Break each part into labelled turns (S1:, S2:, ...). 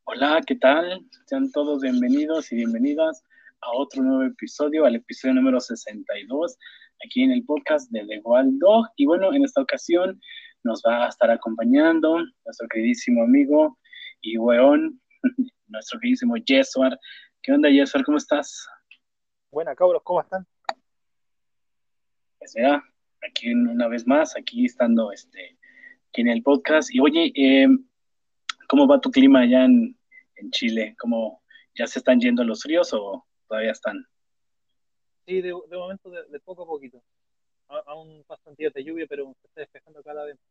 S1: Hola, ¿qué tal? Sean todos bienvenidos y bienvenidas a otro nuevo episodio, al episodio número 62, aquí en el podcast de The Wild Dog. Y bueno, en esta ocasión nos va a estar acompañando nuestro queridísimo amigo y weón, nuestro queridísimo Yesuar. ¿Qué onda, Yesuar? ¿Cómo estás?
S2: Buenas, cabros, ¿cómo están?
S1: Pues mira, aquí una vez más, aquí estando aquí en el podcast. Y oye, ¿cómo va tu clima allá en Chile? ¿Cómo ya se están yendo los fríos o todavía están?
S2: Sí, de momento de poco a poquito. Aún pasan días de lluvia, pero se está despejando cada vez.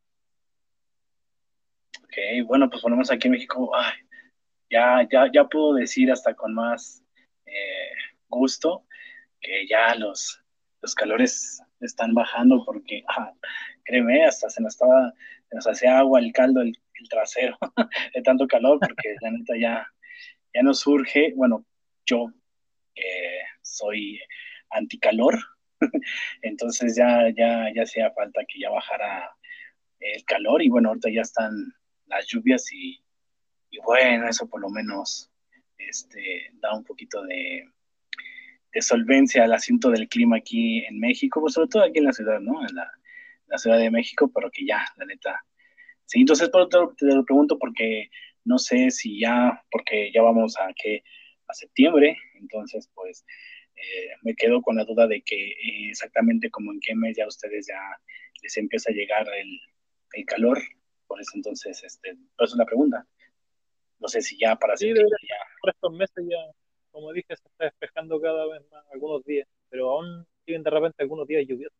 S1: Ok, bueno, pues ponemos aquí en México, ay, ya puedo decir hasta con más eh, gusto que ya los calores están bajando porque, créeme, hasta se nos hacía agua el caldo, el trasero de tanto calor porque la neta ya nos surge, bueno, yo soy anticalor, entonces ya hacía falta que ya bajara el calor y bueno, ahorita ya están las lluvias y bueno, eso por lo menos da un poquito de solvencia al asunto del clima aquí en México, pues sobre todo aquí en la ciudad, ¿no? En la Ciudad de México, pero que ya, la neta. Sí, entonces te lo pregunto porque no sé si ya, porque ya vamos a septiembre, entonces pues me quedo con la duda de que exactamente como en qué mes ya ustedes ya les empieza a llegar el calor, por eso entonces, por eso es la pregunta. No sé si ya para
S2: Sí,
S1: septiembre
S2: debería,
S1: ya.
S2: por estos meses ya, como dije, se está despejando cada vez más algunos días, pero aún siguen de repente algunos días lluviosos.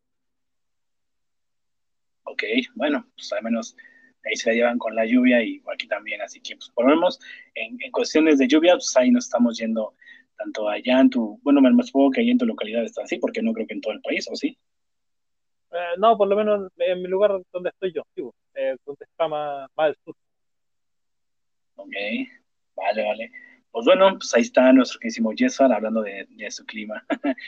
S1: Ok, bueno, pues al menos ahí se la llevan con la lluvia y aquí también, así que pues por lo menos en cuestiones de lluvia, pues ahí nos estamos yendo tanto allá en tu, bueno, me supongo que ahí en tu localidad está así, porque no creo que en todo el país, ¿o sí?
S2: No, por lo menos en mi lugar donde estoy yo, digo, donde está más al sur.
S1: Ok, vale. Pues bueno, pues ahí está nuestro queridísimo Jesús hablando de su clima.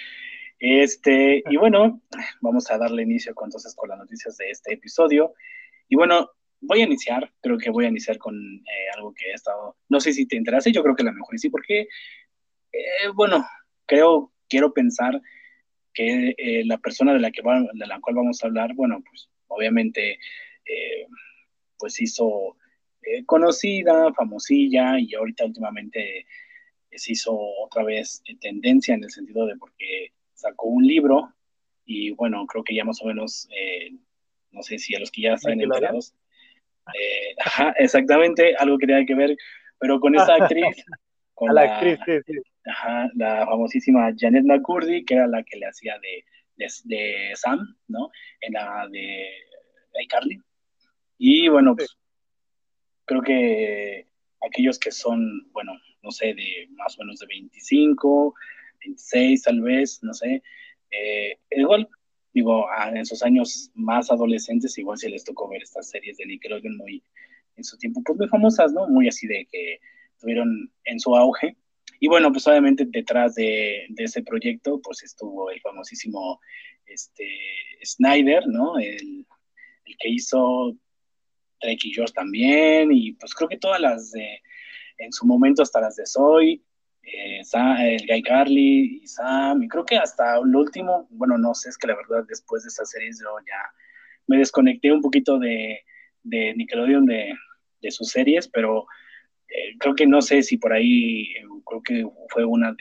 S1: Y bueno, vamos a darle inicio entonces con las noticias de este episodio. Y bueno, creo que voy a iniciar con algo que he estado, no sé si te interesa, yo creo que a lo mejor sí, porque bueno, quiero pensar que la persona de la cual vamos a hablar, bueno, pues obviamente, eh, pues hizo conocida, famosilla, y ahorita últimamente se hizo otra vez tendencia en el sentido de porque sacó un libro, y bueno, creo que ya más o menos, no sé si a los que ya están
S2: Nickelodeon.
S1: enterados, ajá, exactamente, algo que tenga que ver, pero con esta actriz,
S2: A
S1: con
S2: la actriz, sí, sí.
S1: la famosísima Janet McCurdy, que era la que le hacía de Sam, ¿no? En la de iCarly. Y bueno,
S2: Sí.
S1: pues creo que aquellos que son, bueno, no sé, de más o menos de 25, 26 tal vez, no sé, igual, digo, en sus años más adolescentes, igual se les tocó ver estas series de Nickelodeon muy, en su tiempo, pues muy famosas, ¿no? Muy así de que tuvieron en su auge. Y bueno, pues obviamente detrás de ese proyecto, pues estuvo el famosísimo este, Snyder, ¿no? El que hizo Drake y Josh también, y pues creo que todas en su momento hasta las de Soy, el Guy Carly y Sam, y creo que hasta el último, bueno, no sé, es que la verdad después de esa series yo ya me desconecté un poquito de Nickelodeon, de sus series, pero creo que no sé si por ahí, creo que fue una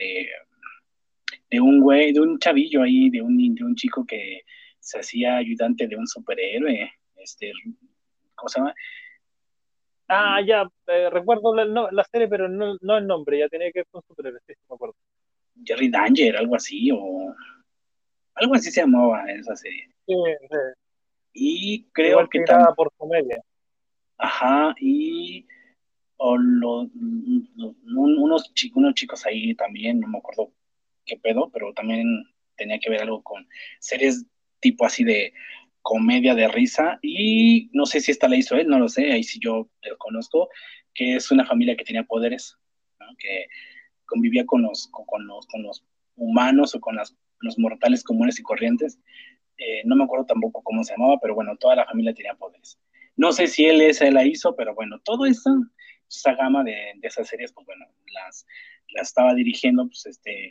S1: de un güey, de un chavillo ahí, de un chico que se hacía ayudante de un superhéroe, ¿cómo se llama?
S2: Ya, recuerdo la serie, pero no el nombre, ya tenía que ver con superhéroes, sí, sí, me acuerdo.
S1: Jerry Danger, algo así, o algo así se llamaba esa serie.
S2: Sí, sí.
S1: Y creo
S2: Igual
S1: que
S2: tirada por comedia.
S1: ajá, y o unos chicos ahí también, no me acuerdo qué pedo, pero también tenía que ver algo con series tipo así de comedia de risa, y no sé si esta la hizo él, no lo sé, ahí sí yo lo conozco, que es una familia que tenía poderes, ¿no? Que convivía con los humanos o con los mortales comunes y corrientes. No me acuerdo tampoco cómo se llamaba, pero bueno, toda la familia tenía poderes. No sé si él esa la hizo, pero bueno, todo eso esa gama de esas series, pues bueno, las estaba dirigiendo, pues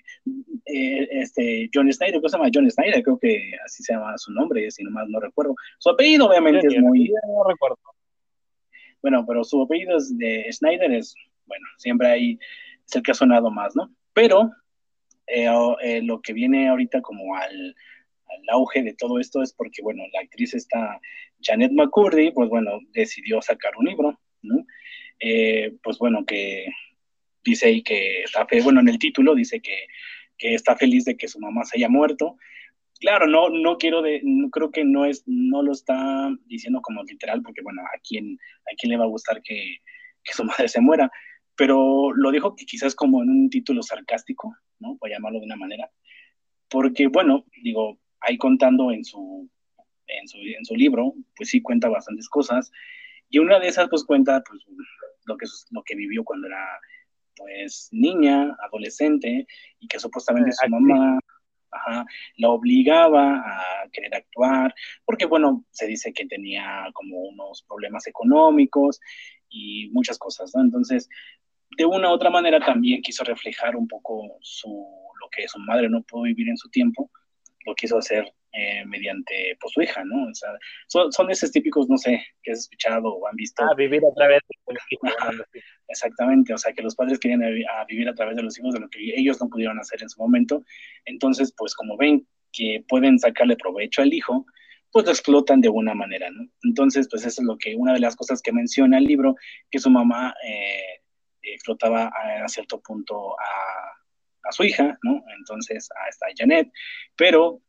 S1: John Snyder, ¿cómo se llama? John Snyder, creo que así se llama su nombre, si nomás no recuerdo. Su apellido obviamente es
S2: Serie, la
S1: muy,
S2: serie no recuerdo.
S1: bueno, pero su apellido es de Snyder es, bueno, siempre ahí es el que ha sonado más, ¿no? Pero lo que viene ahorita como al auge de todo esto es porque, bueno, la actriz está Janet McCurdy, pues bueno, decidió sacar un libro, ¿no? Pues bueno, que dice ahí que está bueno, en el título dice que está feliz de que su mamá se haya muerto. Claro, no quiero no, creo que no lo está diciendo como literal, porque bueno, a quién le va a gustar que su madre se muera, pero lo dijo que quizás como en un título sarcástico, ¿no? Por llamarlo de una manera, porque bueno, digo, ahí contando en su libro, pues sí cuenta bastantes cosas, y una de esas pues cuenta pues lo que vivió cuando era pues niña, adolescente, y que supuestamente su
S2: Actriz.
S1: mamá, ajá, la obligaba a querer actuar, porque bueno, se dice que tenía como unos problemas económicos y muchas cosas, ¿no? Entonces, de una u otra manera también quiso reflejar un poco lo que su madre no pudo vivir en su tiempo, lo quiso hacer mediante pues, su hija, ¿no? O sea, son esos típicos, no sé, que has escuchado o han visto.
S2: Vivir a través de los hijos, una onda así.
S1: Exactamente, o sea, que los padres querían vivir a través de los hijos de lo que ellos no pudieron hacer en su momento. Entonces, pues como ven que pueden sacarle provecho al hijo, pues lo explotan de una manera, ¿no? Entonces, pues eso es una de las cosas que menciona el libro, que su mamá explotaba a cierto punto a su hija, ¿no? Entonces, a esta Janet, pero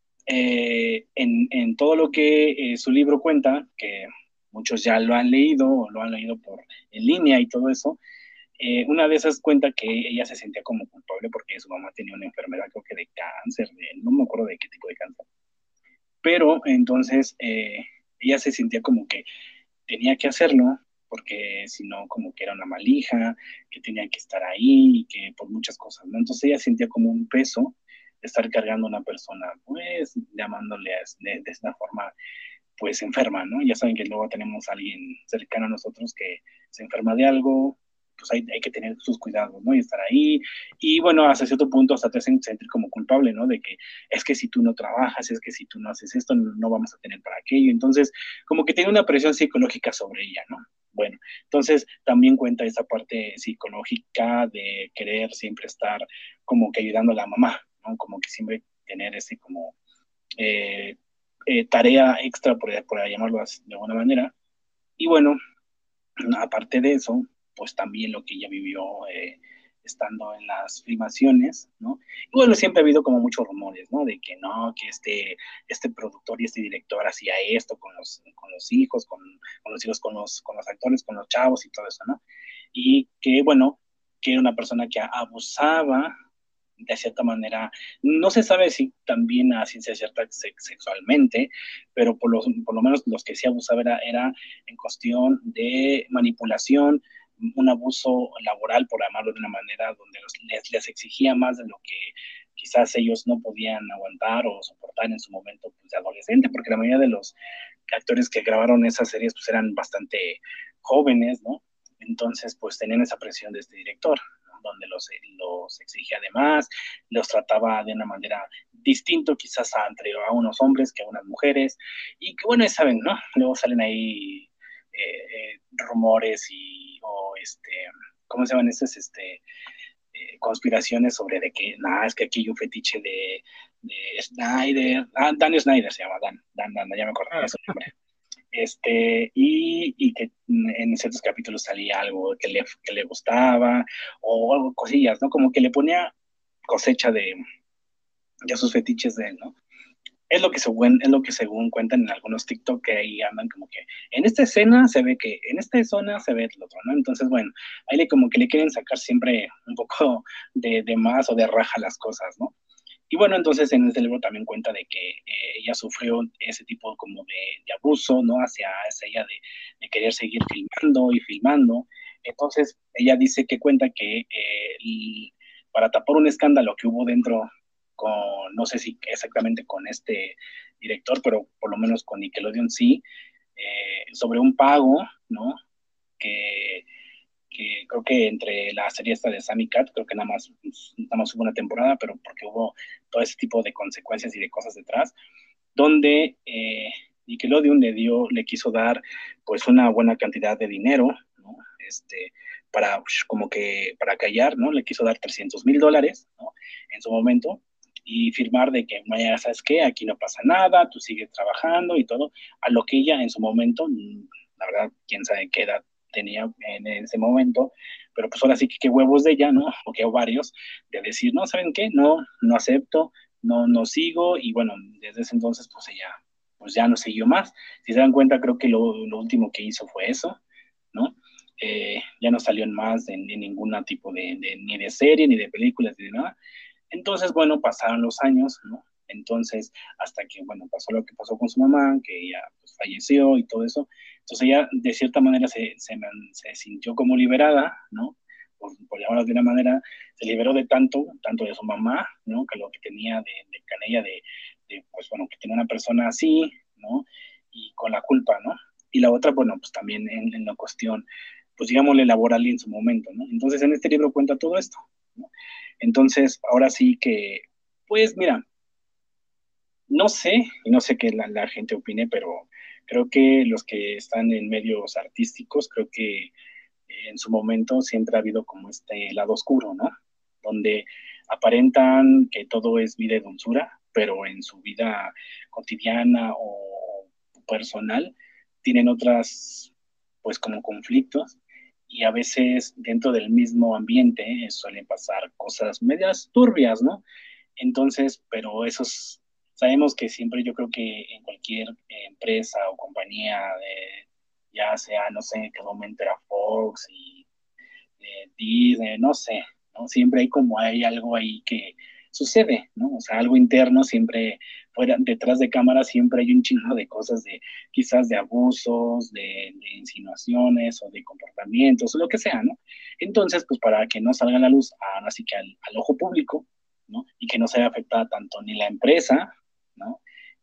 S1: en todo lo que su libro cuenta, que muchos ya lo han leído o lo han leído en línea y todo eso, una de esas cuenta que ella se sentía como culpable porque su mamá tenía una enfermedad, creo que de cáncer, no me acuerdo de qué tipo de cáncer, pero entonces ella se sentía como que tenía que hacerlo porque si no, como que era una malija, que tenía que estar ahí y que por muchas cosas, ¿no? Entonces ella sentía como un peso de estar cargando a una persona, pues llamándole de esta forma, pues enferma, ¿no? Ya saben que luego tenemos a alguien cercano a nosotros que se enferma de algo, pues hay que tener sus cuidados, ¿no? Y estar ahí. Y bueno, hasta cierto punto hasta te hacen sentir como culpable, ¿no? De que es que si tú no trabajas, es que si tú no haces esto, no vamos a tener para aquello. Entonces, como que tiene una presión psicológica sobre ella, ¿no? Bueno, entonces también cuenta esa parte psicológica de querer siempre estar como que ayudando a la mamá, ¿no? Como que siempre tener ese como eh, tarea extra, por llamarlo de alguna manera. Y bueno, aparte de eso, pues también lo que ella vivió estando en las filmaciones, ¿no? Y bueno, siempre ha habido como muchos rumores, ¿no? De que no, que este productor y este director hacía esto con los hijos, con los hijos, con los actores, con los chavos y todo eso, ¿no? Y que, bueno, que era una persona que abusaba de cierta manera, no se sabe si también a ciencia cierta sexualmente, pero por lo menos los que sí abusaba era en cuestión de manipulación, un abuso laboral, por llamarlo de una manera, donde les exigía más de lo que quizás ellos no podían aguantar o soportar en su momento pues, de adolescente, porque la mayoría de los actores que grabaron esas series pues eran bastante jóvenes, ¿no? Entonces pues tenían esa presión de este director, ¿no? Donde los exigía además, los trataba de una manera distinto quizás entre a unos hombres que a unas mujeres, y que bueno, saben, ¿no? Luego salen ahí rumores ¿cómo se llaman estos? Conspiraciones sobre de que, nada, es que aquí hay un fetiche de Snyder, Dan Snyder se llama, Dan, ya me acordé de
S2: Ah,
S1: su nombre. Y que en ciertos capítulos salía algo que le gustaba, o algo, cosillas, ¿no? Como que le ponía cosecha de sus fetiches de él, ¿no? Es lo que según cuentan en algunos TikTok que ahí andan como que en esta escena se ve que, en esta zona se ve el otro, ¿no? Entonces, bueno, ahí como que le quieren sacar siempre un poco de más o de raja las cosas, ¿no? Y bueno, entonces en este libro también cuenta de que ella sufrió ese tipo como de abuso, ¿no? Hacia ella de querer seguir filmando y filmando. Entonces ella dice que cuenta que para tapar un escándalo que hubo dentro no sé si exactamente con este director, pero por lo menos con Nickelodeon sí, sobre un pago, ¿no? Que que creo que entre la serie esta de Sammy Cat, creo que nada más hubo una temporada, pero porque hubo todo ese tipo de consecuencias y de cosas detrás, donde Nickelodeon le quiso dar pues una buena cantidad de dinero, ¿no? Para como que para callar, ¿no? Le quiso dar $300,000, ¿no? En su momento y firmar de que, vaya, ¿sabes qué? Aquí no pasa nada, tú sigues trabajando y todo, a lo que ella en su momento, la verdad, quién sabe qué edad tenía en ese momento, pero pues ahora sí que qué huevos de ella, ¿no? O qué varios, de decir, no, ¿saben qué? No, no acepto, no sigo, y bueno, desde ese entonces pues ella pues ya no siguió más. Si se dan cuenta, creo que lo último que hizo fue eso, ¿no? Ya no salió en más de ningún tipo ni de serie, ni de películas, ni de nada. Entonces, bueno, pasaron los años, ¿no? Entonces, hasta que, bueno, pasó lo que pasó con su mamá, que ella pues, falleció y todo eso. Entonces ella, de cierta manera, se sintió como liberada, ¿no? Por llamarlo de una manera, se liberó de tanto de su mamá, ¿no? Que lo que tenía de canella, pues bueno, que tiene una persona así, ¿no? Y con la culpa, ¿no? Y la otra, bueno, pues también en la cuestión, pues digámosle laboral y en su momento, ¿no? Entonces en este libro cuenta todo esto, ¿no? Entonces, ahora sí que, pues mira, no sé, y no sé qué la gente opine, pero creo que los que están en medios artísticos, creo que en su momento siempre ha habido como este lado oscuro, ¿no? Donde aparentan que todo es vida y dulzura, pero en su vida cotidiana o personal tienen otras, pues como conflictos y a veces dentro del mismo ambiente suelen pasar cosas medias turbias, ¿no? Entonces, pero esos, sabemos que siempre yo creo que en cualquier empresa o compañía, ya sea, no sé, en qué momento era Fox y Disney, no sé, ¿no? Siempre hay algo ahí que sucede, ¿no? O sea, algo interno, siempre fuera, detrás de cámara siempre hay un chingo de cosas quizás de abusos, de insinuaciones o de comportamientos o lo que sea, ¿no? Entonces, pues para que no salga a la luz, así que al ojo público, ¿no? Y que no se vea afectada tanto ni la empresa, ¿no?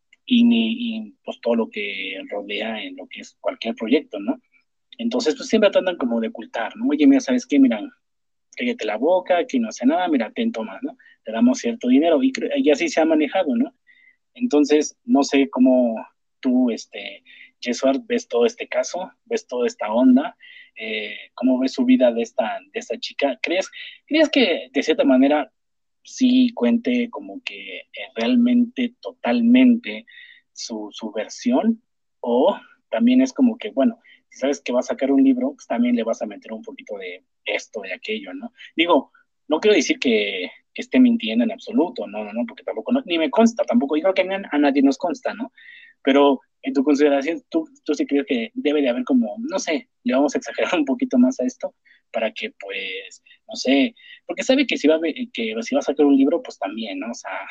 S1: Y pues todo lo que rodea en lo que es cualquier proyecto, ¿no? Entonces, pues siempre tratan como de ocultar, ¿no? Oye, mira, ¿sabes qué? Mira, cállate la boca, aquí no hace nada, mira, ten, toma, ¿no? Te damos cierto dinero y así se ha manejado, ¿no? Entonces, no sé cómo tú, Jesuar, ves todo este caso, ves toda esta onda, cómo ves su vida de esta chica. ¿Crees que de cierta manera sí cuente como que realmente, totalmente su versión? O también es como que, bueno, si sabes que va a sacar un libro, pues también le vas a meter un poquito de esto, de aquello, ¿no? Digo, no quiero decir que esté mintiendo en absoluto, no, no, no, porque tampoco, ni me consta, tampoco, yo creo que a nadie nos consta, ¿no? Pero en tu consideración, tú sí crees que debe de haber como, no sé, le vamos a exagerar un poquito más a esto para que, pues, no sé, porque sabe que si va a sacar un libro, pues también, ¿no? O sea,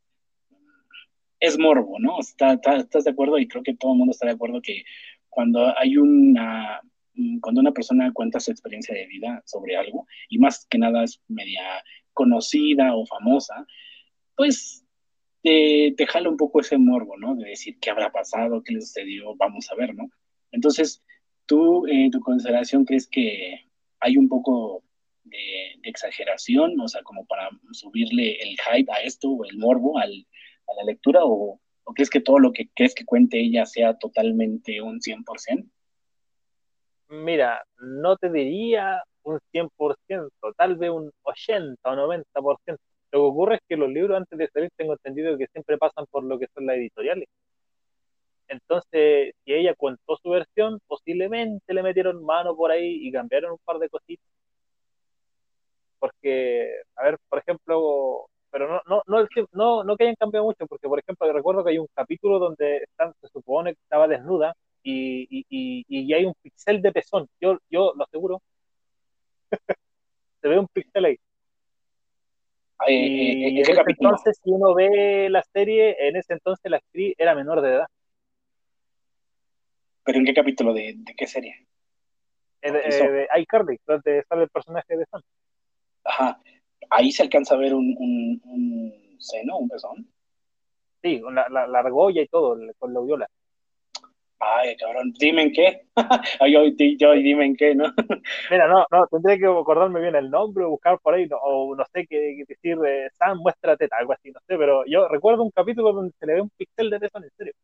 S1: es morbo, ¿no? ¿Estás de acuerdo? Y creo que todo el mundo está de acuerdo que cuando cuando una persona cuenta su experiencia de vida sobre algo, y más que nada es media conocida o famosa, pues te jala un poco ese morbo, ¿no? De decir qué habrá pasado, qué le sucedió, vamos a ver, ¿no? Entonces, ¿tú en tu consideración crees que hay un poco de exageración, o sea, como para subirle el hype a esto o el morbo a la lectura, o crees que todo lo que crees que cuente ella sea totalmente un 100%?
S2: Mira, no te diría un 100%, tal vez un 80 o 90%. Lo que ocurre es que los libros antes de salir tengo entendido que siempre pasan por lo que son las editoriales. Entonces, si ella contó su versión, posiblemente le metieron mano por ahí y cambiaron un par de cositas. Porque, a ver, por ejemplo, pero no que hayan cambiado mucho, porque por ejemplo, yo recuerdo que hay un capítulo donde se supone que estaba desnuda y hay un pixel de pezón. Yo lo aseguro, se ve un pixel ahí. Y
S1: ¿En
S2: en
S1: qué
S2: ese
S1: capítulo?
S2: entonces, si uno ve la serie, en ese entonces la actriz era menor de edad.
S1: ¿Pero en qué capítulo de qué serie? Porque eso,
S2: De iCarly, donde sale el personaje de Sam.
S1: ajá, ahí se alcanza a ver un seno, un pezón.
S2: Sí, la argolla y todo, con la viola.
S1: Ay, cabrón, dime en qué. Ay, yo dime en qué, ¿no?
S2: Mira, no, tendría que acordarme bien el nombre, buscar por ahí, o no sé qué decir, Sam, muestra teta, algo así, no sé, pero yo recuerdo un capítulo donde se le ve un pixel de pezón, en serio.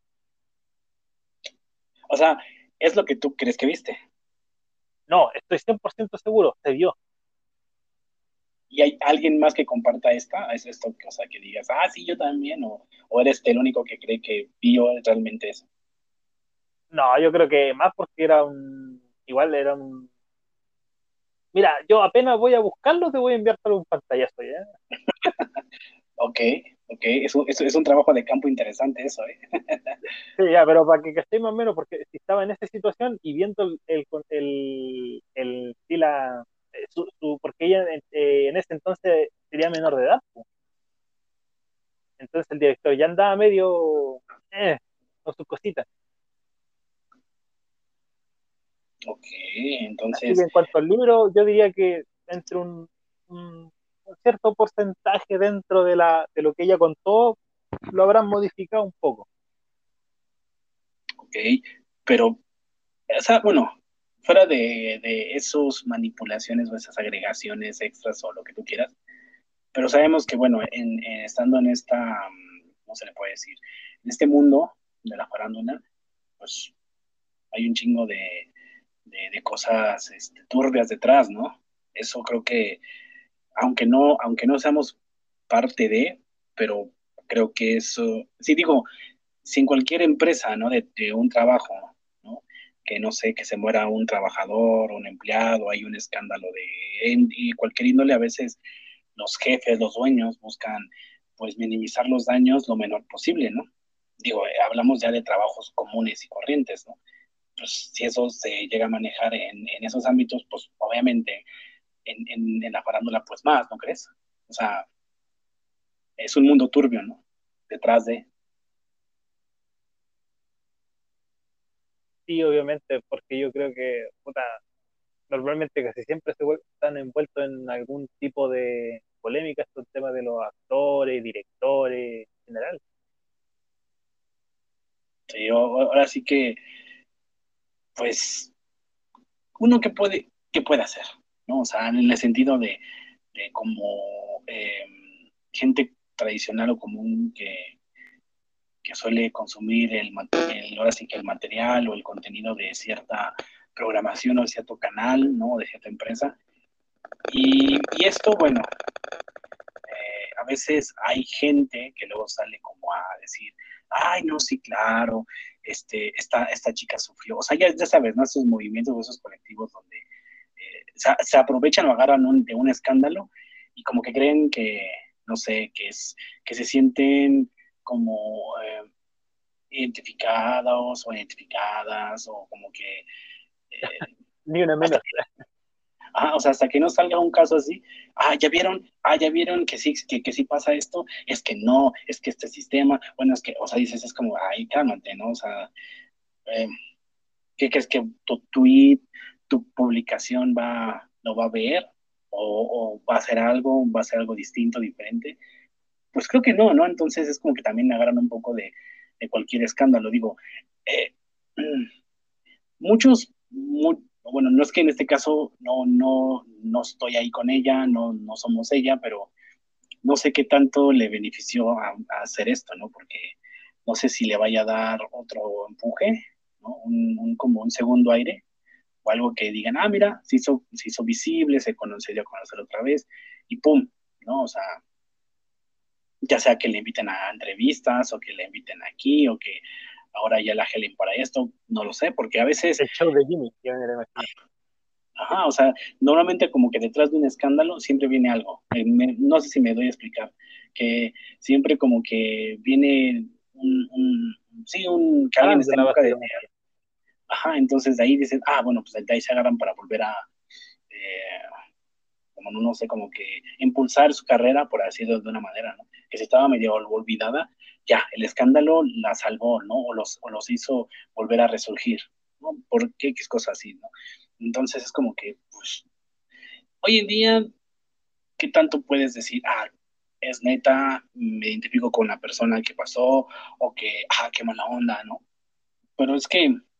S1: O sea, es lo que tú crees que viste.
S2: No, estoy 100% seguro, se vio.
S1: ¿Y hay alguien más que comparta esta? ¿Es esto, o sea, que digas, ah, sí, yo también? ¿O eres el único que cree que vio realmente eso?
S2: No, yo creo que más porque igual era un... Mira, yo apenas voy a buscarlo, te voy a enviar solo un pantallazo, ¿ya?
S1: Ok, ok, es un trabajo de campo interesante eso, ¿eh?
S2: Sí, ya, pero para que esté más o menos, porque si estaba en esa situación y viendo sí, porque ella en ese entonces sería menor de edad, pues. Entonces el director ya andaba medio con sus cositas.
S1: Ok,
S2: Así que
S1: entonces,
S2: en cuanto al libro, yo diría que entre un cierto porcentaje dentro de lo que ella contó, lo habrán modificado un poco.
S1: ok, pero, o sea, bueno, fuera de esas manipulaciones o esas agregaciones extras o lo que tú quieras, pero sabemos que, bueno, estando en esta, ¿cómo se le puede decir? En este mundo de la farándula, pues hay un chingo de cosas turbias detrás, ¿no? Eso creo que, aunque no seamos parte de, pero creo que eso, sí digo, si en cualquier empresa, ¿no? De un trabajo, ¿no? Que no sé, que se muera un trabajador, un empleado, hay un escándalo y cualquier índole, a veces los jefes, los dueños buscan pues minimizar los daños lo menor posible, ¿no? Digo, hablamos ya de trabajos comunes y corrientes, ¿no? Pues si eso se llega a manejar en esos ámbitos, pues obviamente en la farándula pues más, ¿no crees? O sea, es un mundo turbio, ¿no? Detrás de...
S2: Sí, obviamente, porque yo creo que, puta, normalmente casi siempre están envueltos en algún tipo de polémica estos temas de los actores, directores, en general.
S1: Sí, ahora sí que, pues, uno que puede hacer, ¿no? O sea, en el sentido de como gente tradicional o común que suele consumir ahora sí que el material o el contenido de cierta programación o de cierto canal, ¿no? De cierta empresa. Y esto, bueno, a veces hay gente que luego sale como a decir, ay, no, sí, claro, esta chica sufrió. O sea, ya sabes, ¿no? Esos movimientos o esos colectivos donde se aprovechan o agarran de un escándalo y como que creen que, no sé, que se sienten como identificados o identificadas o como que
S2: Ni una
S1: hasta
S2: menos.
S1: o sea, hasta que no salga un caso así, ya vieron que que sí pasa esto, es que no, es que este sistema, bueno, es que, o sea, dices, es como, ay, cálmate, ¿no? O sea, eh, ¿qué crees que tu tweet, tu publicación lo va a ver? O va a ser algo distinto, diferente? Pues creo que no, ¿no? Entonces es como que también me agarran un poco de cualquier escándalo. Digo, eh, bueno, no es que en este caso no estoy ahí con ella, no somos ella, pero no sé qué tanto le benefició a hacer esto, ¿no? Porque no sé si le vaya a dar otro empuje, ¿no? Como un segundo aire, o algo que digan, ah, mira, se hizo visible, se dio a conocer otra vez, y pum, ¿no? O sea, ya sea que le inviten a entrevistas, o que le inviten aquí, o que ahora ya la jalen para esto, no lo sé, porque a veces
S2: El show de Jimmy, ya me lo imagino.
S1: ajá, o sea, normalmente como que detrás de un escándalo siempre viene algo. No sé si me doy a explicar, que siempre como que viene sí, que alguien está en
S2: Farándula,
S1: boca de,
S2: básicamente.
S1: ajá, entonces de ahí dicen, ah, bueno, pues de ahí se agarran para volver a, eh, como no sé, como que impulsar su carrera, por así decirlo de una manera, ¿no? Que si estaba medio olvidada, ya, el escándalo la salvó, ¿no? O los hizo volver a resurgir, ¿no? Por qué cosas así, ¿no? Entonces es como que, pues, hoy en día, ¿qué tanto puedes decir? Ah, es neta, me identifico con la persona que pasó, o que, ah, qué mala onda, ¿no? Pero es que,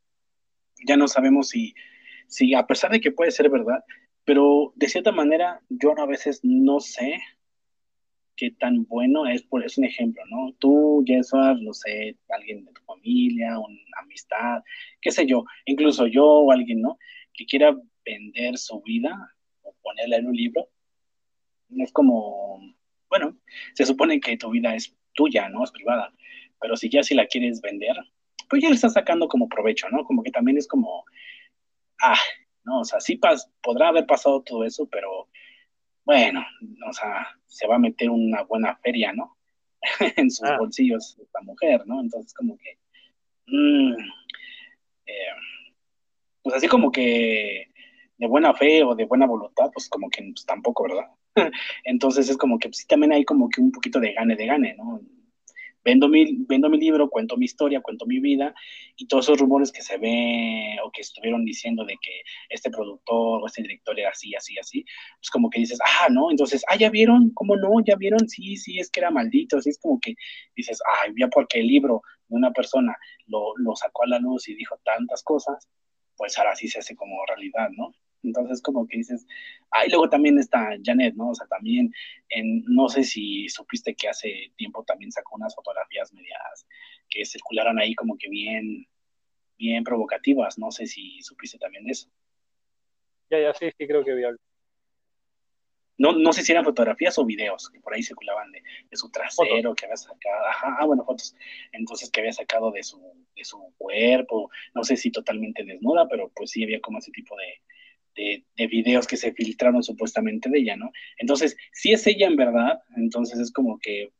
S1: ya no sabemos si a pesar de que puede ser verdad, pero de cierta manera yo a veces no sé qué tan bueno es un ejemplo, ¿no? Tú, Jesús, no sé, alguien de tu familia, una amistad, qué sé yo, incluso yo o alguien, ¿no? Que quiera vender su vida o ponerla en un libro, es como, bueno, se supone que tu vida es tuya, ¿no? Es privada, pero si ya si la quieres vender, pues ya le estás sacando como provecho, ¿no? Como que también es como, ah, no, o sea, sí podrá haber pasado todo eso, pero bueno, o sea, se va a meter una buena feria, ¿no? En sus
S2: Ah,
S1: bolsillos esta mujer, ¿no? Entonces, como que, mm, eh, pues así como que de buena fe o de buena voluntad, pues como que pues, tampoco, ¿verdad? Entonces es como que pues, sí, también hay como que un poquito de gane, ¿no? Vendo mi libro, cuento mi historia, cuento mi vida y todos esos rumores que se ve o que estuvieron diciendo de que este productor o este director era así, así, así, pues como que dices, ah, ¿no? Entonces, ah, ¿ya vieron? ¿Cómo no? ¿Ya vieron? Sí, sí, es que era maldito, así es como que dices, ah, ya porque el libro de una persona lo sacó a la luz y dijo tantas cosas, pues ahora sí se hace como realidad, ¿no? Entonces como que dices, ah, y luego también está Janet, ¿no? O sea, también no sé si supiste que hace tiempo también sacó unas fotografías medias que circularon ahí como que bien, bien provocativas. No sé si supiste también de eso.
S2: ya, ya, sí, sí, creo que vi algo.
S1: No, no sé si eran fotografías o videos que por ahí circulaban de su
S2: Fotos.
S1: trasero, que había sacado, ajá, bueno, fotos, entonces que había sacado de su cuerpo, no sé si totalmente desnuda, pero pues sí había como ese tipo de videos que se filtraron supuestamente de ella, ¿no? Entonces, si es ella en verdad, entonces es como que,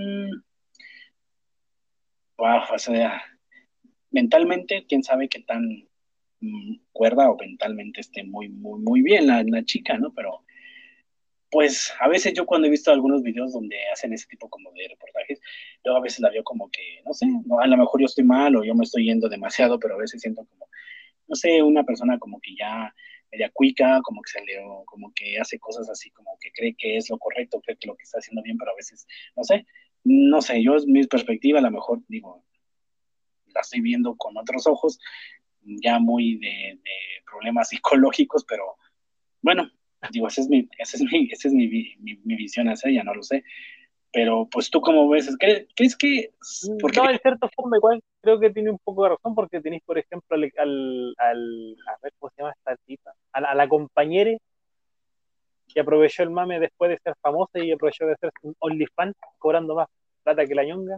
S1: wow, o sea, mentalmente, quién sabe qué tan cuerda o mentalmente esté muy, muy, muy bien la chica, ¿no? Pero pues a veces yo cuando he visto algunos videos donde hacen ese tipo como de reportajes, luego a veces la veo como que, no sé, no, a lo mejor yo estoy mal o yo me estoy yendo demasiado, pero a veces siento como, no sé, una persona como que ya media cuica, como que se le, como que hace cosas así, como que cree que es lo correcto, cree que lo que está haciendo bien, pero a veces, no sé, yo es mi perspectiva, a lo mejor digo, la estoy viendo con otros ojos, ya muy de problemas psicológicos, pero bueno, digo, esa es mi visión hacia ella, no lo sé. Pero pues tú cómo ves, ¿crees que, porque
S2: No, en cierta forma igual creo que tiene un poco de razón porque tenéis, por ejemplo, a ver cómo se llama esta tipa, a la compañera que aprovechó el mame después de ser famosa y aprovechó de ser un OnlyFans cobrando más plata que la ñonga.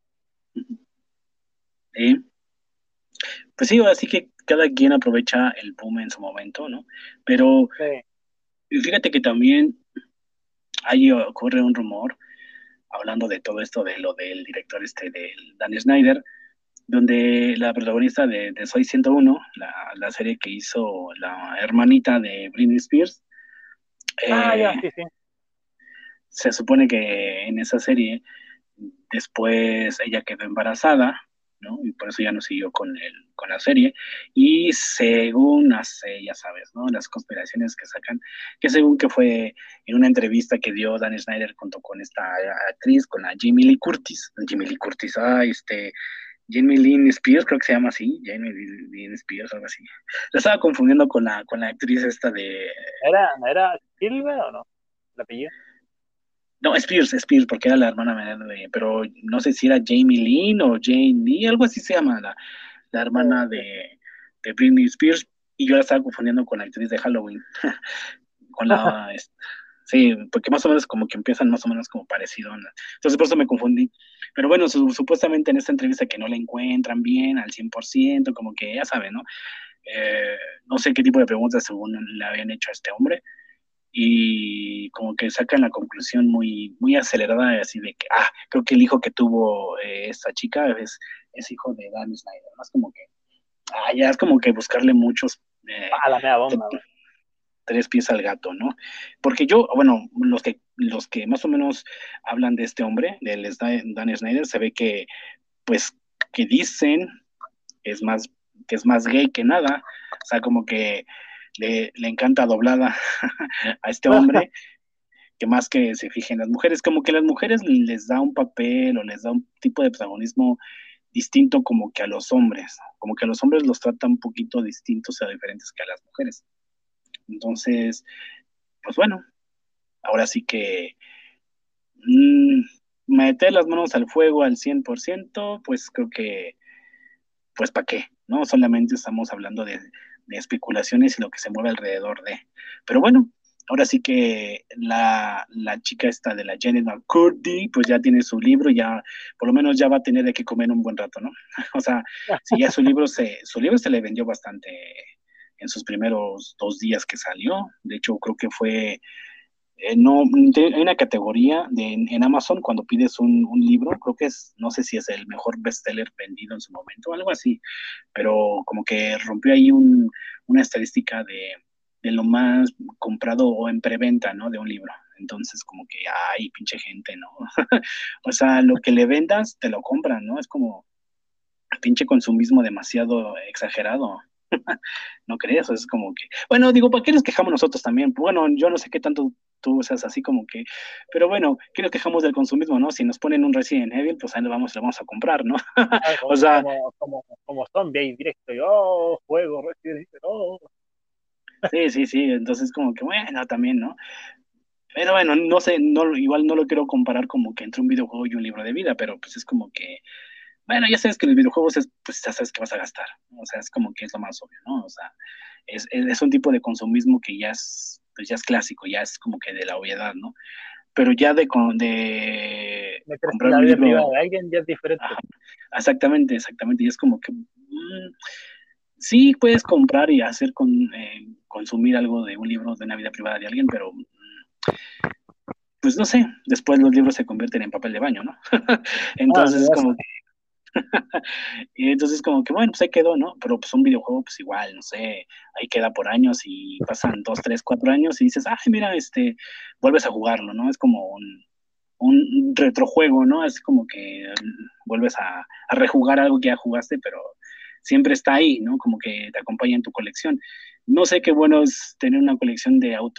S1: eh, pues sí, así que cada quien aprovecha el boom en su momento, ¿no? Pero
S2: Sí.
S1: fíjate que también ahí ocurre un rumor, hablando de todo esto, de lo del director del Dan Snyder, donde la protagonista de Soy 101, la serie que hizo la hermanita de Britney Spears,
S2: Ah, ya,
S1: eh,
S2: sí, sí.
S1: se supone que en esa serie después ella quedó embarazada, ¿no? Y por eso ya no siguió con la serie. Y según hace, ya sabes, ¿no? Las conspiraciones que sacan, que según que fue en una entrevista que dio Dan Snyder junto con esta actriz, con la Jamie Lee Curtis, Jamie Lynn Spears, creo que se llama así, Jamie Lynn Spears, algo así. La estaba confundiendo con la actriz esta de.
S2: ¿No era Silver o no? ¿El apellido?
S1: No, Spears, porque era la hermana menor pero no sé si era Jamie Lynn o Jane Lee, algo así se llama la hermana
S2: Sí.
S1: de Britney Spears, y yo la estaba confundiendo con la actriz de Halloween, con sí, porque más o menos como que empiezan más o menos como parecido, ¿no? Entonces por eso me confundí. Pero bueno, supuestamente en esta entrevista que no la encuentran bien al 100%, como que ya saben, ¿no? No sé qué tipo de preguntas según le habían hecho a este hombre, y como que sacan la conclusión muy, muy acelerada, así de que, creo que el hijo que tuvo esta chica es hijo de Dan Snyder, ¿no? Es como que, ya es como que buscarle muchos
S2: A la mea
S1: tre-
S2: bomba, güey.
S1: tres pies al gato, ¿no? Porque yo, bueno, los que más o menos hablan de este hombre, Dan Snyder, se ve que, pues, que dicen es más, que es más gay que nada, o sea, como que le encanta doblada a este hombre, que más que se fijen las mujeres, como que las mujeres les da un papel o les da un tipo de protagonismo distinto como que a los hombres, como que a los hombres los trata un poquito distintos a diferentes que a las mujeres. Entonces, pues bueno, ahora sí que mm, meter las manos al fuego al 100%, pues creo que, pues ¿para qué? ¿No? Solamente estamos hablando de especulaciones y lo que se mueve alrededor de. Pero bueno, ahora sí que la chica esta de la Janet McCurdy, pues ya tiene su libro, ya por lo menos ya va a tener de qué comer un buen rato, ¿no? O sea, si ya su libro se le vendió bastante en sus primeros 2 días que salió. De hecho, creo que fue no, hay una categoría en Amazon cuando pides un libro, creo que es, no sé si es el mejor bestseller vendido en su momento, algo así, pero como que rompió ahí una estadística de lo más comprado o en preventa, ¿no? De un libro. Entonces, como que, ay, pinche gente, ¿no? O sea, lo que le vendas, te lo compran, ¿no? Es como pinche consumismo demasiado exagerado. ¿No crees? Es como que, bueno, digo, ¿para qué nos quejamos nosotros también? Bueno, yo no sé qué tanto tú seas así como que, pero bueno, ¿qué nos quejamos del consumismo, no? Si nos ponen un Resident Evil, pues ahí lo vamos a comprar, ¿no?
S2: Ah,
S1: O sea,
S2: como zombie ahí directo, yo juego Resident Evil, oh.
S1: sí, sí, sí, entonces como que, bueno, también, ¿no? Pero bueno, no sé, no, igual no lo quiero comparar como que entre un videojuego y un libro de vida, pero pues es como que, bueno, ya sabes que los videojuegos es, pues ya sabes que vas a gastar, ¿no? O sea, es como que es lo más obvio, ¿no? O sea, es un tipo de consumismo que ya pues ya es clásico, ya es como que de la obviedad, ¿no? Pero ya de
S2: Meterse en
S1: comprar
S2: la
S1: un
S2: vida privada
S1: libro,
S2: de alguien ya es diferente.
S1: ajá, exactamente, exactamente, y es como que sí puedes comprar y hacer consumir algo de un libro de una vida privada de alguien, pero pues no sé, después los libros se convierten en papel de baño, ¿no?
S2: Ah,
S1: Entonces es
S2: no,
S1: como y entonces como que, bueno, pues ahí quedó, ¿no? Pero pues un videojuego, pues igual, no sé, ahí queda por años y pasan 2, 3, 4 años y dices, ay, mira, vuelves a jugarlo, ¿no? Es como un retrojuego, ¿no? Es como que vuelves a rejugar algo que ya jugaste, pero siempre está ahí, ¿no? Como que te acompaña en tu colección. No sé qué bueno es tener una colección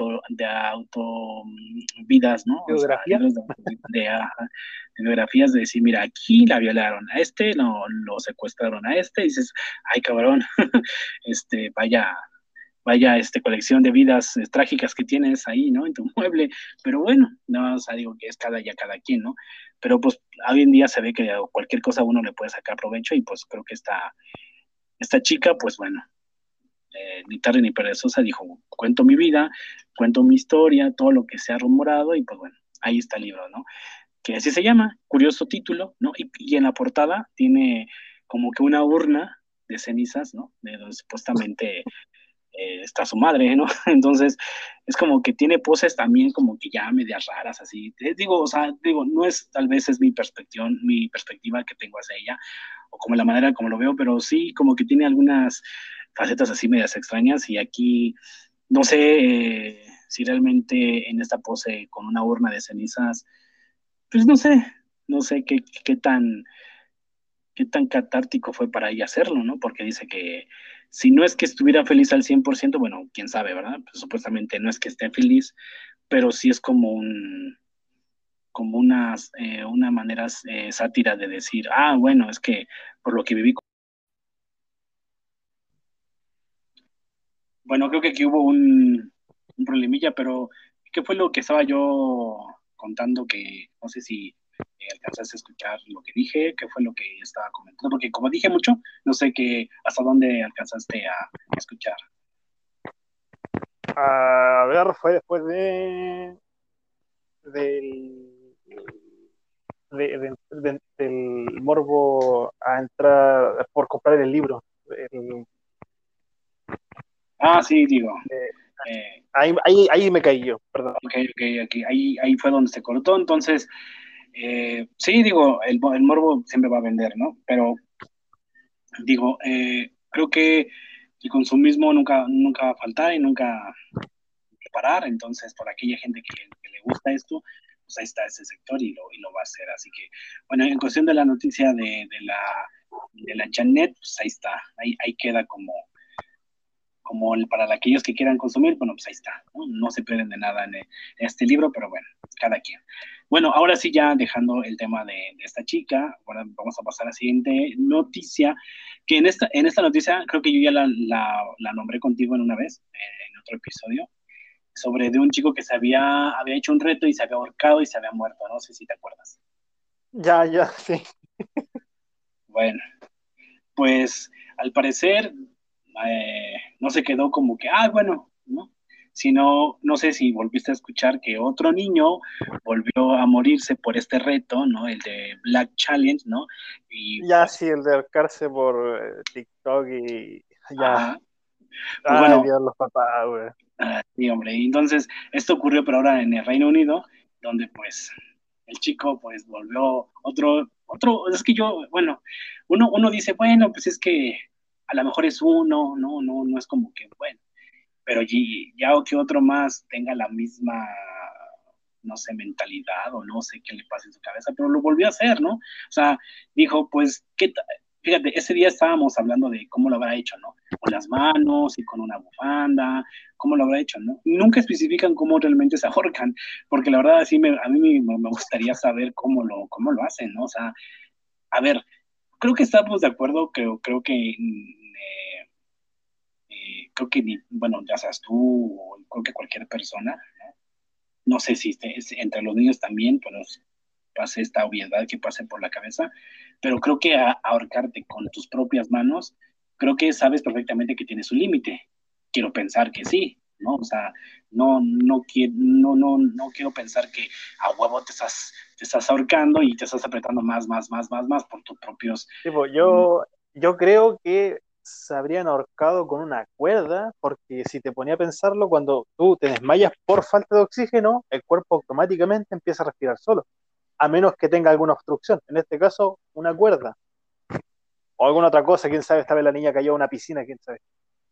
S1: de vidas, ¿no? O sea,
S2: geografía.
S1: libros de biografías de decir, mira, aquí la violaron, a este lo secuestraron, a este, y dices, ay, cabrón, vaya, colección de vidas trágicas que tienes ahí, ¿no? En tu mueble, pero bueno, no, o sea, digo que es cada quien, ¿no? Pero pues hoy en día se ve que a cualquier cosa uno le puede sacar provecho y pues creo que esta chica, pues bueno, ni tarde ni perezosa dijo, cuento mi vida, cuento mi historia, todo lo que se ha rumorado y pues bueno, ahí está el libro, ¿no? Que así se llama, curioso título, ¿no? Y en la portada tiene como que una urna de cenizas, ¿no? De donde supuestamente está su madre, ¿no? Entonces, es como que tiene poses también como que ya medias raras, así. Digo, o sea, digo, no es, tal vez es mi perspectiva que tengo hacia ella, o como la manera como lo veo, pero sí como que tiene algunas facetas así medias extrañas, y aquí, no sé si realmente en esta pose con una urna de cenizas, pues no sé qué tan catártico fue para ella hacerlo, ¿no? Porque dice que si no es que estuviera feliz al 100%, bueno, quién sabe, ¿verdad? Pues supuestamente no es que esté feliz, pero sí es como una manera sátira de decir, bueno, es que por lo que viví. Bueno, creo que aquí hubo un problemilla, pero ¿qué fue lo que estaba yo contando que no sé si alcanzaste a escuchar lo que dije? ¿Qué fue lo que estaba comentando? Porque como dije mucho, no sé hasta dónde alcanzaste a escuchar.
S2: A ver, fue después del, del morbo a entrar por comprar el libro. El-
S1: Sí, digo,
S2: eh,
S1: eh,
S2: ahí me caí yo, perdón.
S1: ok, ok, ahí fue donde se cortó. Entonces, sí, digo, el morbo siempre va a vender, ¿no? Pero digo, creo que el consumismo nunca va a faltar y nunca parar. Entonces, por aquella gente que le gusta esto, pues ahí está ese sector y lo va a hacer. Así que, bueno, en cuestión de la noticia de la Janet, pues ahí está, ahí queda para aquellos que quieran consumir, bueno, pues ahí está, ¿no? No se pierden de nada en este libro, pero bueno, cada quien. Bueno, ahora sí, ya dejando el tema de esta chica, ahora vamos a pasar a la siguiente noticia, que en esta noticia creo que yo ya la nombré contigo en una vez, en otro episodio, sobre de un chico que había hecho un reto y se había ahorcado y se había muerto, no sé si te acuerdas.
S2: Ya, ya, sí.
S1: Bueno, pues al parecer no se quedó como que, bueno, ¿no? Sino, no sé si volviste a escuchar que otro niño volvió a morirse por este reto, ¿no? El de Black Challenge, ¿no? Y
S2: Ya,
S1: pues,
S2: sí, el de ahorcarse por TikTok y ya.
S1: ajá, pues
S2: Ay,
S1: bueno,
S2: Dios, los papás, güey.
S1: sí, hombre, y entonces esto ocurrió pero ahora en el Reino Unido, donde pues el chico pues volvió es que bueno, uno dice, bueno, pues es que a lo mejor es uno, no es como que, bueno, pero ya o que otro más tenga la misma, no sé, mentalidad o no sé qué le pasa en su cabeza, pero lo volvió a hacer, ¿no? O sea, dijo, pues, fíjate, ese día estábamos hablando de cómo lo habrá hecho, ¿no? Con las manos y con una bufanda, cómo lo habrá hecho, ¿no? Nunca especifican cómo realmente se ahorcan, porque la verdad sí a mí me gustaría saber cómo lo hacen, ¿no? O sea, a ver, creo que estamos de acuerdo, creo que creo que bueno, ya sabes tú, o creo que cualquier persona, no sé si entre los niños también, pero pase esta obviedad que pase por la cabeza, pero creo que ahorcarte con tus propias manos, creo que sabes perfectamente que tiene su límite. Quiero pensar que sí, ¿no? O sea, no quiero pensar que a huevo te estás ahorcando y te estás apretando más por tus propios.
S2: Tipo, yo creo que se habrían ahorcado con una cuerda, porque si te ponía a pensarlo, cuando tú te desmayas por falta de oxígeno, el cuerpo automáticamente empieza a respirar solo, a menos que tenga alguna obstrucción. En este caso, una cuerda. O alguna otra cosa, quién sabe, esta vez la niña cayó a una piscina, quién sabe.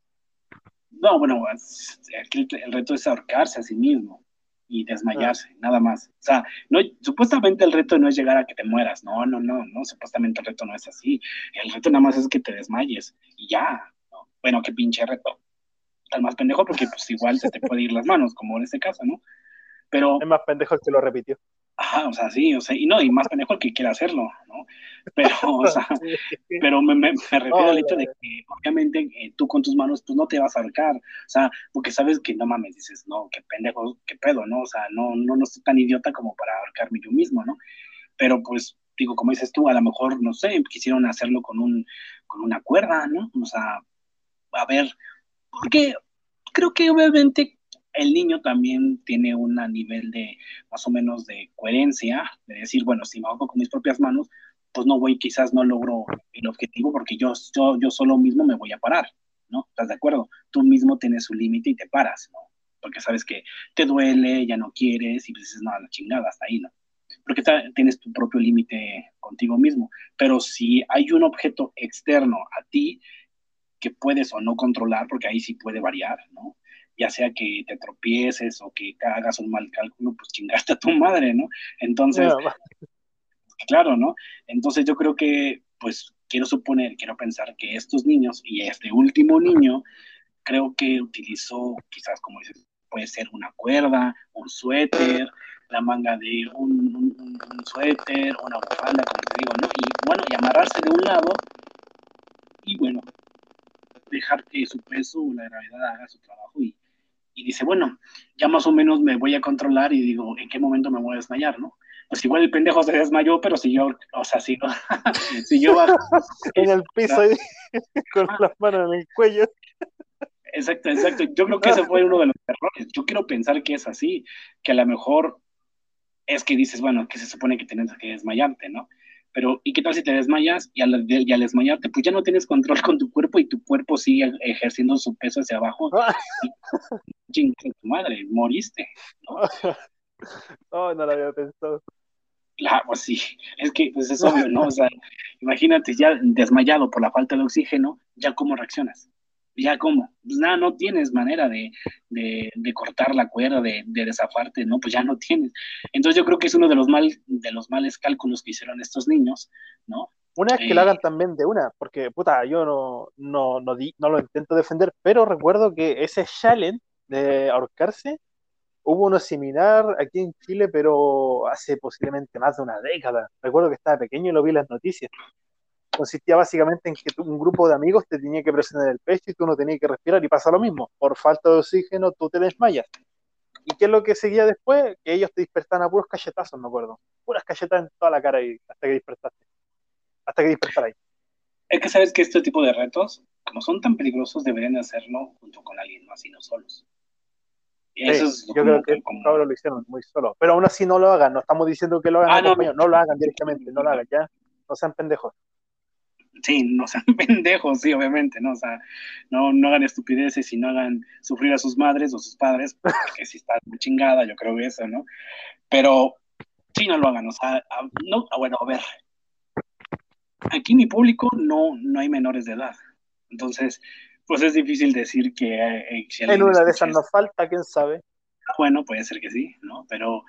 S1: No, bueno, aquí el reto es ahorcarse a sí mismo y
S2: Ah,
S1: desmayarse, nada más. O sea, no, supuestamente el reto no es llegar a que te mueras, no, supuestamente el reto no es así. El reto nada más es que te desmayes y ya, ¿no? Bueno, qué pinche reto. Tal más pendejo porque pues igual se te puede ir las manos, como en este caso, ¿no?
S2: es
S1: Pero
S2: más pendejo el que lo repitió.
S1: ajá, o sea, sí, o sea, y no, y más pendejo el que quiera hacerlo, ¿no? Pero, o sea,
S2: Sí.
S1: pero me refiero
S2: Oh,
S1: al hecho de que obviamente tú con tus manos pues no te vas a ahorcar, o sea, porque sabes que no mames, dices, no, qué pendejo, qué pedo, ¿no? O sea, no estoy tan idiota como para ahorcarme yo mismo, ¿no? Pero pues, digo, como dices tú, a lo mejor, no sé, quisieron hacerlo con una cuerda, ¿no? O sea, a ver, porque creo que obviamente el niño también tiene un nivel de más o menos de coherencia, de decir, bueno, si me hago con mis propias manos, pues quizás no logro el objetivo porque yo solo mismo me voy a parar, ¿no? ¿Estás de acuerdo? Tú mismo tienes un límite y te paras, ¿no? Porque sabes que te duele, ya no quieres y pues dices, no, a la chingada, hasta ahí, ¿no? Porque tienes tu propio límite contigo mismo. Pero si hay un objeto externo a ti, que puedes o no controlar, porque ahí sí puede variar, ¿no? Ya sea que te tropieces o que hagas un mal cálculo, pues chingaste a tu madre, ¿no? Entonces,
S2: no,
S1: claro, ¿no? Entonces yo creo que, pues, quiero pensar que estos niños y este último niño, creo que utilizó, quizás como dices, puede ser una cuerda, un suéter, la manga de un suéter, una bufanda, como te digo, ¿no? Y bueno, y amarrarse de un lado y bueno, dejar que su peso o la gravedad haga su trabajo y dice, bueno, ya más o menos me voy a controlar y digo, ¿en qué momento me voy a desmayar, no? Pues igual el pendejo se desmayó, pero siguió, o sea, siguió bajo.
S2: en el piso ahí, con las manos en el cuello.
S1: Exacto, exacto. Yo creo que ese fue uno de los errores. Yo quiero pensar que es así, que a lo mejor es que dices, bueno, que se supone que tienes que desmayarte, ¿no? Pero, ¿y qué tal si te desmayas y al desmayarte, pues ya no tienes control con tu cuerpo y tu cuerpo sigue ejerciendo su peso hacia abajo y chingas tu madre, moriste, ¿no?
S2: Oh, no lo había pensado.
S1: Claro, pues sí, es que pues es obvio, ¿no? O sea, imagínate ya desmayado por la falta de oxígeno, ya cómo reaccionas, ya cómo, pues nada, no tienes manera de cortar la cuerda, de desafarte, ¿no? Pues ya no tienes. Entonces yo creo que es uno de los males cálculos que hicieron estos niños, ¿no?
S2: Una es que lo
S1: Eh,
S2: hagan también de una, porque puta, yo no lo intento defender, pero recuerdo que ese challenge de ahorcarse hubo uno similar aquí en Chile, pero hace posiblemente más de una década. Recuerdo que estaba pequeño y lo vi en las noticias. Consistía básicamente en que un grupo de amigos te tenía que presionar el pecho y tú no tenías que respirar y pasa lo mismo. Por falta de oxígeno tú te desmayas. ¿Y qué es lo que seguía después? Que ellos te despertaban a puros cachetazos, me acuerdo. Puras cachetadas en toda la cara y hasta que despertaste, hasta que despertarais.
S1: es que sabes que este tipo de retos, como son tan peligrosos, deberían hacerlo junto con alguien más y no solos. Y
S2: Sí,
S1: eso es
S2: yo creo
S1: como
S2: que
S1: que,
S2: estos cabros lo hicieron muy solo. Pero aún así no lo hagan, no estamos diciendo que lo hagan
S1: no,
S2: acompañados, no lo hagan directamente, no lo hagan ya, no sean pendejos.
S1: sí, no sean pendejos, sí, obviamente, ¿no? O sea, no hagan estupideces y no hagan sufrir a sus madres o sus padres, porque si está muy chingada, yo creo que eso, ¿no? Pero sí, no lo hagan, o sea, no, bueno, a ver, aquí mi público no hay menores de edad, entonces, pues es difícil decir que si
S2: En
S1: alguien
S2: una de
S1: escucha
S2: esas
S1: esto,
S2: nos falta, quién sabe.
S1: bueno, puede ser que sí, ¿no? Pero,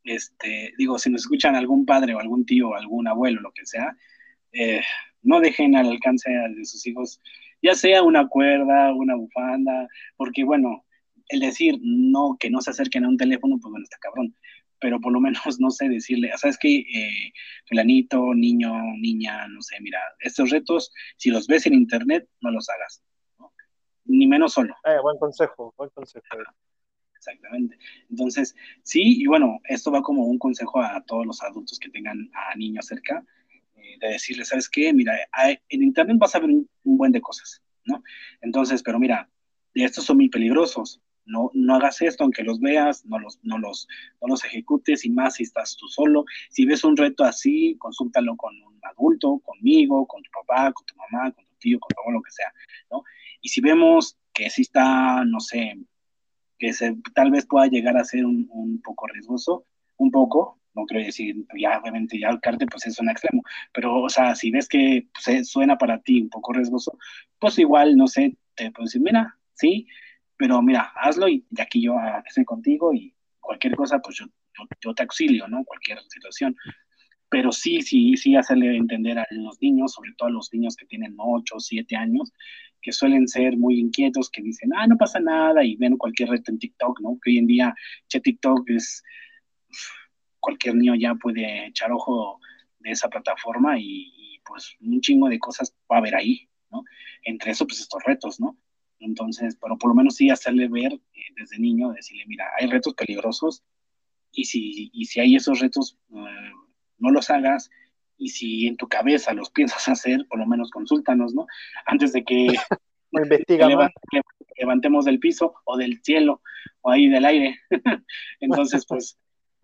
S1: digo, si nos escuchan algún padre o algún tío o algún abuelo, lo que sea, eh, no dejen al alcance de sus hijos, ya sea una cuerda, una bufanda, porque bueno, el decir no, que no se acerquen a un teléfono, pues bueno, está cabrón, pero por lo menos, no sé, decirle, ¿sabes qué? Fulanito, niño, niña, no sé, mira, estos retos, si los ves en internet, no los hagas, ¿no? Ni menos solo.
S2: Buen consejo, buen consejo.
S1: Exactamente. Entonces, sí, y bueno, esto va como un consejo a todos los adultos que tengan a niños cerca, de decirles, ¿sabes qué? Mira, en Internet vas a ver un buen de cosas, ¿no? Entonces, pero mira, estos son muy peligrosos. No hagas esto, aunque los veas, no los ejecutes, y más si estás tú solo. Si ves un reto así, consúltalo con un adulto, conmigo, con tu papá, con tu mamá, con tu tío, con tu abuelo, lo que sea, ¿no? Y si vemos que sí está, no sé, que tal vez pueda llegar a ser un poco riesgoso, un poco, no quiero decir, ya obviamente ya el cártel pues es un extremo, pero o sea, si ves que pues, suena para ti un poco riesgoso, pues igual, no sé, te puedo decir, mira, sí, pero mira, hazlo y aquí yo estoy contigo y cualquier cosa, pues yo te auxilio, ¿no? Cualquier situación. Pero sí, sí, sí hacerle entender a los niños, sobre todo a los niños que tienen 8 o 7 años, que suelen ser muy inquietos, que dicen, no pasa nada, y ven cualquier reto en TikTok, ¿no? Que hoy en día, che, TikTok es, cualquier niño ya puede echar ojo de esa plataforma pues un chingo de cosas va a haber ahí, ¿no? Entre eso, pues estos retos, ¿no? Entonces, pero por lo menos sí hacerle ver desde niño, decirle, mira, hay retos peligrosos y si hay esos retos, no los hagas. Y si en tu cabeza los piensas hacer, por lo menos consúltanos, ¿no? Antes de que
S2: O
S1: te
S2: investiga más.
S1: levantemos del piso o del cielo o ahí del aire. Entonces, pues,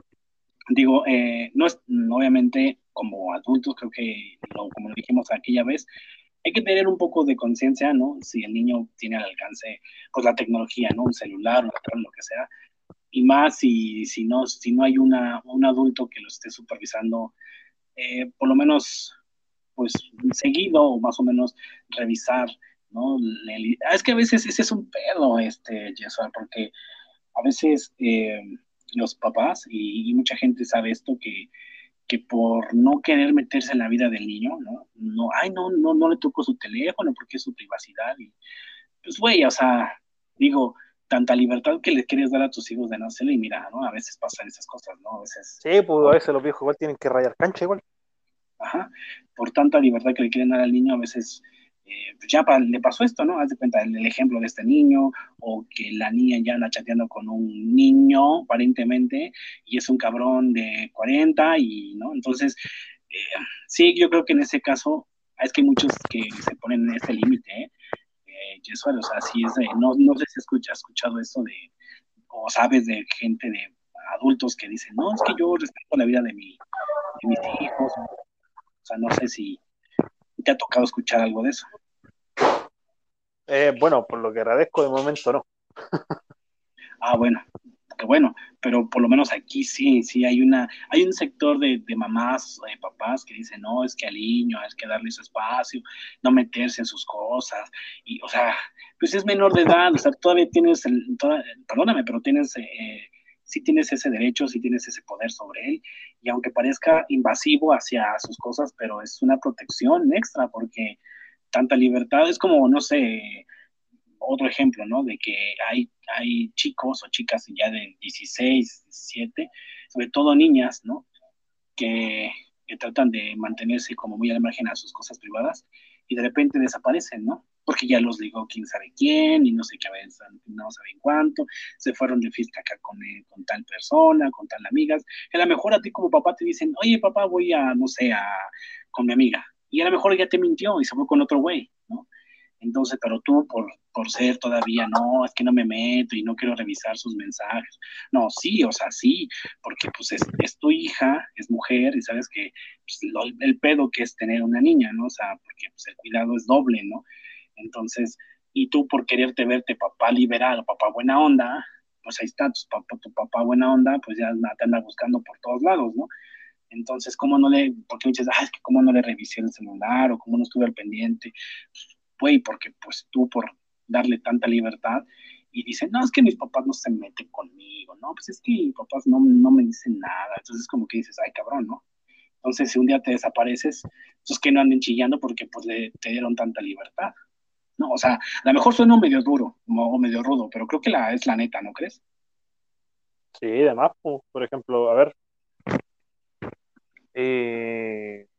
S1: digo, no es, obviamente, como adultos, creo que, como lo dijimos aquella vez, hay que tener un poco de conciencia, ¿no? Si el niño tiene al alcance, pues, la tecnología, ¿no? Un celular, un ratón, lo que sea, y más si no hay un adulto que lo esté supervisando, por lo menos, pues, seguido o más o menos revisar, ¿no? Es que a veces ese es un pedo, Jesús, porque a veces los papás y mucha gente sabe esto, que por no querer meterse en la vida del niño, ¿no? No, ay, no le toco su teléfono porque es su privacidad. Y pues, güey, o sea, digo, tanta libertad que le quieres dar a tus hijos de no hacerlo, y mira, ¿no? A veces pasan esas cosas, ¿no? A veces,
S2: Sí, pues a
S1: por,
S2: veces los viejos igual tienen que rayar cancha igual.
S1: ajá, por tanta libertad que le quieren dar al niño, a veces pues ya le pasó esto, ¿no? Haz de cuenta el ejemplo de este niño, o que la niña ya anda chateando con un niño, aparentemente, y es un cabrón de 40, y, ¿no? Entonces, eh, sí, yo creo que en ese caso, es que hay muchos que se ponen en ese límite, Yesuel, o sea, sí es no sé si has escuchado esto o sabes de gente, de adultos que dicen, no, es que yo respeto la vida de mis hijos, o sea, no sé si te ha tocado escuchar algo de eso.
S2: Bueno, por lo que agradezco, de momento no.
S1: Bueno, qué bueno, pero por lo menos aquí sí, sí hay un sector de mamás, papás que dicen, no, es que al niño hay que darle su espacio, no meterse en sus cosas, y, o sea, pues es menor de edad, o sea, todavía tienes, perdóname, pero tienes sí tienes ese derecho, sí tienes ese poder sobre él, y aunque parezca invasivo hacia sus cosas, pero es una protección extra, porque tanta libertad es como, no sé, otro ejemplo, ¿no? De que hay chicos o chicas ya de 16, 17, sobre todo niñas, ¿no? Que, que tratan de mantenerse como muy al margen a sus cosas privadas y de repente desaparecen, ¿no? Porque ya los ligó quién sabe quién y no sé qué, no saben cuánto, se fueron de fiesta acá con tal persona, con tal amigas. A lo mejor a ti como papá te dicen, oye papá, voy a, no sé, con mi amiga. Y a lo mejor ya te mintió y se fue con otro güey, ¿no? Entonces, pero tú por ser todavía, no, es que no me meto y no quiero revisar sus mensajes. No, sí, o sea, sí, porque pues es tu hija, es mujer y sabes que pues, el pedo que es tener una niña, ¿no? O sea, porque pues, el cuidado es doble, ¿no? Entonces, y tú por quererte verte papá liberal o papá buena onda, pues ahí está, tu papá buena onda, pues ya te anda buscando por todos lados, ¿no? Entonces, ¿cómo no le, porque dices, ah, es que cómo no le revisé el celular o cómo no estuve al pendiente? Güey, porque pues tú por darle tanta libertad y dicen, no, es que mis papás no se meten conmigo, no, pues es que mis papás no me dicen nada, entonces como que dices, ay cabrón, ¿no? Entonces si un día te desapareces, pues que no anden chillando porque pues te dieron tanta libertad, ¿no? O sea, a lo mejor suena medio duro o medio rudo, pero creo que es la neta, ¿no crees?
S2: Sí, además, pues, por ejemplo, eh,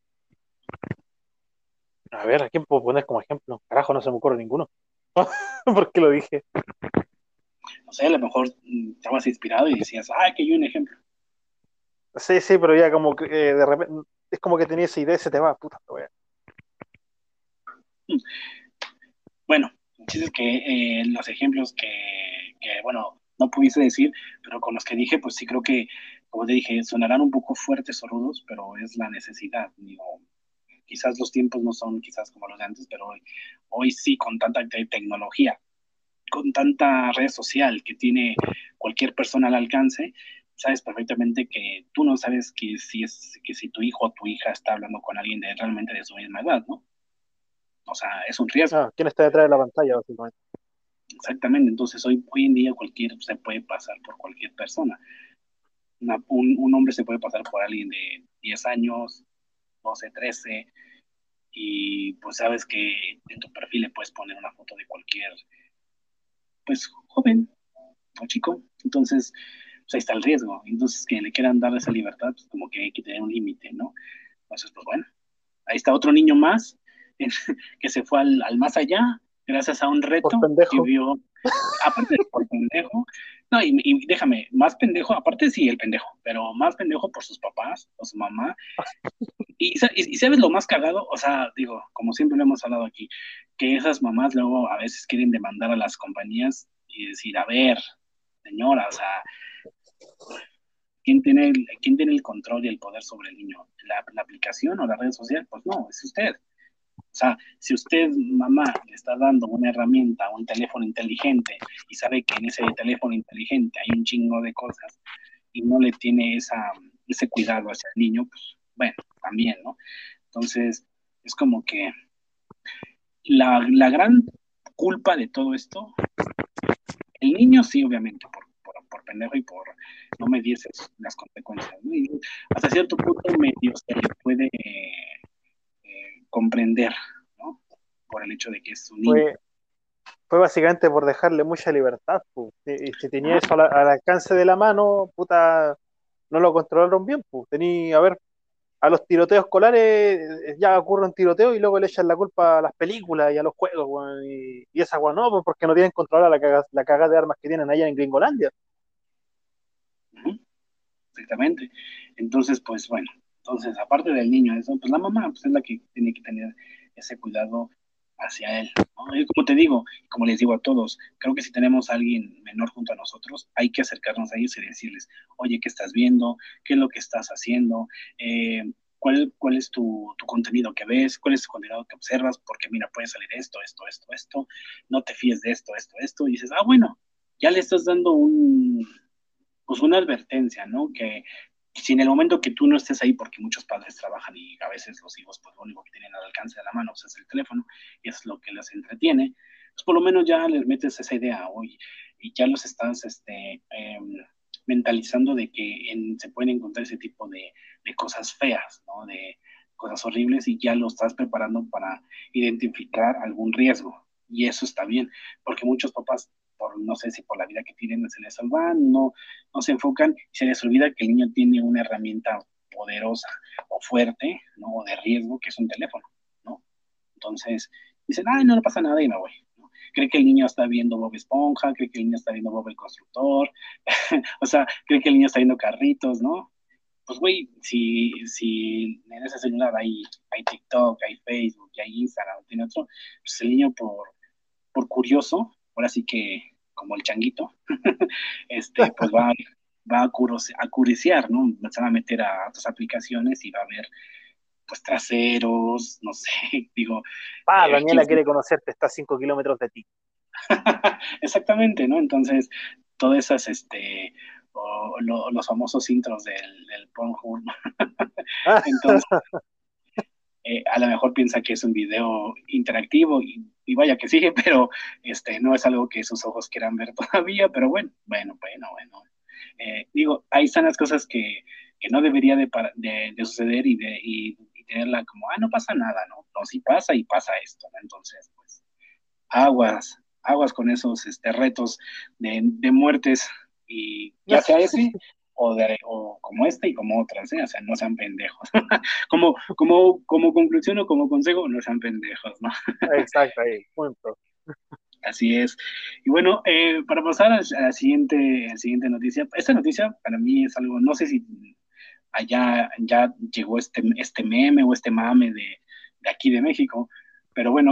S2: a ver, ¿a quién puedo poner como ejemplo? Carajo, no se me ocurre ninguno. ¿Por qué lo dije?
S1: O sea, a lo mejor estabas inspirado y decías, ay, que hay un ejemplo.
S2: Sí, sí, pero ya como que de repente es como que tenía esa idea y se te va, puta la wea.
S1: Bueno, el chiste es que los ejemplos bueno, no pudiese decir, pero con los que dije, pues sí creo que, como te dije, sonarán un poco fuertes o rudos, pero es la necesidad. Digo, quizás los tiempos no son quizás como los de antes, pero hoy sí, con tanta tecnología, con tanta red social que tiene cualquier persona al alcance, sabes perfectamente que tú no sabes que si tu hijo o tu hija está hablando con alguien realmente de su misma edad, ¿no? O sea, es un riesgo.
S2: Ah, ¿quién está detrás de la pantalla, básicamente?
S1: Exactamente, entonces hoy en día se puede pasar por cualquier persona. Un hombre se puede pasar por alguien de 10 años, 12, 13, y pues sabes que en tu perfil le puedes poner una foto de cualquier, pues, joven o chico. Entonces, pues ahí está el riesgo. Entonces, que le quieran dar esa libertad, pues como que hay que tener un límite, ¿no? Entonces, pues bueno, ahí está otro niño más que se fue al más allá gracias a un
S2: Por
S1: reto que
S2: pendejo.
S1: vio aparte de por pendejo, no, y déjame, más pendejo, aparte sí el pendejo, pero más pendejo por sus papás o su mamá. Y sabes lo más cagado, o sea, digo, como siempre lo hemos hablado aquí, que esas mamás luego a veces quieren demandar a las compañías y decir, a ver, señora, o sea, quién tiene el control y el poder sobre el niño? ¿La aplicación o la red social? Pues no, es usted. O sea, si usted, mamá, le está dando una herramienta, un teléfono inteligente y sabe que en ese teléfono inteligente hay un chingo de cosas y no le tiene ese cuidado hacia el niño, pues bueno, también, ¿no? Entonces, es como que la gran culpa de todo esto, el niño sí, obviamente, por pendejo y por no medirse las consecuencias, ¿no? Y hasta cierto punto medio se le puede comprender, ¿no? Por el hecho de que es un niño.
S2: Fue, fue básicamente por dejarle mucha libertad, pu. Y si tenía
S1: Ajá.
S2: eso al alcance de la mano, puta, no lo controlaron bien, pues. Tenía, a ver, a los tiroteos escolares ya ocurre un tiroteo y luego le echan la culpa a las películas y a los juegos, weón, y esa weón no, pues porque no tienen controlada la cagada de armas que tienen allá en Gringolandia.
S1: Ujú, exactamente. Entonces, pues bueno, entonces aparte del niño, eso, pues la mamá pues, es la que tiene que tener ese cuidado hacia él, ¿no? Y como te digo, como les digo a todos, creo que si tenemos a alguien menor junto a nosotros, hay que acercarnos a ellos y decirles, oye, ¿qué estás viendo? ¿Qué es lo que estás haciendo? ¿Cuál es tu contenido que ves? ¿Cuál es tu contenido que observas? Porque mira, puede salir esto, no te fíes de esto, y dices, ah, bueno, ya le estás dando pues una advertencia, ¿no? Que si en el momento que tú no estés ahí, porque muchos padres trabajan y a veces los hijos, pues lo único que tienen al alcance de la mano pues, es el teléfono y es lo que les entretiene, pues por lo menos ya les metes esa idea, oye, y ya los estás mentalizando de que se pueden encontrar ese tipo de cosas feas, ¿no? De cosas horribles y ya lo estás preparando para identificar algún riesgo. Y eso está bien, porque muchos papás, por, no sé si por la vida que tienen, se les olvidan, no se enfocan y se les olvida que el niño tiene una herramienta poderosa o fuerte, ¿no? O de riesgo, que es un teléfono, ¿no? Entonces, dicen, ay, no, no pasa nada y me voy, ¿no? Cree que el niño está viendo Bob Esponja, cree que el niño está viendo Bob el Constructor, o sea, cree que el niño está viendo carritos, ¿no? Pues, güey, si en ese celular hay TikTok, hay Facebook, hay Instagram, tiene otro, pues el niño por curioso, ahora sí que como el changuito, pues va a curiosear, ¿no? Se va a meter a otras aplicaciones y va a ver, pues, traseros, no sé, digo, quién
S2: Daniela quiere conocerte, está a 5 kilómetros de ti.
S1: exactamente, ¿no? Entonces, todas esas, los famosos intros del Pornhub, entonces, a lo mejor piensa que es un video interactivo y vaya que sigue, pero no es algo que sus ojos quieran ver todavía, pero bueno. Digo, ahí están las cosas que no debería de suceder y tenerla como, no pasa nada, ¿no? No, sí pasa y pasa esto, ¿no? Entonces, pues, aguas con esos retos de muertes y ya sea ese o como este y como otras, ¿eh? O sea, no sean pendejos. Como conclusión o como consejo, no sean pendejos, ¿no?
S2: Exacto, ahí, punto.
S1: Así es. Y bueno, para pasar a la siguiente noticia, esta noticia para mí es algo, no sé si allá ya llegó este meme o este mame de aquí de México, pero bueno,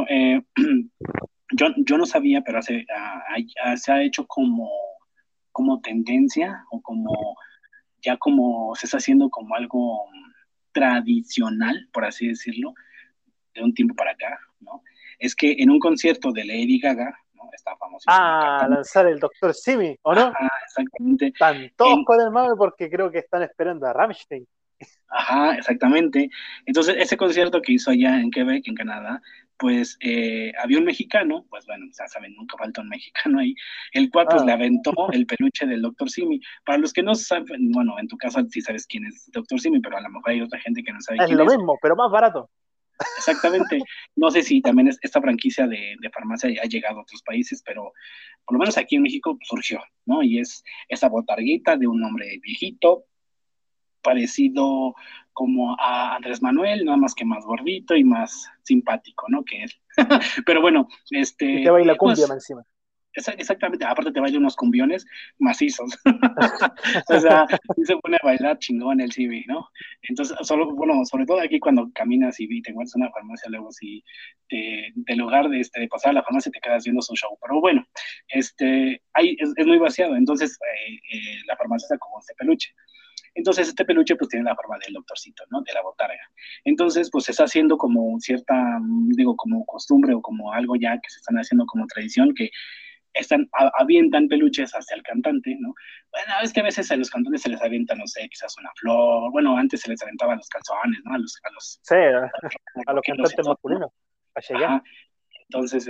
S1: yo no sabía, pero se ha hecho como tendencia o como se está haciendo como algo tradicional, por así decirlo, de un tiempo para acá, ¿no? Es que en un concierto de Lady Gaga, ¿no? Esta famosísima cantante,
S2: Lanzar el Doctor Simi, ¿o no?
S1: ajá, exactamente,
S2: Están todos
S1: en,
S2: con el mame porque creo que están esperando a Rammstein.
S1: ajá, exactamente. Entonces, ese concierto que hizo allá en Quebec, en Canadá, pues había un mexicano, pues bueno, ya saben, nunca falta un mexicano ahí, el cual pues le
S2: Ah,
S1: aventó el peluche del Doctor Simi. Para los que no saben, bueno, en tu caso sí sabes quién es Doctor Simi, pero a lo mejor hay otra gente que no sabe
S2: es
S1: quién
S2: lo
S1: es.
S2: mismo, pero más barato.
S1: Exactamente. No sé si también esta franquicia de farmacia ha llegado a otros países, pero por lo menos aquí en México surgió, ¿no? Y es esa botarguita de un hombre viejito, parecido como a Andrés Manuel, nada más que más gordito y más simpático, ¿no? Que él. Pero bueno,
S2: Y te baila cumbia
S1: pues
S2: más encima.
S1: exactamente, aparte te baila unos cumbiones macizos. O sea, sí se pone a bailar chingón el CB, ¿no? Entonces, bueno, sobre todo aquí cuando caminas y te encuentras en una farmacia, luego si del lugar de pasar a la farmacia te quedas viendo su show. Pero bueno, ahí es muy vaciado. Entonces, la farmacia está como este peluche. Entonces, este peluche pues tiene la forma del doctorcito, ¿no? De la botarga. Entonces, pues se está haciendo como cierta, digo, como costumbre o como algo ya que se están haciendo como tradición, que avientan peluches hacia el cantante, ¿no? Bueno, es que a veces a los cantantes se les avienta, no sé, quizás una flor, bueno, antes se les aventaban los calzones, ¿no?
S2: Sí,
S1: A los
S2: a los
S1: rockeros y
S2: cantantes
S1: todo, ¿no?
S2: masculinos. A Chayanne.
S1: Ajá, entonces,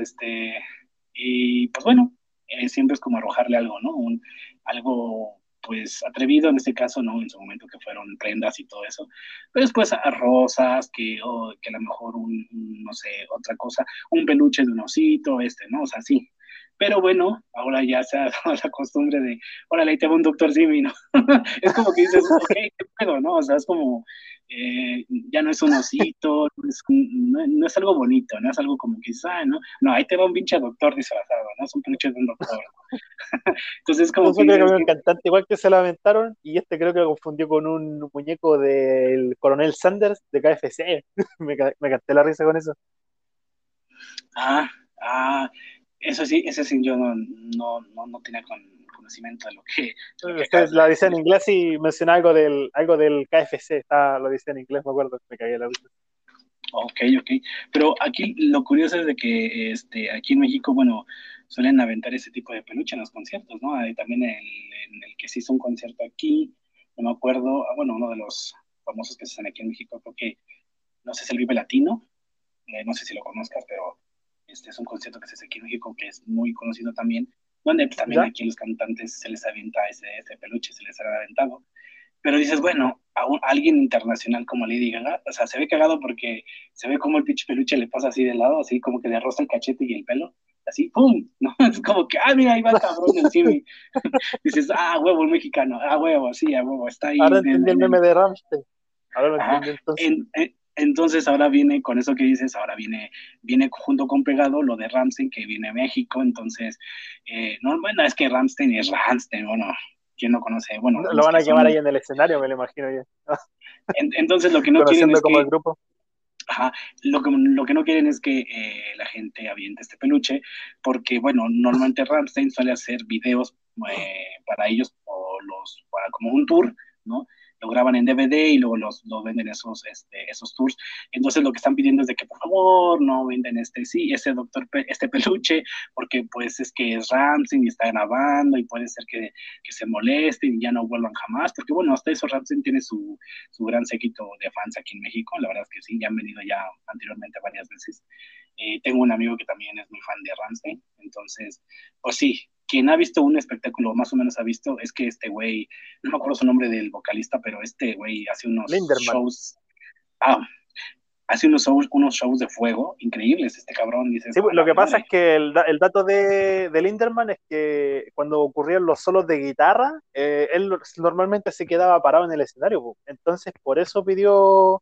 S1: y pues bueno, siempre es como arrojarle algo, ¿no? Algo, pues, atrevido en este caso, ¿no? En su momento que fueron prendas y todo eso. Pero después a rosas, que a lo mejor no sé, otra cosa, un peluche de un osito, ¿no? O sea, sí. Pero bueno, ahora ya se ha dado la costumbre de, órale, ahí te va un doctor Simi, ¿no? Es como que dices, ok, qué pedo, ¿no? O sea, es como, ya no es un osito, no es algo bonito, no es algo como que, no, ahí te va un pinche doctor disfrazado, ¿no? Es un peluche de un doctor. Entonces, como que
S2: Entonces creo que
S1: dices,
S2: había un cantante igual que se lo aventaron y este creo que lo confundió con un muñeco del Coronel Sanders de KFC. Me canté la risa con eso.
S1: ah, ah, eso sí, yo no tenía conocimiento de lo que acabas
S2: Ustedes
S1: de
S2: lo dice en
S1: decir.
S2: inglés y menciona algo del KFC. Lo dice en inglés, me acuerdo. Me cagué la risa.
S1: Ok, ok. Pero aquí lo curioso es de que aquí en México, bueno, suelen aventar ese tipo de peluche en los conciertos, ¿no? Hay también en el que se hizo un concierto aquí, no me acuerdo, bueno, uno de los famosos que se hacen aquí en México, creo que, no sé si el Vive Latino, no sé si lo conozcas, pero este es un concierto que se hace aquí en México que es muy conocido también, donde pues, también
S2: ¿Ya?
S1: aquí a los cantantes se les avienta ese peluche, se les ha aventado. Pero dices, bueno, a alguien internacional como Lady Gaga, o sea, se ve cagado porque se ve como el pinche peluche le pasa así de lado, así como que le roza el cachete y el pelo, así, ¡pum! ¿No? Es como que, ah, mira, ahí va el cabrón encima. Dices, ah, huevo, el mexicano, ah, huevo, sí, a huevo, está ahí
S2: Ahora entendí el
S1: en el...
S2: meme de Rammstein. Ahora lo
S1: Ajá.
S2: entendí entonces.
S1: Entonces ahora viene, con eso que dices, ahora viene junto con pegado lo de Ramstein, que viene a México, entonces, no, bueno, es que Ramstein es Ramstein, bueno, ¿quién no conoce? Bueno,
S2: Lo
S1: los
S2: van
S1: que
S2: a quemar
S1: son...
S2: ahí en el escenario, me lo imagino yo.
S1: Entonces lo que no quieren es
S2: Conociendo como el
S1: que,
S2: grupo.
S1: ajá, lo que no quieren es que la gente aviente este peluche, porque, bueno, normalmente Ramstein suele hacer videos para ellos, para como un tour, ¿no? Lo graban en DVD y luego los venden esos tours. Entonces lo que están pidiendo es de que por favor no venden sí, este peluche, porque pues es que es Ramstein y está grabando y puede ser que se molesten y ya no vuelvan jamás, porque bueno, hasta eso Ramstein tiene su gran séquito de fans aquí en México. La verdad es que sí, ya han venido ya anteriormente varias veces. Tengo un amigo que también es muy fan de Ramstein, entonces, pues sí, quien ha visto un espectáculo, más o menos ha visto, es que este güey, no me acuerdo su nombre del vocalista, pero este güey hace unos
S2: Linderman.
S1: shows, ah, hace unos shows de fuego increíbles, este cabrón, dices,
S2: Sí,
S1: a
S2: lo
S1: la
S2: que pasa
S1: madre.
S2: es que el dato de Linderman es que cuando ocurrían los solos de guitarra, él normalmente se quedaba parado en el escenario, po. Entonces por eso pidió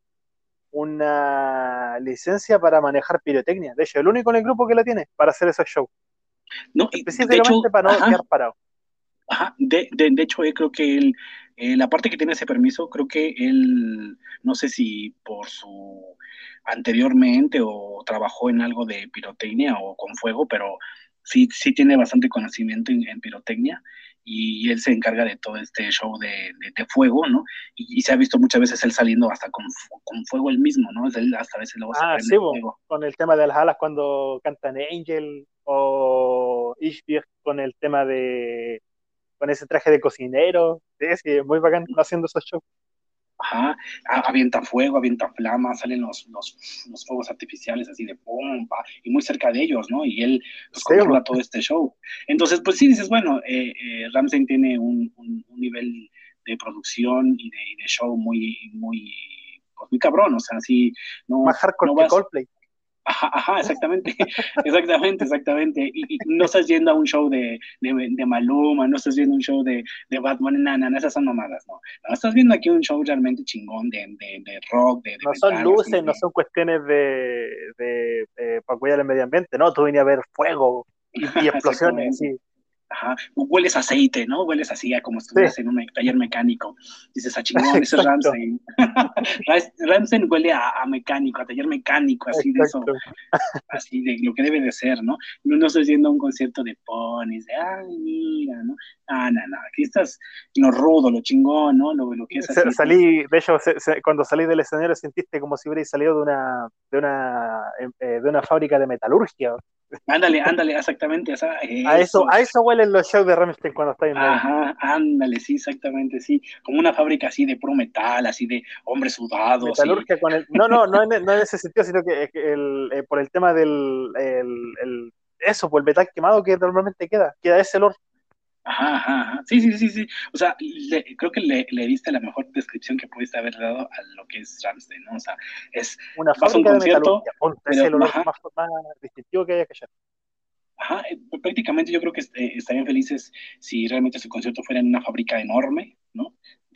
S2: una licencia para manejar pirotecnia. De hecho, el único en el grupo que la tiene para hacer esos shows.
S1: No, y de
S2: Específicamente
S1: hecho,
S2: para no
S1: ajá,
S2: quedar parado.
S1: ajá, de hecho, creo que él, la parte que tiene ese permiso, creo que él, no sé si por su anteriormente o trabajó en algo de pirotecnia o con fuego, pero sí, sí tiene bastante conocimiento en pirotecnia y él se encarga de todo este show de fuego, ¿no? Y se ha visto muchas veces él saliendo hasta con fuego él mismo, ¿no? Él hasta a veces luego se
S2: Ah,
S1: prende
S2: sí, po,
S1: fuego.
S2: con el tema de las alas cuando cantan Angel o Ishbir con el tema de con ese traje de cocinero. Sí, sí, es muy bacán haciendo esos shows.
S1: Ajá, avienta fuego, avienta flamas, salen los fuegos artificiales así de pompa y muy cerca de ellos, ¿no? Y él pues
S2: Sí, po.
S1: controla todo este show. Entonces, pues sí, dices, bueno, Ramsey tiene un nivel de producción y de show muy, muy, pues muy cabrón, o sea, sí,
S2: Más
S1: no,
S2: hardcore
S1: no
S2: que
S1: vas,
S2: Coldplay.
S1: ajá, ajá, exactamente, exactamente. Y no estás yendo a un show de Maluma, no estás viendo un show de Batman, nada, no, esas son mamadas, no. No, estás viendo aquí un show realmente chingón de rock, de
S2: No son
S1: metal, así
S2: luces, no son cuestiones para cuidar el medio ambiente, no, tú venías a ver fuego y explosiones,
S1: exactamente.
S2: así.
S1: Ajá, hueles a aceite, ¿no? Hueles así, a como
S2: Sí,
S1: estuvieras en un taller mecánico. Dices, a chingón, ese es
S2: exacto,
S1: Ramsey. Ramsey huele a mecánico, a taller mecánico, así de eso,
S2: exacto.
S1: así de lo que debe de ser, ¿no? No estás yendo a un concierto de ponis, de, ay, mira, ¿no? Ah, no, no, aquí estás lo rudo, lo chingón, ¿no? Lo que es así, pues,
S2: Salí, de hecho, cuando salí del escenario sentiste como si hubierais salido de una fábrica de metalurgia.
S1: ándale, ándale, exactamente, o sea,
S2: A
S1: eso,
S2: eso huelen los shows de Rammstein cuando estáis en medio.
S1: ajá, ándale, sí, exactamente, sí, como una fábrica así de puro metal, así de hombres sudados y,
S2: Metalurgia con el. No, no, no en ese sentido, sino que por el tema eso, por el metal quemado que normalmente queda ese olor.
S1: ajá, ajá, ajá, sí, sí, sí, sí, o sea, creo que le diste la mejor descripción que pudiste haber dado a lo que es Rammstein, ¿no? O sea, es,
S2: Una
S1: vas a un
S2: fábrica de
S1: concierto,
S2: metalurgia. Punto. Ese es
S1: pero,
S2: el olor
S1: ajá,
S2: más distintivo que hay que hallar.
S1: ajá, prácticamente yo creo que estarían felices si realmente su concierto fuera en una fábrica enorme, ¿no?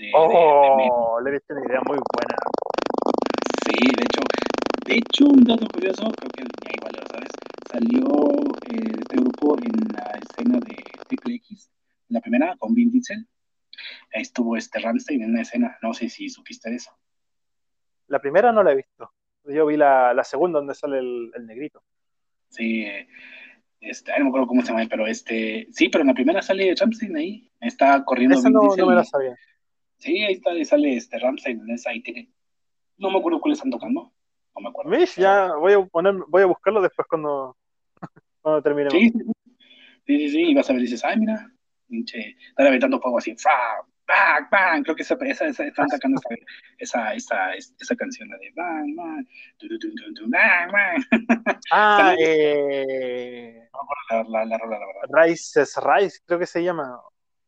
S2: Oh, le diste una idea muy buena.
S1: Sí, de hecho, un dato curioso, creo que ya igual lo sabes, salió este grupo en la escena de Triple X, la primera con Vin Diesel, ahí estuvo este Rammstein en una escena, no sé si supiste de eso.
S2: La primera no la he visto. Yo vi la segunda donde sale el negrito.
S1: Sí, no me acuerdo cómo se llama, pero sí, pero en la primera sale Rammstein ahí, está corriendo
S2: Esa
S1: Vin
S2: no
S1: Diesel
S2: me la
S1: y
S2: sabía.
S1: sí, ahí está, ahí sale Rammstein en esa, ahí tiene. No me acuerdo cuáles están tocando, no me acuerdo,
S2: Mish,
S1: pero
S2: ya voy a buscarlo después cuando terminemos.
S1: sí, sí, sí, sí, y vas a ver, dices, ay, mira, pinche, están aventando fuego así, ¡fra! bang, bang, creo que están sacando esa canción, la de bang, bang, bang, bang.
S2: Ah,
S1: También no me acuerdo la rola, la verdad.
S2: Rises Rise, creo que se llama.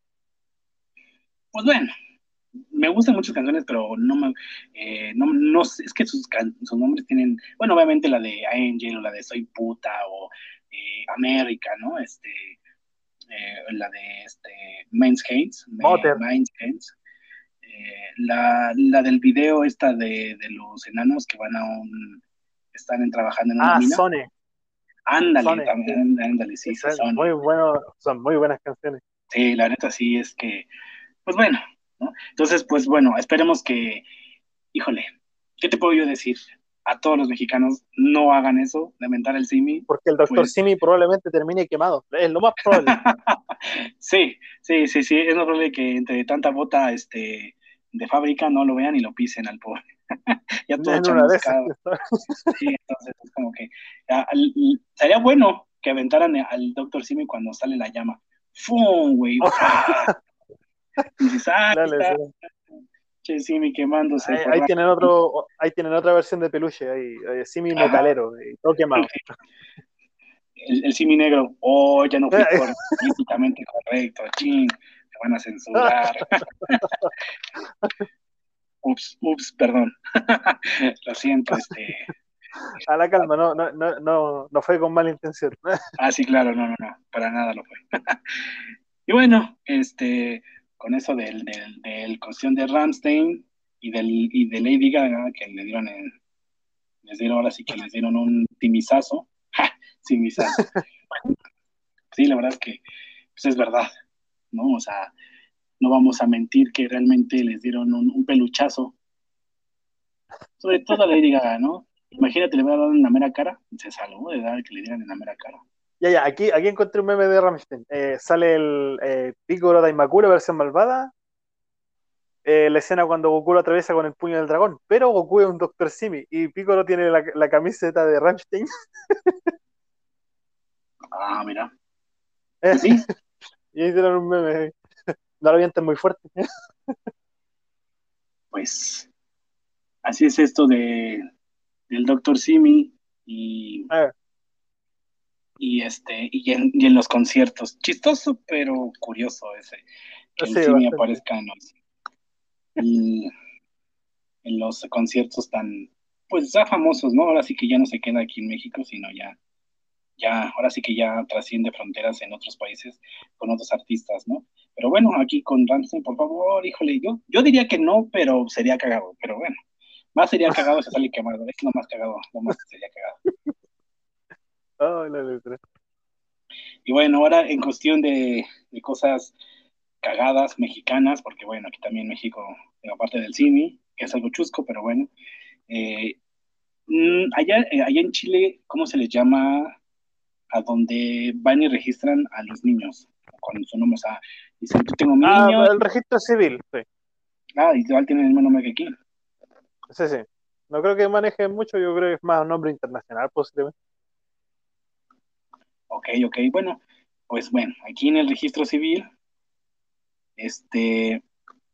S1: Pues bueno, me gustan muchas canciones, pero no sé, es que sus nombres tienen, bueno, obviamente la de Angel o la de Soy Puta o América, ¿no? La de Men's Hates,
S2: Mother.
S1: Men's Hates, la del video esta de los enanos que están trabajando en una
S2: Ah,
S1: mina.
S2: Sone.
S1: Ándale,
S2: Sone, sí.
S1: también, ándale, sí,
S2: Son muy
S1: Sasone.
S2: buenos, son muy buenas canciones.
S1: Sí, la neta sí es que, pues bueno, ¿no? Entonces, pues bueno, esperemos que, híjole, ¿qué te puedo yo decir? A todos los mexicanos, no hagan eso, de mentar el simi,
S2: Porque el Doctor
S1: pues
S2: Simi probablemente termine quemado. Es lo más probable.
S1: sí, sí, sí, sí, es más probable que entre tanta bota de fábrica no lo vean y lo pisen al pobre, ya todo
S2: En una de esas.
S1: chamuscado. Sí, entonces es como que sería bueno que aventaran al Doctor Simi cuando sale la llama. ¡Fum, güey! ¡Fra! Y dices, ah, aquí
S2: Dale,
S1: está,
S2: sí.
S1: che, Simi quemándose por
S2: Ahí tienen otra versión de peluche, ahí, Simi
S1: Ajá,
S2: metalero, todo quemado.
S1: el Simi negro. Oh, ya no fui políticamente correcto. Chin, me van a censurar. Ups, ups, perdón. Lo siento,
S2: A la calma, no fue con mala intención.
S1: Ah, sí, claro, no, no, no, para nada lo fue. Y bueno, con eso del cuestión de Ramstein y de Lady Gaga, que les dieron ahora sí que les dieron un timizazo. ¡Ja! Timizazo. Sí, la verdad es que pues es verdad, ¿no? O sea, no vamos a mentir que realmente les dieron un peluchazo, sobre todo a Lady Gaga, ¿no? Imagínate, le voy a dar en la mera cara, se salvó de dar que le dieran en la mera cara.
S2: Ya, aquí encontré un meme de Rammstein. Sale el Piccolo Daimakura, versión malvada. La escena cuando Goku lo atraviesa con el puño del dragón. Pero Goku es un Doctor Simi y Piccolo tiene la camiseta de Rammstein.
S1: Ah, mira, pues sí,
S2: Y ahí hicieron un meme. No lo avienten muy fuerte.
S1: pues así es esto del Doctor Simi y,
S2: Ah,
S1: y en los conciertos. Chistoso, pero curioso que el
S2: sí,
S1: Simi
S2: bastante.
S1: aparezca y- en los conciertos tan, pues ya famosos, ¿no? Ahora sí que ya no se queda aquí en México, sino ahora sí que ya trasciende fronteras en otros países con otros artistas, ¿no? Pero bueno, aquí con Ramstein, por favor, híjole, yo diría que no, pero sería cagado, pero bueno, más sería cagado si sale quemado, es lo más cagado, lo más que sería cagado.
S2: Ay, la letra.
S1: Y bueno, ahora en cuestión de cosas cagadas mexicanas, porque bueno, aquí también México, aparte del cine, que es algo chusco, pero bueno, eh, allá en Chile, ¿cómo se les llama a donde van y registran a los niños? Cuando son nombre, o sea, dicen, tú tengo mi
S2: Ah,
S1: niño,
S2: el registro civil, sí.
S1: igual tienen el mismo nombre que aquí.
S2: Sí, sí. No creo que manejen mucho, yo creo que es más un nombre internacional, posiblemente.
S1: Ok, ok, bueno, pues bueno, aquí en el registro civil, este,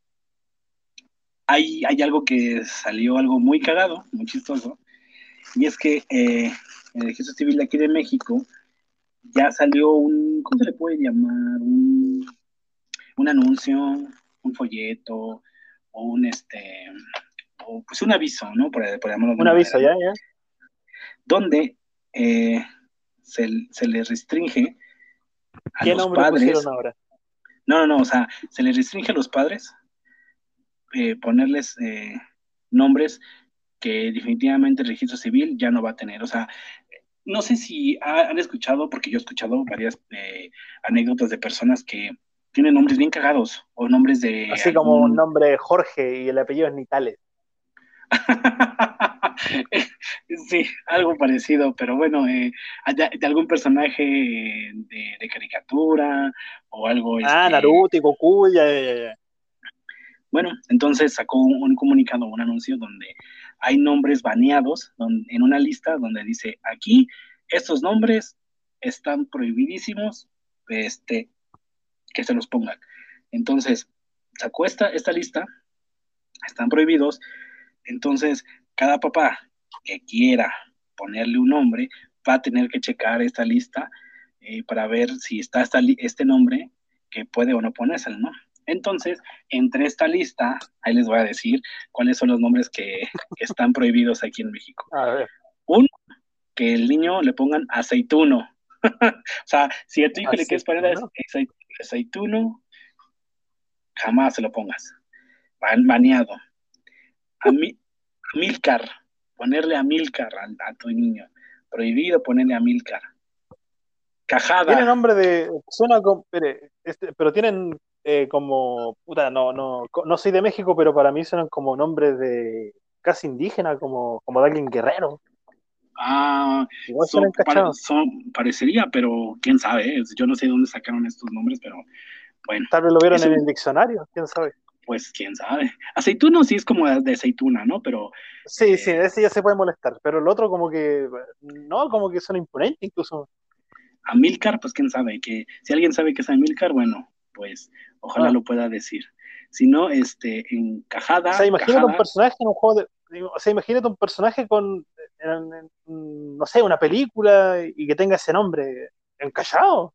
S1: hay algo que salió algo muy cagado, muy chistoso, y es que en el registro civil de aquí de México ya salió ¿cómo se le puede llamar? Un anuncio, un folleto, o o pues un aviso, ¿no? Por llamarlo de
S2: Un
S1: una manera,
S2: aviso,
S1: ¿no?
S2: ya.
S1: Donde se le restringe a
S2: ¿Qué
S1: los
S2: nombre pusieron
S1: padres,
S2: ahora?
S1: no, no, no, o sea, se le restringe a los padres ponerles nombres que definitivamente el registro civil ya no va a tener. O sea, no sé si han escuchado, porque yo he escuchado varias anécdotas de personas que tienen nombres bien cagados o nombres de
S2: Así como un
S1: algún...
S2: nombre Jorge y el apellido es Nitales.
S1: Sí, algo parecido, pero bueno, de algún personaje de caricatura o algo,
S2: Ah, Naruto y Goku, ya.
S1: Bueno, entonces sacó un comunicado, un anuncio donde hay nombres baneados en una lista donde dice, aquí estos nombres están prohibidísimos, este, que se los pongan. Entonces, sacó esta lista, están prohibidos, entonces cada papá que quiera ponerle un nombre va a tener que checar esta lista para ver si está este nombre que puede o no ponérselo, ¿no? Entonces, entre esta lista, ahí les voy a decir cuáles son los nombres que están prohibidos aquí en México.
S2: A ver,
S1: Uno, que el niño le pongan aceituno. O sea, si a tu hijo le quieres poner
S2: aceituno.
S1: aceituno, jamás se lo pongas. Baneado. A Milcar, ponerle a Milcar a tu niño. Prohibido ponerle a Milcar.
S2: Tiene
S1: Cajada.
S2: nombre de. Suena como. Pero tienen como. Puta, no soy de México, pero para mí suenan como nombres de casi indígena, como de alguien guerrero.
S1: Ah,
S2: Igual suenan cachados.
S1: parecería, pero quién sabe, ¿eh? Yo no sé de dónde sacaron estos nombres, pero bueno,
S2: Tal vez lo vieron
S1: eso,
S2: en el diccionario, quién sabe.
S1: pues quién sabe. Aceituno sí es como de aceituna, ¿no? Pero
S2: Sí, ese ya se puede molestar, pero el otro como que. No, como que suena imponente incluso.
S1: Amílcar, pues quién sabe, que si alguien sabe que es Amílcar, bueno, pues ojalá
S2: Ah,
S1: lo pueda decir. Si no, en
S2: o sea,
S1: cajada,
S2: imagínate un
S1: cajada,
S2: personaje en un juego de. O sea, imagínate un personaje con. No sé, una película y que tenga ese nombre. Encallado.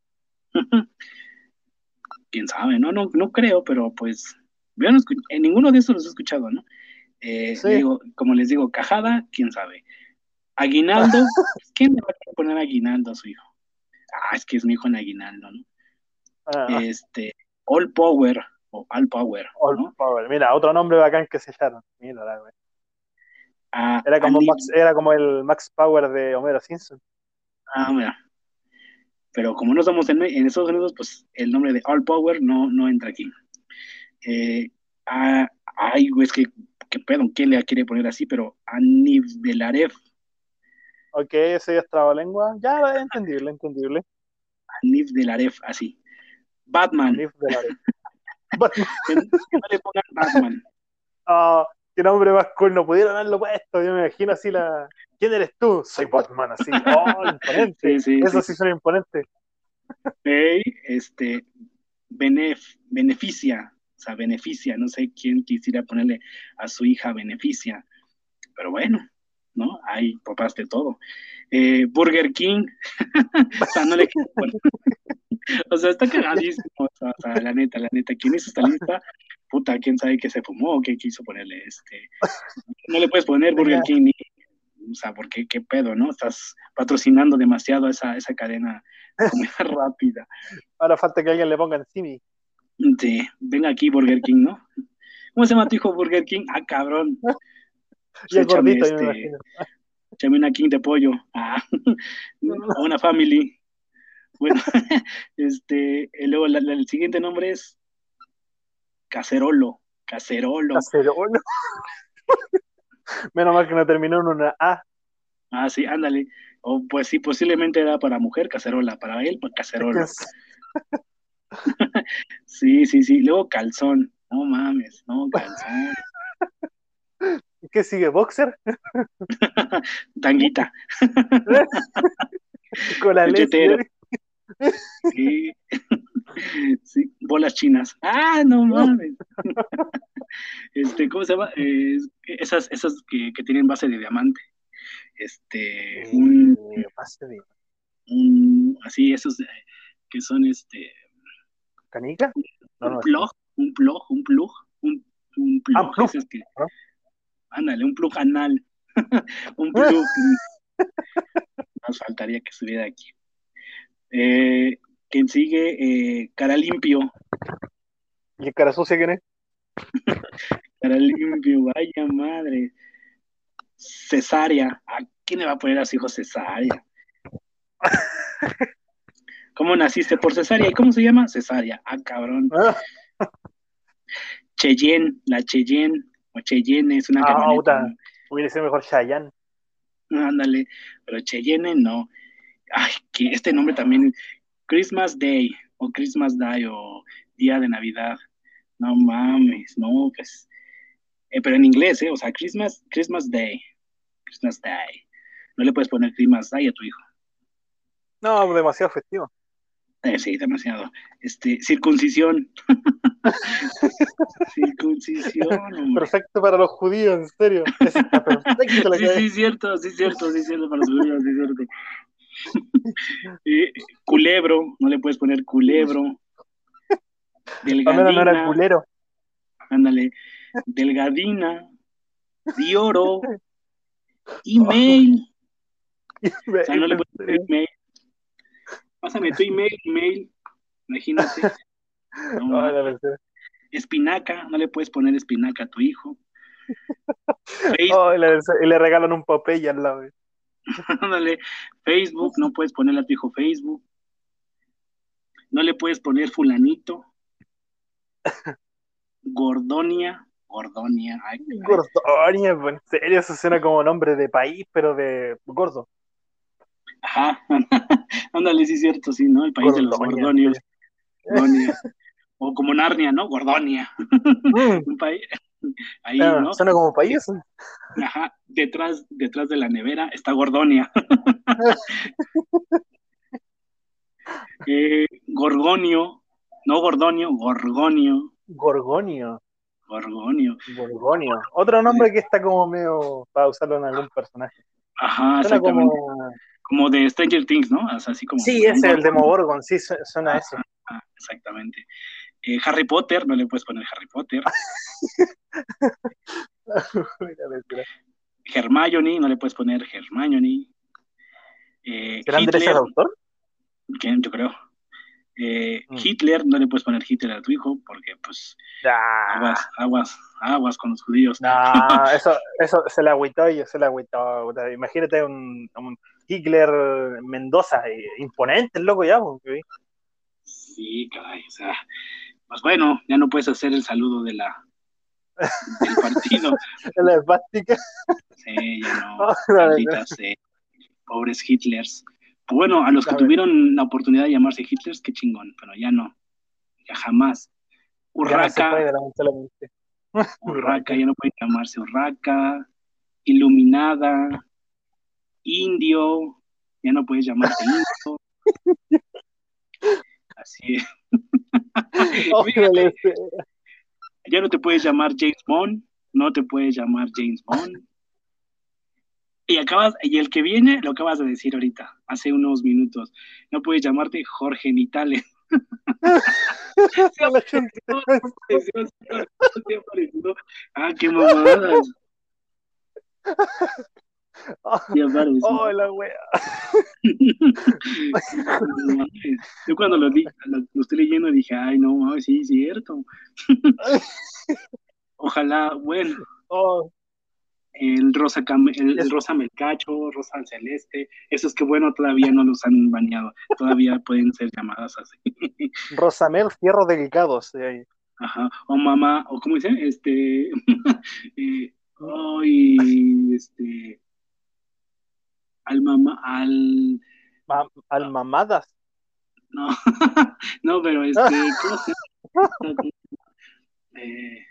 S1: quién sabe, no creo, pero pues yo no en ninguno de esos los he escuchado, ¿no? Le
S2: Sí.
S1: digo, como les digo, cajada, quién sabe. Aguinaldo, pues, ¿quién le va a poner aguinaldo a su hijo? Ah, es que es mi hijo en aguinaldo, ¿no?
S2: Ah,
S1: Este, All Power o All Power,
S2: All
S1: ¿no?
S2: Power. Mira, otro nombre bacán que se echaron. Mira, la wea. Era
S1: A
S2: como era como el Max Power de Homero Simpson.
S1: mira, pero como no estamos en Estados Unidos, pues el nombre de All Power no entra aquí. Eh, ah, ay, güey, es que, ¿qué pedo? ¿Quién le quiere poner así? Pero Anif Belaref,
S2: Ok, ese ya es trabalengua. Ya, entendible, entendible.
S1: Anif Belaref, así. Batman,
S2: Anif de la Batman.
S1: que no le pongan Batman.
S2: Ah, qué nombre más cool. No pudieron haberlo puesto. Yo me imagino así la. ¿Quién eres tú? Soy Batman, así. Oh, imponente.
S1: Sí, sí, sí.
S2: Eso sí suena imponente.
S1: Hey, beneficia, o sea, beneficia, no sé quién quisiera ponerle a su hija beneficia, pero bueno, ¿no? Hay papás de todo. Burger King, o sea, no le quiero poner, o sea, está cagadísimo, o sea, la neta, ¿quién hizo esta lista? Puta, quién sabe qué se fumó o qué quiso ponerle, no le puedes poner Burger
S2: Tenía.
S1: King ni, o sea, porque qué pedo, ¿no? Estás patrocinando demasiado esa cadena de comida rápida.
S2: Ahora falta que alguien le ponga encima.
S1: Sí, venga aquí Burger King, ¿no? ¿Cómo se llama tu hijo Burger King? Ah, cabrón. Pues
S2: Y es gordito, yo me imagino.
S1: échame una King de pollo. Ah, o una Family. Bueno, luego el siguiente nombre es Cacerolo. Cacerolo.
S2: Cacerolo. Menos mal que no terminó en una A.
S1: Ah, sí, ándale. O pues sí, posiblemente era para mujer, cacerola. Para él, pues
S2: Es que
S1: cacerolo. Sí, sí, sí. Luego calzón. No mames, no, calzón.
S2: ¿Qué sigue? ¿Boxer?
S1: Tanguita.
S2: Con la
S1: Cachetero.
S2: Leslie.
S1: Sí. Sí, bolas chinas. Ah, no mames. ¿Cómo se llama? Esas que tienen base de diamante. Este, un,
S2: Pase de
S1: así, esos que son
S2: canica. No,
S1: un
S2: no, eso
S1: plug,
S2: no.
S1: un plug, un plug, un
S2: Ah,
S1: plug,
S2: plum.
S1: ese es que,
S2: ¿No?
S1: ándale, un plug anal, un plug, nos faltaría que estuviera aquí. Quien sigue, cara limpio,
S2: ¿Y el cara sucia quién es?
S1: cara limpio, vaya madre. Cesárea. ¿A quién le va a poner a su hijo cesárea? ¿Cómo naciste por cesárea? ¿Y cómo se llama? Cesárea. Ah, cabrón.
S2: Ah,
S1: Cheyenne, la Cheyenne, o Cheyenne es una camioneta,
S2: puta.
S1: ¿no?
S2: Hubiera sido mejor Chayanne.
S1: Ándale, pero Cheyenne no. Ay, que este nombre también, Christmas Day, o Christmas Day, o Día de Navidad. No mames, no, pues. Pero en inglés, ¿eh? O sea, Christmas Day, Christmas Day. No le puedes poner Christmas Day a tu hijo.
S2: No, demasiado festivo.
S1: Sí, demasiado. Circuncisión. Circuncisión, hombre.
S2: Perfecto para los judíos, en serio. Esa está perfecto la
S1: Sí,
S2: que
S1: sí, cierto, sí, cierto, sí, cierto, para los judíos, sí, cierto. Culebro, no le puedes poner culebro.
S2: al menos no era
S1: Delgadina,
S2: culero.
S1: ándale, delgadina, dioro, email, o sea, no le puedes poner email. Pásame tu email, imagínate. No,
S2: Ay, la verdad.
S1: espinaca, no le puedes poner espinaca a tu hijo.
S2: Ay,
S1: Facebook,
S2: la verdad. Y le regalan un Popeye al lado.
S1: ándale, Facebook, no puedes ponerle a tu hijo Facebook. No le puedes poner fulanito, Gordonia, ay, ay,
S2: Gordonia, pues, en serio, eso suena como nombre de país, pero de gordo.
S1: ajá, ándale, sí es cierto, sí, ¿no? El país de los
S2: Gordonia, en
S1: Gordonios,
S2: serio.
S1: Gordonia, o como Narnia, ¿no? Gordonia,
S2: Mm,
S1: un país, ahí, ¿no?
S2: suena como país.
S1: Ajá, detrás de la nevera está Gordonia. Gorgonio, no Gordonio, Gorgonio,
S2: Gorgonio.
S1: Gorgonio.
S2: Gorgonio. Otro nombre que está como medio para usarlo en algún personaje.
S1: Ajá,
S2: Suena
S1: exactamente.
S2: como.
S1: Como de Stranger Things, ¿no? O sea, así como
S2: Sí,
S1: un
S2: ese es el
S1: Gorgonio.
S2: Demogorgon, sí, suena a
S1: Ajá,
S2: eso.
S1: exactamente. Harry Potter, no le puedes poner Harry Potter.
S2: Mira, mentira.
S1: Hermione, no le puedes poner Hermione.
S2: ¿Serán derechos
S1: Hitler,
S2: de autor?
S1: que yo creo.
S2: Mm.
S1: Hitler, no le puedes poner Hitler a tu hijo porque, pues,
S2: Ah,
S1: aguas con los judíos.
S2: no, eso se le agüitó y se le agüitó. Puta. Imagínate un Hitler Mendoza, imponente el loco ya, pues,
S1: Sí, caray, o sea, pues bueno, ya no puedes hacer el saludo del partido.
S2: la esvástica.
S1: Sí, ya no,
S2: Oh, la verdad.
S1: malditas, pobres Hitlers. Pues bueno, a los que
S2: A ver,
S1: tuvieron la oportunidad de llamarse Hitlers, qué chingón, pero ya no, ya jamás.
S2: ya no se
S1: Urraca,
S2: puede lamentablemente.
S1: Urraca, ya no puede llamarse Urraca. Iluminada, Indio, ya no puedes llamarte Indio, así es.
S2: Oh,
S1: Fíjate, ya no te puedes llamar James Bond, no te puedes llamar James Bond. Y el que viene, lo acabas de decir ahorita, hace unos minutos, no puedes llamarte Jorge Nitales. Se
S2: la gente.
S1: apareció, se apareció. Ah, qué mamadas. Se apareció.
S2: Oh, la wea.
S1: No mames. Yo cuando lo estoy leyendo dije, ay, no mames, sí, es cierto. Ojalá, bueno,
S2: Oh,
S1: el rosa melcacho, rosa celeste, esos que bueno, todavía no los han baneado, todavía pueden ser llamadas así.
S2: Rosamel Fierro Delicados. De ahí.
S1: Ajá, o mamá, o cómo dice, hoy, al mamá,
S2: Almamadas.
S1: no, no, pero ¿cómo se llama? Eh,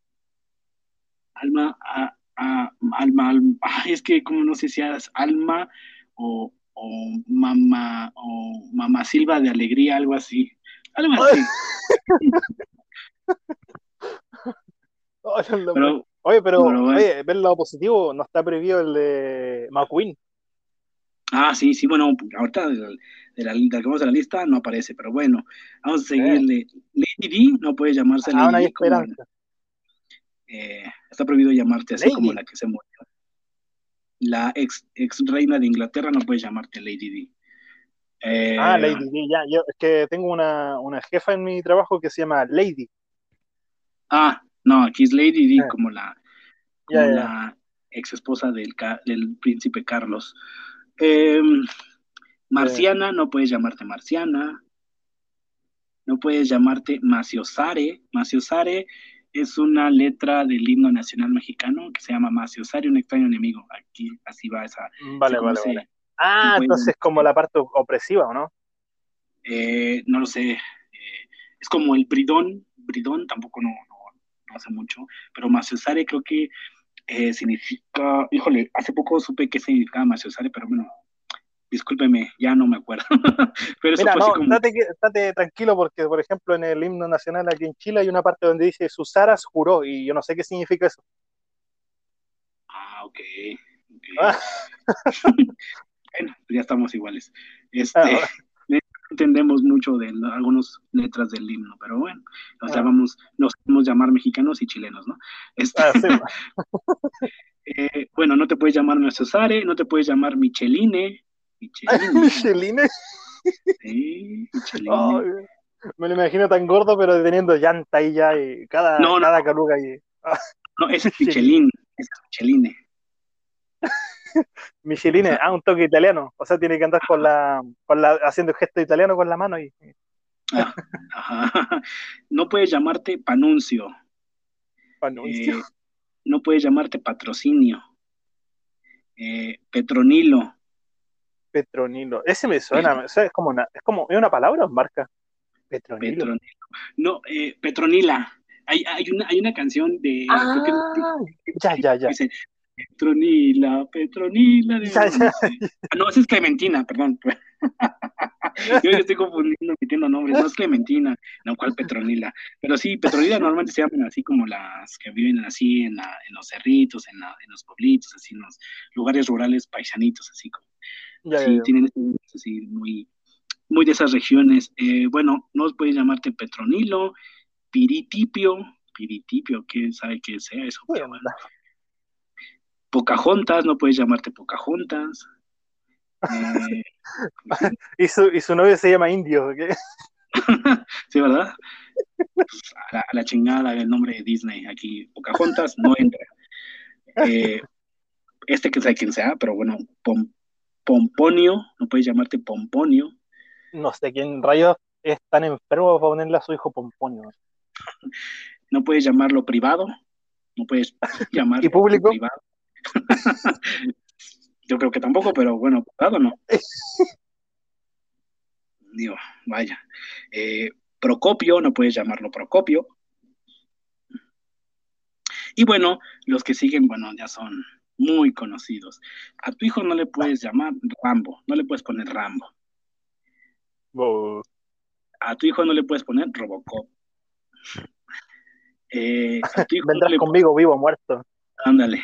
S1: alma, es que como no sé si es alma o mamá Silva de alegría, algo así,
S2: Oh, no, no.
S1: pero,
S2: Oye, pero,
S1: pero bueno.
S2: oye, ver lo positivo, no está prohibido el de McQueen.
S1: Sí, sí, bueno, ahorita de la que vamos a la lista no aparece, pero bueno, vamos a seguirle. Lady D no puede llamarse
S2: Aún
S1: Lady
S2: hay
S1: D como
S2: esperanza.
S1: está prohibido llamarte así como
S2: Lady.
S1: la que se murió. La ex reina de Inglaterra no puede llamarte Lady D.
S2: Ah,
S1: Eh,
S2: Lady D, ya. Yo es que tengo una jefa en mi trabajo que se llama Lady.
S1: no, aquí es Lady D
S2: Eh, ya,
S1: como
S2: ya, ya.
S1: la ex esposa del príncipe Carlos. Eh,
S2: Sí.
S1: Marciana, no puedes llamarte Marciana, no puedes llamarte Maciosare. Maciosare es una letra del himno nacional mexicano que se llama Maciosare, un extraño enemigo. Aquí así va se
S2: Vale, vale, vale.
S1: conoce, no
S2: Ah,
S1: puede
S2: entonces como la parte opresiva, ¿o no?
S1: no lo sé, es como el Bridón tampoco no hace mucho, pero Maciosare creo que significa, híjole, hace poco supe qué significaba Maciosare, pero bueno, discúlpeme, ya no me acuerdo. Pero eso
S2: Mira,
S1: fue así
S2: no,
S1: como,
S2: estate tranquilo porque, por ejemplo, en el himno nacional aquí en Chile hay una parte donde dice Susaras juró y yo no sé qué significa eso.
S1: ok, ok.
S2: Ah,
S1: Bueno, pues ya estamos iguales. Este,
S2: ah,
S1: no entendemos mucho de algunas letras del himno, pero bueno,
S2: ah,
S1: nos podemos llamar mexicanos y chilenos, ¿no?
S2: sí.
S1: Bueno, no te puedes llamar Mezzosare, no te puedes llamar Micheline, Micheline,
S2: Michelines.
S1: sí, Micheline.
S2: Ay, me lo imagino tan gordo, pero teniendo llanta ahí ya y
S1: No, no,
S2: cada caluga ahí. Ah,
S1: no, ese es
S2: Michelin.
S1: Michelin, ese es Micheline. O
S2: Micheline,
S1: sea,
S2: un toque italiano. O sea, tiene que andar haciendo el gesto italiano con la mano y
S1: ah, ajá. No puedes llamarte Panuncio,
S2: anuncio.
S1: eh, no puedes llamarte Patrocinio, Petronilo,
S2: Petronilo. Ese me suena, o sea, ¿es una palabra o marca? Petronilo.
S1: Petronilo. No, Petronila. Hay una canción de, creo que
S2: Ah, ya, ya, ya.
S1: dice, Petronila, Petronila.
S2: Ya, ya.
S1: Ah, no, esa es Clementina, perdón. Yo estoy confundiendo, metiendo nombres. No es Clementina, no, cuál Petronila. Pero sí, Petronila normalmente se llaman así como las que viven así en los cerritos, en los pueblitos, así en los lugares rurales paisanitos, así como,
S2: Ya, ya,
S1: así
S2: ya.
S1: tienen así muy de esas regiones. Bueno, no puedes llamarte Petronilo, Piritipio, Piritipio, quién sabe qué sea eso,
S2: ¿Qué
S1: pero bueno.
S2: onda?
S1: Pocahontas, no puedes llamarte Pocahontas. Eh, pues sí,
S2: Y su novio se llama Indio, ¿qué?
S1: sí, ¿verdad? Pues a la chingada el nombre de Disney aquí. Pocahontas no entra. Eh, que sabe quién sea, pero bueno, Pomponio, no puedes llamarte Pomponio.
S2: No sé quién rayos es tan enfermo para ponerle a su hijo Pomponio.
S1: No puedes llamarlo privado, no puedes
S2: ¿Y
S1: llamarlo
S2: público?
S1: privado. Yo creo que tampoco, pero bueno, privado no. Digo, vaya. Eh, Procopio, no puedes llamarlo Procopio. Y bueno, los que siguen, bueno, ya son muy conocidos. A tu hijo no le puedes llamar Rambo, no le puedes poner Rambo.
S2: Bo-
S1: A tu hijo no le puedes poner Robocop. A tu hijo no
S2: Vendrás
S1: le puedes,
S2: conmigo vivo o muerto.
S1: ándale,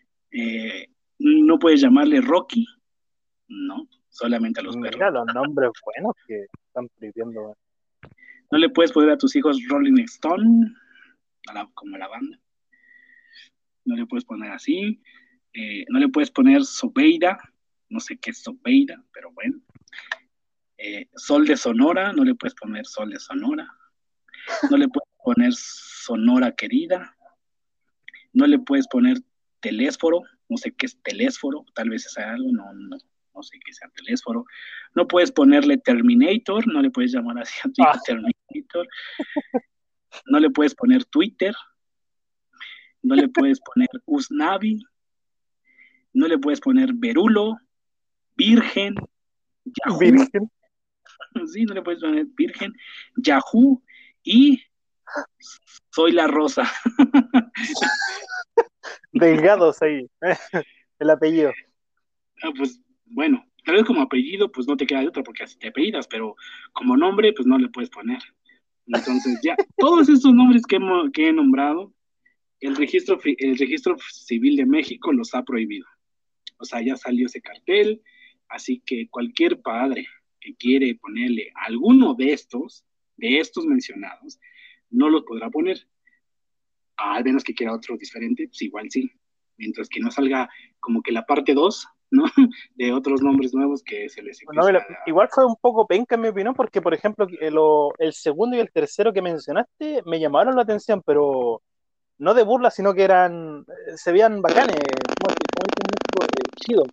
S1: no puedes llamarle Rocky, no, solamente a los perros.
S2: Mira los nombres buenos que están pidiendo.
S1: No le puedes poner a tus hijos Rolling Stone, como la banda. No le puedes poner así. No le puedes poner Sobeida, no sé qué es Sobeida, pero bueno. Sol de Sonora, no le puedes poner Sol de Sonora. No le puedes poner Sonora Querida. No le puedes poner Telésforo, no sé qué es Telésforo, tal vez sea algo, no sé qué sea Telésforo. No puedes ponerle Terminator, no le puedes llamar así a tu hijo
S2: Ah,
S1: Terminator. No le puedes poner Twitter, no le puedes poner Usnavi, no le puedes poner Verulo, Virgen, Yahoo,
S2: virgen.
S1: sí, no le puedes poner Virgen, Yahoo y Soy la Rosa.
S2: Delgados ahí. El apellido.
S1: Pues bueno, tal vez como apellido, pues no te queda de otra porque así te apellidas, pero como nombre, pues no le puedes poner. Entonces, ya, todos estos nombres que he nombrado, el registro civil de México los ha prohibido. O sea, ya salió ese cartel, así que cualquier padre que quiere ponerle alguno de estos mencionados, no los podrá poner, al menos que quiera otro diferente, pues igual sí. Mientras que no salga como que la parte 2, ¿no? De otros nombres nuevos que se les
S2: No,
S1: empiece a...
S2: igual fue un poco penca en mi opinión, porque por ejemplo, el segundo y el tercero que mencionaste me llamaron la atención, pero no de burla, sino que se veían bacanes, como dicen en México, chido.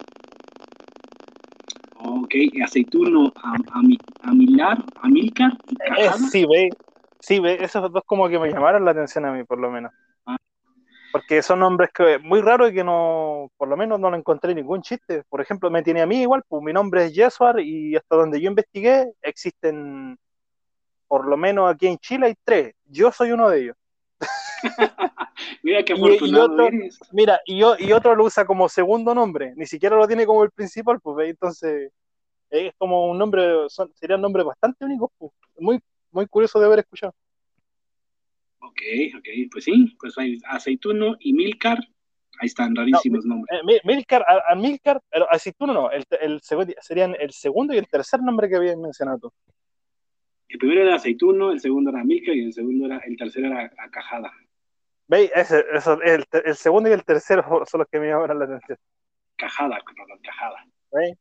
S1: Ok, aceituno, Amilcar y Cajada.
S2: Sí, ve, esos dos como que me llamaron la atención a mí, por lo menos.
S1: Ah,
S2: Porque son nombres que muy raros y que no, por lo menos no le encontré ningún chiste. Por ejemplo, me tiene a mí igual, pues mi nombre es Jesuar y hasta donde yo investigué existen, por lo menos aquí en Chile hay tres. Yo soy uno de ellos.
S1: mira qué
S2: Y
S1: afortunado
S2: otro,
S1: eres.
S2: mira, y otro lo usa como segundo nombre, ni siquiera lo tiene como el principal, pues, ¿ve? Entonces, Es como un nombre, serían nombres bastante únicos, pues. Muy, muy curioso de haber escuchado.
S1: Ok, ok, pues sí, pues hay Aceituno y Milcar, ahí están
S2: No,
S1: rarísimos nombres.
S2: Milcar, a Milcar, pero Aceituno no, serían el segundo y el tercer nombre que habían mencionado tú.
S1: El primero era Aceituno, el segundo era Milcar y el tercero era Acajada.
S2: ¿Veis? El segundo y el tercero son los que me llaman la atención.
S1: Cajada, perdón, Cajada.
S2: ¿Veis?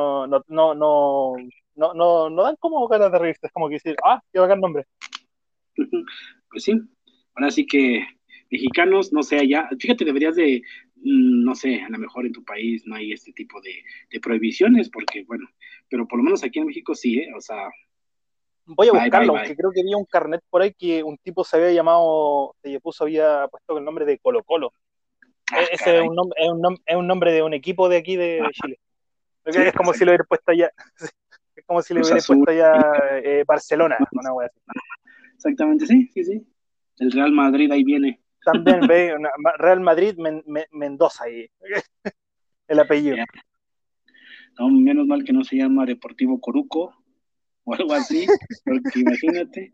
S2: No dan como ganas de reírse, es como que decir, ah, qué bacán nombre.
S1: Pues sí, ahora sí que mexicanos, no sé, allá, fíjate, deberías de, no sé, a lo mejor en tu país no hay este tipo de prohibiciones, porque bueno, pero por lo menos aquí en México sí, ¿eh? O sea,
S2: Voy a
S1: bye, bye,
S2: buscarlo,
S1: bye.
S2: aunque creo que había un carnet por ahí que un tipo se había llamado, había puesto el nombre de Colo Colo.
S1: Ah,
S2: Ese es
S1: caray.
S2: un nombre de un equipo de aquí de
S1: Ah,
S2: Chile.
S1: sí,
S2: Es como si lo
S1: exacto.
S2: hubiera puesto allá, es como si le
S1: Cruz
S2: hubiera
S1: Azul.
S2: puesto allá Barcelona, una wea así.
S1: Exactamente, sí, sí, sí. El Real Madrid ahí viene.
S2: También ve Real Madrid Mendoza ahí, el apellido.
S1: Ya. No, menos mal que no se llama Deportivo Coruco o algo así, porque imagínate.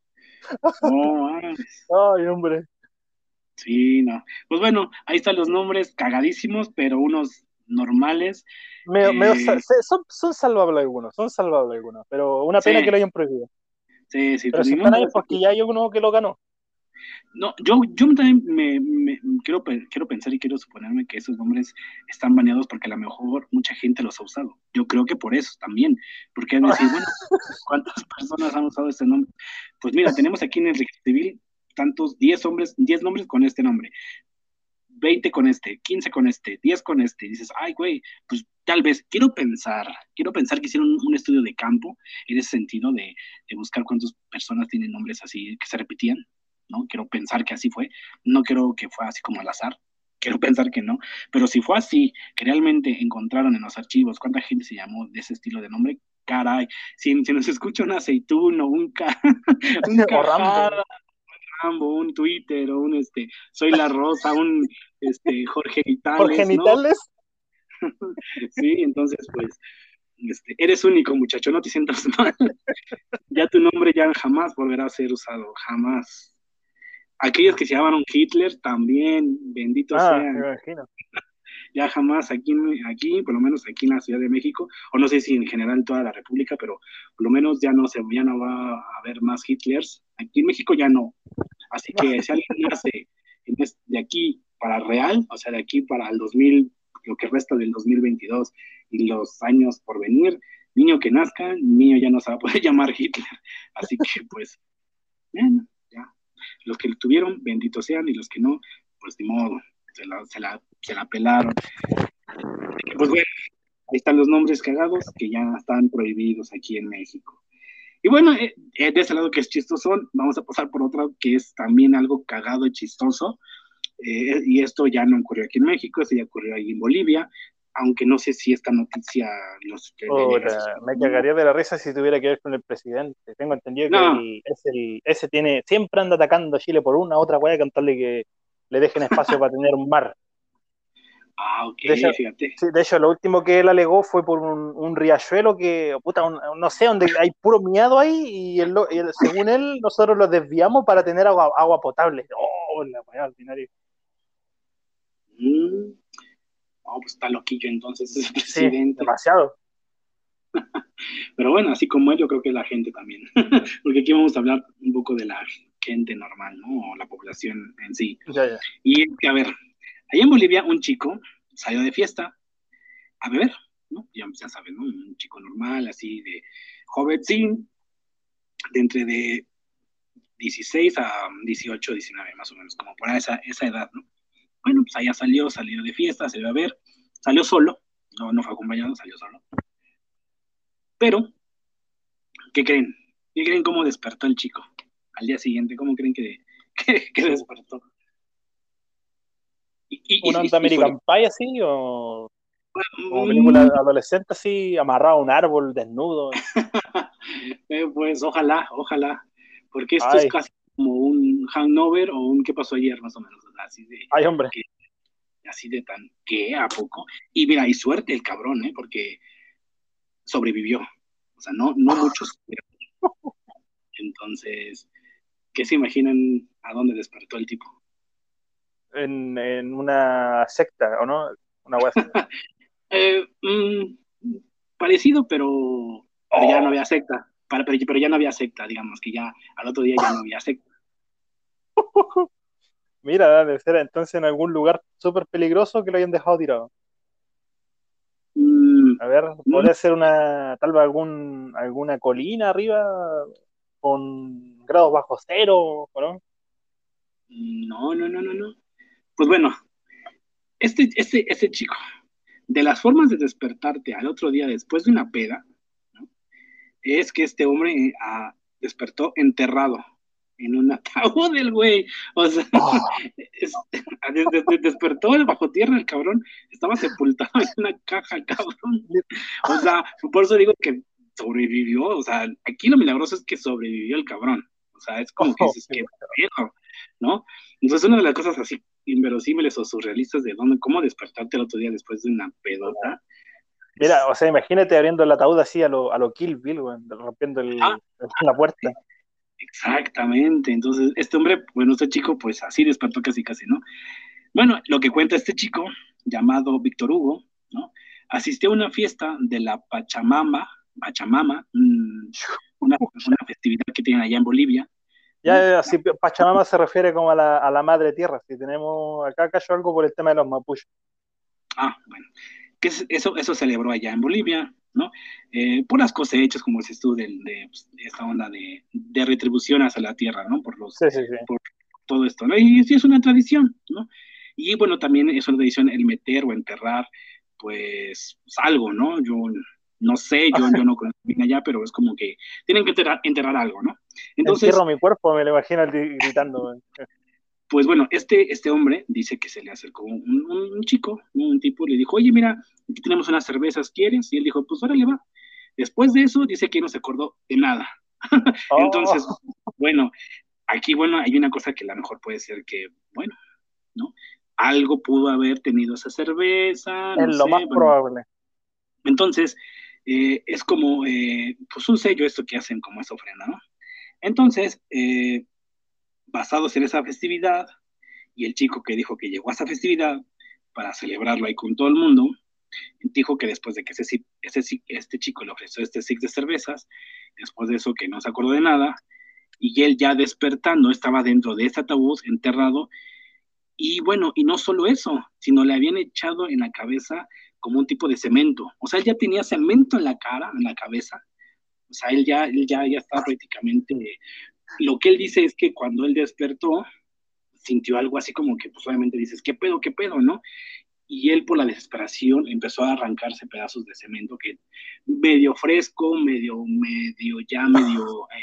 S1: No,
S2: Ay, hombre.
S1: sí, no. Pues bueno, ahí están los nombres cagadísimos, pero unos normales. Eh,
S2: Son salvables algunos, pero una pena que
S1: sí,
S2: lo hayan prohibido.
S1: sí, sí,
S2: Pero
S1: pues
S2: si
S1: ni
S2: están
S1: modo,
S2: ahí
S1: ahora
S2: es
S1: sí que.
S2: porque ya hay uno que lo ganó.
S1: No, yo también quiero pensar y quiero suponerme que esos nombres están baneados porque a lo mejor mucha gente los ha usado. Yo creo que por eso también, porque han de decir, bueno, ¿cuántas personas han usado este nombre? Pues mira, tenemos aquí en el registro civil tantos, 10 hombres, 10 nombres con este nombre, 20 con este, 15 con este, 10 con este, y dices, ay, güey, pues tal vez, quiero pensar que hicieron un estudio de campo en ese sentido de buscar cuántas personas tienen nombres así que se repetían, ¿no? Quiero pensar que así fue, no creo que fue así como al azar, quiero pensar que no, pero si fue así, que realmente encontraron en los archivos cuánta gente se llamó de ese estilo de nombre, caray, si nos escucha un aceituno, un
S2: O Rambo.
S1: cajada, Rambo, un Twitter o un Soy la Rosa, un Jorge
S2: Por
S1: Vitales, ¿no?
S2: genitales.
S1: Sí, entonces pues eres único, muchacho, no te sientas mal. Ya tu nombre ya jamás volverá a ser usado, jamás. Aquellos que se llamaron Hitler también, benditos
S2: Ah, me
S1: sean,
S2: imagino.
S1: ya jamás aquí, por lo menos aquí en la Ciudad de México, o no sé si en general en toda la República, pero por lo menos ya no va a haber más Hitlers. Aquí en México ya no. Así que si alguien nace de aquí para real, o sea, de aquí para el 2000, lo que resta del 2022 y los años por venir, niño que nazca, niño ya no se va a poder llamar Hitler. Así que pues, bueno, ya. Los que lo tuvieron, benditos sean, y los que no, pues ni modo, se la pelaron. Así que pues bueno, ahí están los nombres cagados que ya están prohibidos aquí en México. Y bueno, de ese lado que es chistoso, vamos a pasar por otro que es también algo cagado y chistoso. Y esto ya no ocurrió aquí en México, esto ya ocurrió ahí en Bolivia, aunque no sé si esta noticia los que le llega a sus...
S2: Puta, me cagaría de la risa si tuviera que ver con el presidente. Tengo entendido que
S1: No,
S2: ese siempre anda atacando a Chile por una u otra weá, contarle que le dejen espacio para tener un mar.
S1: ah, ok,
S2: De hecho,
S1: fíjate.
S2: sí, de hecho, lo último que él alegó fue por un riachuelo que, puta, no sé, donde hay puro miado ahí según él, nosotros lo desviamos para tener agua potable. Oh, la weá ordinaria.
S1: Mm, oh, pues está loquillo entonces ese
S2: Sí,
S1: presidente.
S2: demasiado.
S1: Pero bueno, así como él, yo creo que la gente también. Porque aquí vamos a hablar un poco de la gente normal, ¿no? O la población en sí.
S2: Ya, ya.
S1: Y es que, a ver, allá en Bolivia un chico salió de fiesta a beber, ¿no? Ya sabes, ¿no? Un chico normal, así de jovencín, de entre de 16 a 18, 19, más o menos, como por esa edad, ¿no? Bueno, pues allá salió de fiesta, se iba a ver, salió solo, no fue acompañado, salió solo. Pero, ¿qué creen? ¿Qué creen cómo despertó el chico? Al día siguiente, ¿cómo creen que
S2: Su-
S1: despertó?
S2: ¿Una onda
S1: Y fue,
S2: American Pie así o como película
S1: mm,
S2: adolescente así, amarrado a un árbol, desnudo?
S1: pues ojalá, porque esto es
S2: Ay,
S1: casi como un hangover o un qué pasó ayer, más o menos, así
S2: ay, hombre.
S1: que, así de tan, ¿qué? ¿A poco? Y mira, y suerte el cabrón, ¿eh? Porque sobrevivió. O sea, no muchos. Entonces, ¿qué se imaginan a dónde despertó el tipo?
S2: En una secta, ¿o no? Una wea así.
S1: Eh, mm, parecido, pero ya no
S2: Oh,
S1: había secta. Pero ya no había secta, digamos, que ya al otro día ya no había secta.
S2: mira, debe ser entonces en algún lugar súper peligroso que lo hayan dejado tirado.
S1: Mm,
S2: A ver,
S1: no,
S2: podría ser tal vez alguna colina arriba con grados bajo cero, ¿o no?
S1: no. Pues bueno, este chico, de las formas de despertarte al otro día después de una peda, ¿no? Es que este hombre despertó enterrado en un ataúd del güey. O sea,
S2: Oh,
S1: es- despertó bajo tierra el cabrón, estaba sepultado en una caja, cabrón. O sea, por eso digo que sobrevivió. O sea, aquí lo milagroso es que sobrevivió el cabrón. O sea, es como que
S2: oh,
S1: dices, qué pedo, ¿no? Entonces, una de las cosas así inverosímiles o surrealistas de cómo despertarte el otro día después de una pedota,
S2: mira,
S1: es,
S2: o sea, imagínate abriendo el ataúd así a lo Kill Bill, weón, rompiendo
S1: ah,
S2: la puerta.
S1: exactamente. Entonces, este hombre, bueno, este chico, pues así despertó casi, casi, ¿no? Bueno, lo que cuenta este chico, llamado Víctor Hugo, ¿no? Asistió a una fiesta de la Pachamama, una festividad que tienen allá en Bolivia, ¿no?
S2: Ya, así Pachamama se refiere como a la madre tierra. Si tenemos acá cayó algo por el tema de los mapuches.
S1: Bueno, eso celebró allá en Bolivia, ¿no? Por las cosechas, como dices tú, de esta onda de retribución hacia la tierra, ¿no?
S2: Sí, sí, sí.
S1: Por todo esto, ¿no? Y sí es una tradición, ¿no? Y bueno, también es una tradición el meter o enterrar, pues algo, ¿no? Yo no sé, yo no conozco bien allá, pero es como que tienen que enterrar algo, ¿no? Entonces,
S2: Entierro mi cuerpo, me lo imagino gritando, weón.
S1: pues bueno, este hombre dice que se le acercó un chico, un tipo, le dijo, oye, mira, aquí tenemos unas cervezas, ¿quieres? Y él dijo, pues órale, va. Después de eso, dice que no se acordó de nada. Entonces,
S2: Oh,
S1: bueno, aquí, bueno, hay una cosa que a lo mejor puede ser que, bueno, ¿no? Algo pudo haber tenido esa cerveza,
S2: es
S1: no
S2: lo más
S1: sé, bueno.
S2: probable.
S1: Entonces, es como, pues un sello esto que hacen como esa ofrenda, ¿no? Entonces, basados en esa festividad, y el chico que dijo que llegó a esa festividad para celebrarlo ahí con todo el mundo, dijo que después de que este chico le ofreció este six de cervezas, después de eso que no se acordó de nada, y él ya despertando estaba dentro de este ataúd enterrado, y bueno, y no solo eso, sino le habían echado en la cabeza como un tipo de cemento, o sea, él ya tenía cemento en la cara, en la cabeza, o sea, ya estaba prácticamente, lo que él dice es que cuando él despertó, sintió algo así como que, pues obviamente dices, qué pedo, ¿no? Y él por la desesperación empezó a arrancarse pedazos de cemento que medio fresco, medio,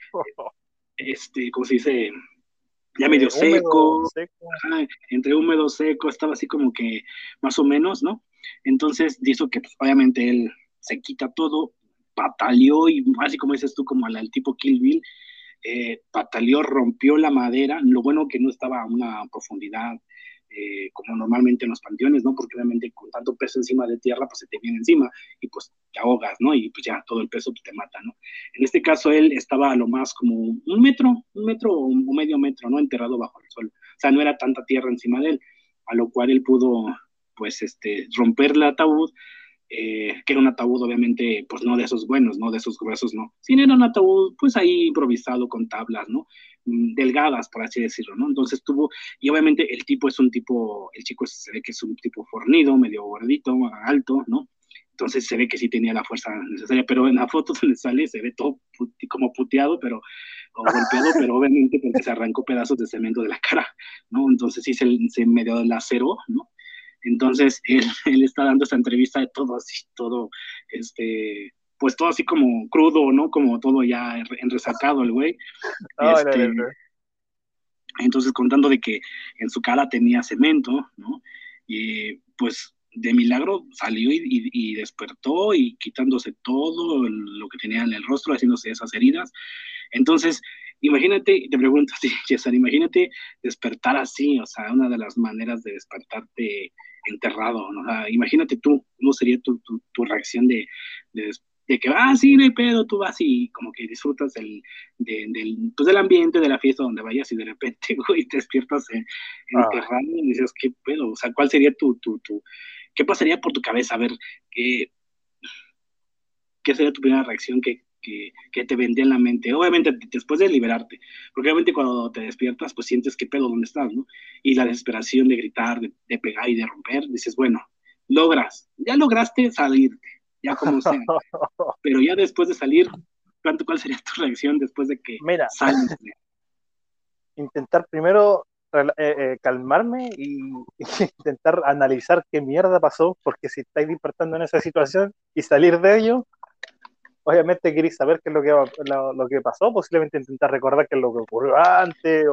S1: ¿cómo se dice? Ya medio
S2: Húmedo,
S1: seco,
S2: seco.
S1: ajá, entre húmedo, seco, estaba así como que más o menos, ¿no? Entonces dijo que pues, obviamente él se quita todo, pataleó y así como dices tú, como al tipo Kill Bill, pataleó, rompió la madera, lo bueno que no estaba a una profundidad como normalmente en los panteones, ¿no? Porque obviamente con tanto peso encima de tierra, pues se te viene encima y pues te ahogas, ¿no? Y pues ya todo el peso pues, te mata, ¿no? En este caso él estaba a lo más como un metro o medio metro, ¿no? Enterrado bajo el suelo. O sea, no era tanta tierra encima de él, a lo cual él pudo, pues, romper el ataúd, que era un ataúd obviamente, pues no de esos buenos, no de esos gruesos, no, sino era un ataúd pues ahí improvisado con tablas, ¿no? Delgadas, por así decirlo, ¿no? Entonces tuvo, y obviamente el tipo es un tipo, el chico se ve que es un tipo fornido, medio gordito, alto, ¿no? Entonces se ve que sí tenía la fuerza necesaria, pero en la foto donde sale se ve todo como puteado, o golpeado, pero obviamente porque se arrancó pedazos de cemento de la cara, ¿no? Entonces sí se medio laceró, ¿no? Entonces él está dando esta entrevista de todo así, todo, pues todo así como crudo, ¿no? Como todo ya resacado el güey.
S2: No,
S1: Este, entonces contando de que en su cara tenía cemento, ¿no? Y pues de milagro salió y despertó y quitándose todo lo que tenía en el rostro, haciéndose esas heridas. Entonces, imagínate, te pregunto, sí, César, imagínate despertar así, o sea, una de las maneras de despertarte enterrado, ¿no? O sea, imagínate tú, ¿cómo sería tu reacción de que, sí, no hay pedo, tú vas y como que disfrutas pues del ambiente, de la fiesta donde vayas y de repente, güey, te despiertas
S2: Ah,
S1: enterrado y dices, ¿qué pedo? O sea, ¿cuál sería qué pasaría por tu cabeza? A ver, ¿qué sería tu primera reacción que te vendría en la mente? Obviamente después de liberarte, porque obviamente cuando te despiertas, pues sientes qué pedo, dónde estás, ¿no? Y la desesperación de gritar, de pegar y de romper, dices, bueno, ya lograste salirte, ya como sea, pero ya después de salir, ¿cuál sería tu reacción después de que
S2: mira,
S1: sales?
S2: intentar primero calmarme y intentar analizar qué mierda pasó, porque si estáis despertando en esa situación y salir de ello, obviamente queréis saber qué es lo que pasó, posiblemente intentar recordar qué es lo que ocurrió antes,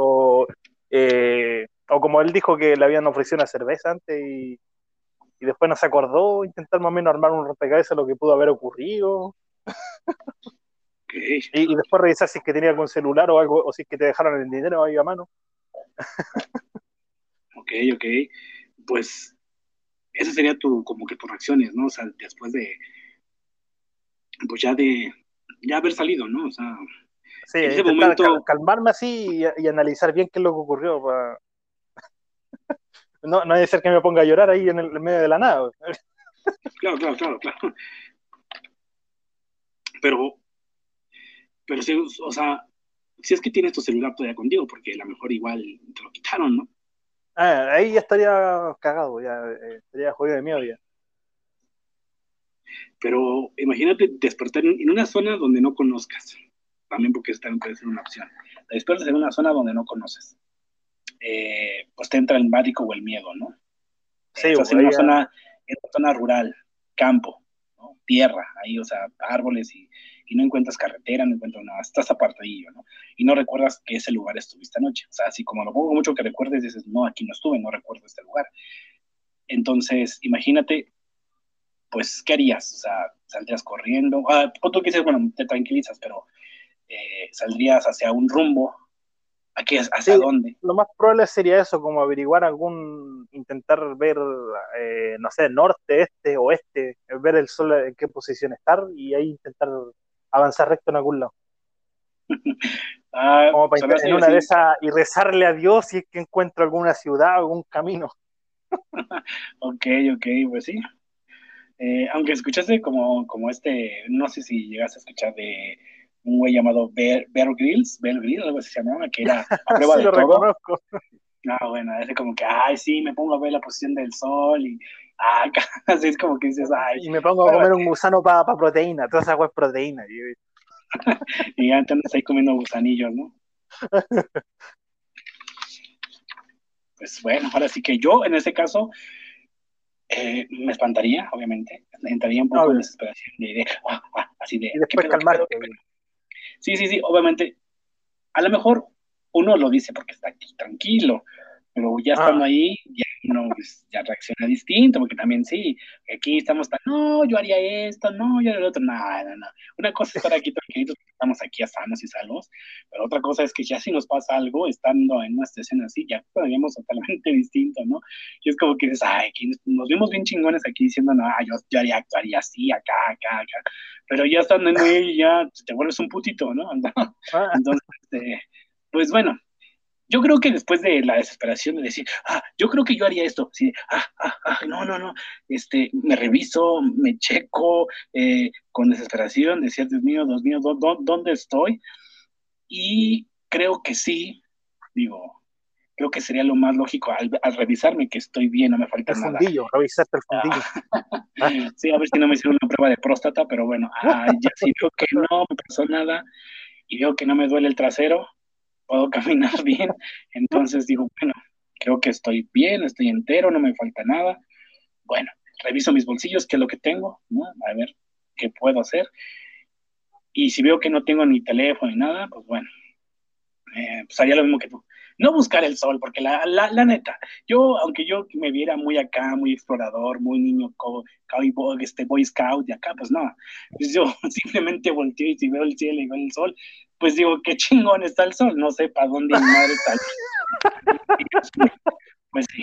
S2: o como él dijo que le habían ofrecido una cerveza antes y después no se acordó, intentar más o menos armar un rompecabezas de lo que pudo haber ocurrido,
S1: Ok,
S2: y después revisar si es que tenía algún celular o algo, o si es que te dejaron el dinero ahí a mano.
S1: ok, ok, pues esa sería como que tus reacciones, ¿no? O sea, después pues ya haber salido, ¿no? O sea,
S2: Sí,
S1: en ese
S2: intentar
S1: momento,
S2: calmarme así y analizar bien qué es lo que ocurrió. No hay que ser que me ponga a llorar ahí en medio de la nada.
S1: claro, claro, claro, claro, pero sí, o sea, si es que tienes tu celular todavía contigo, porque a lo mejor igual te lo quitaron, ¿no?
S2: Ahí ya estaría cagado, ya estaría jodido de miedo ya.
S1: Pero imagínate despertar en una zona donde no conozcas, también porque eso también puede ser una opción. Te despiertas en una zona donde no conoces, pues te entra el pánico o el miedo, ¿no?
S2: Sí,
S1: Estás
S2: ahí ya,
S1: en una zona rural, campo, ¿no? Tierra, ahí, o sea, árboles y no encuentras carretera, no encuentras nada, estás apartadillo, ¿no? Y no recuerdas que ese lugar estuviste anoche. O sea, así como lo pongo mucho que recuerdes, dices, no, aquí no estuve, no recuerdo este lugar. Entonces, imagínate, pues, ¿qué harías? O sea, ¿saldrías corriendo? Tú que dices, bueno, te tranquilizas, pero ¿saldrías hacia un rumbo? ¿Hacia
S2: sí,
S1: dónde?
S2: lo más probable sería eso, como averiguar intentar ver, no sé, norte, este, oeste, ver el sol en qué posición estar y ahí intentar avanzar recto en algún lado. Como para
S1: Se me
S2: en
S1: hace
S2: una de
S1: así.
S2: esas y rezarle a Dios si es que encuentro alguna ciudad, algún camino.
S1: Ok, ok, pues sí. Aunque escuchaste como no sé si llegaste a escuchar de un güey llamado Bear Grylls, algo así se llamaba, que era a prueba
S2: Sí
S1: de
S2: lo
S1: todo.
S2: reconozco.
S1: Bueno, ese como que, ay, sí, me pongo a ver la posición del sol y, así es como que dices, ay,
S2: Y me pongo a comer
S1: pruébate.
S2: un gusano para proteína, toda esa agua es proteína.
S1: Y ya te andas ahí comiendo gusanillos, ¿no? Pues bueno, ahora sí que yo, en ese caso, me espantaría, obviamente, entraría un poco en
S2: Obvio.
S1: desesperación, así de,
S2: Y
S1: ¿qué
S2: después
S1: pedo, qué pedo,
S2: calmarte.
S1: qué pedo? Sí, sí, sí, obviamente a lo mejor uno lo dice porque está aquí tranquilo, pero ya estando
S2: Ah,
S1: ahí, ya uno pues, ya reacciona distinto, porque también sí, aquí estamos tan, no, yo haría esto, no, yo haría lo otro, no, no, no. Una cosa es estar aquí tranquilitos, porque estamos aquí a sanos y salvos, pero otra cosa es que ya si nos pasa algo, estando en una situación así, ya estaríamos totalmente distinto, ¿no? Y es como que dices, ay, aquí nos vimos bien chingones aquí diciendo, no, yo haría así, acá, acá, acá, pero ya estando en ello, ya te vuelves un putito, ¿no?
S2: ah,
S1: Entonces, pues bueno, yo creo que después de la desesperación de decir, yo creo que yo haría esto, sí, no, no, no, me reviso, me checo, con desesperación, decía, Dios mío, ¿dónde estoy? Y creo que sí, digo, creo que sería lo más lógico al revisarme que estoy bien, no me falta
S2: el
S1: nada.
S2: fundillo, revisarte el fundillo. Ah,
S1: Sí, a ver si no me hicieron una prueba de próstata, pero bueno, ya si veo que no me pasó nada y veo que no me duele el trasero, puedo caminar bien. Entonces digo, bueno, creo que estoy bien, estoy entero, no me falta nada. Bueno, reviso mis bolsillos, qué es lo que tengo, ¿no? A ver qué puedo hacer. Y si veo que no tengo ni teléfono ni nada, pues bueno, pues haría lo mismo que tú. No buscar el sol, porque la neta, aunque yo me viera muy acá, muy explorador, muy niño, cowboy, Boy Scout de acá, pues no, pues yo simplemente volteo y si veo el cielo y veo el sol, pues digo, qué chingón está el sol, no sé para dónde mi madre está. Pues sí.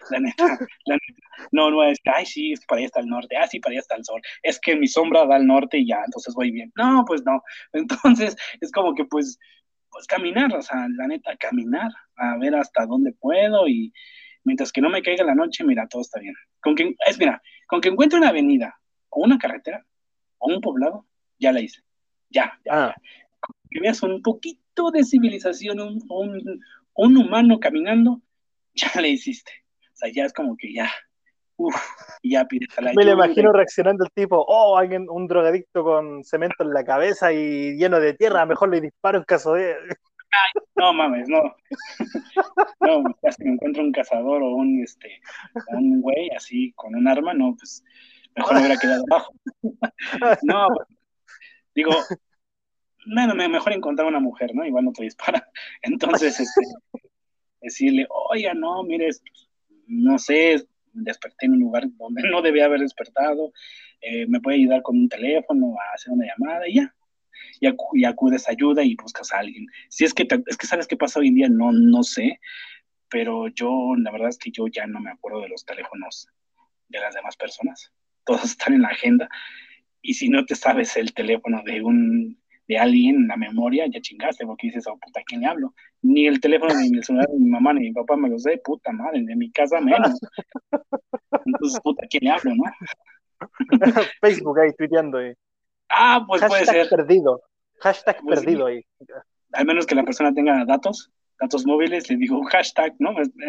S1: la neta, la neta. No, no es que, ay, sí, es que para allá está el norte, sí, para allá está el sol. Es que mi sombra da al norte y ya, entonces voy bien. No, pues no. Entonces, es como que, pues caminar, o sea, la neta, caminar, a ver hasta dónde puedo y mientras que no me caiga la noche, mira, todo está bien. Mira, con que encuentre una avenida o una carretera o un poblado, ya la hice. Ya, ya,
S2: Ah,
S1: ya. Que veas un poquito de civilización, un humano caminando, ya le hiciste. O sea, ya es como que ya, uff, y ya pides la
S2: me lo
S1: ayuda.
S2: imagino reaccionando el tipo, oh, alguien, un drogadicto con cemento en la cabeza y lleno de tierra, mejor le disparo en caso de...
S1: No mames, no, no, ya si me encuentro un cazador o un güey así con un arma, no, pues mejor me hubiera quedado abajo. No, pues, digo, bueno, mejor encontrar una mujer, ¿no? Igual no te dispara. Entonces, decirle, oiga, no, mire, no sé, desperté en un lugar donde no debía haber despertado, me puede ayudar con un teléfono a hacer una llamada y ya, y acudes a ayuda y buscas a alguien. Si es que, es que sabes qué pasa hoy en día, no, no sé, pero yo, la verdad es que yo ya no me acuerdo de los teléfonos de las demás personas. Todos están en la agenda y si no te sabes el teléfono de alguien en la memoria, ya chingaste, porque dices, oh, puta, ¿a quién le hablo? Ni el teléfono, ni el celular de mi mamá, ni mi papá me lo sé, puta madre, de mi casa menos. Entonces, puta, ¿a quién le hablo, no?
S2: Facebook ahí tuiteando ahí.
S1: Pues puede
S2: Hashtag
S1: ser,
S2: perdido. Hashtag
S1: pues sí,
S2: perdido ahí.
S1: al menos que la persona tenga datos móviles, le digo hashtag, ¿no?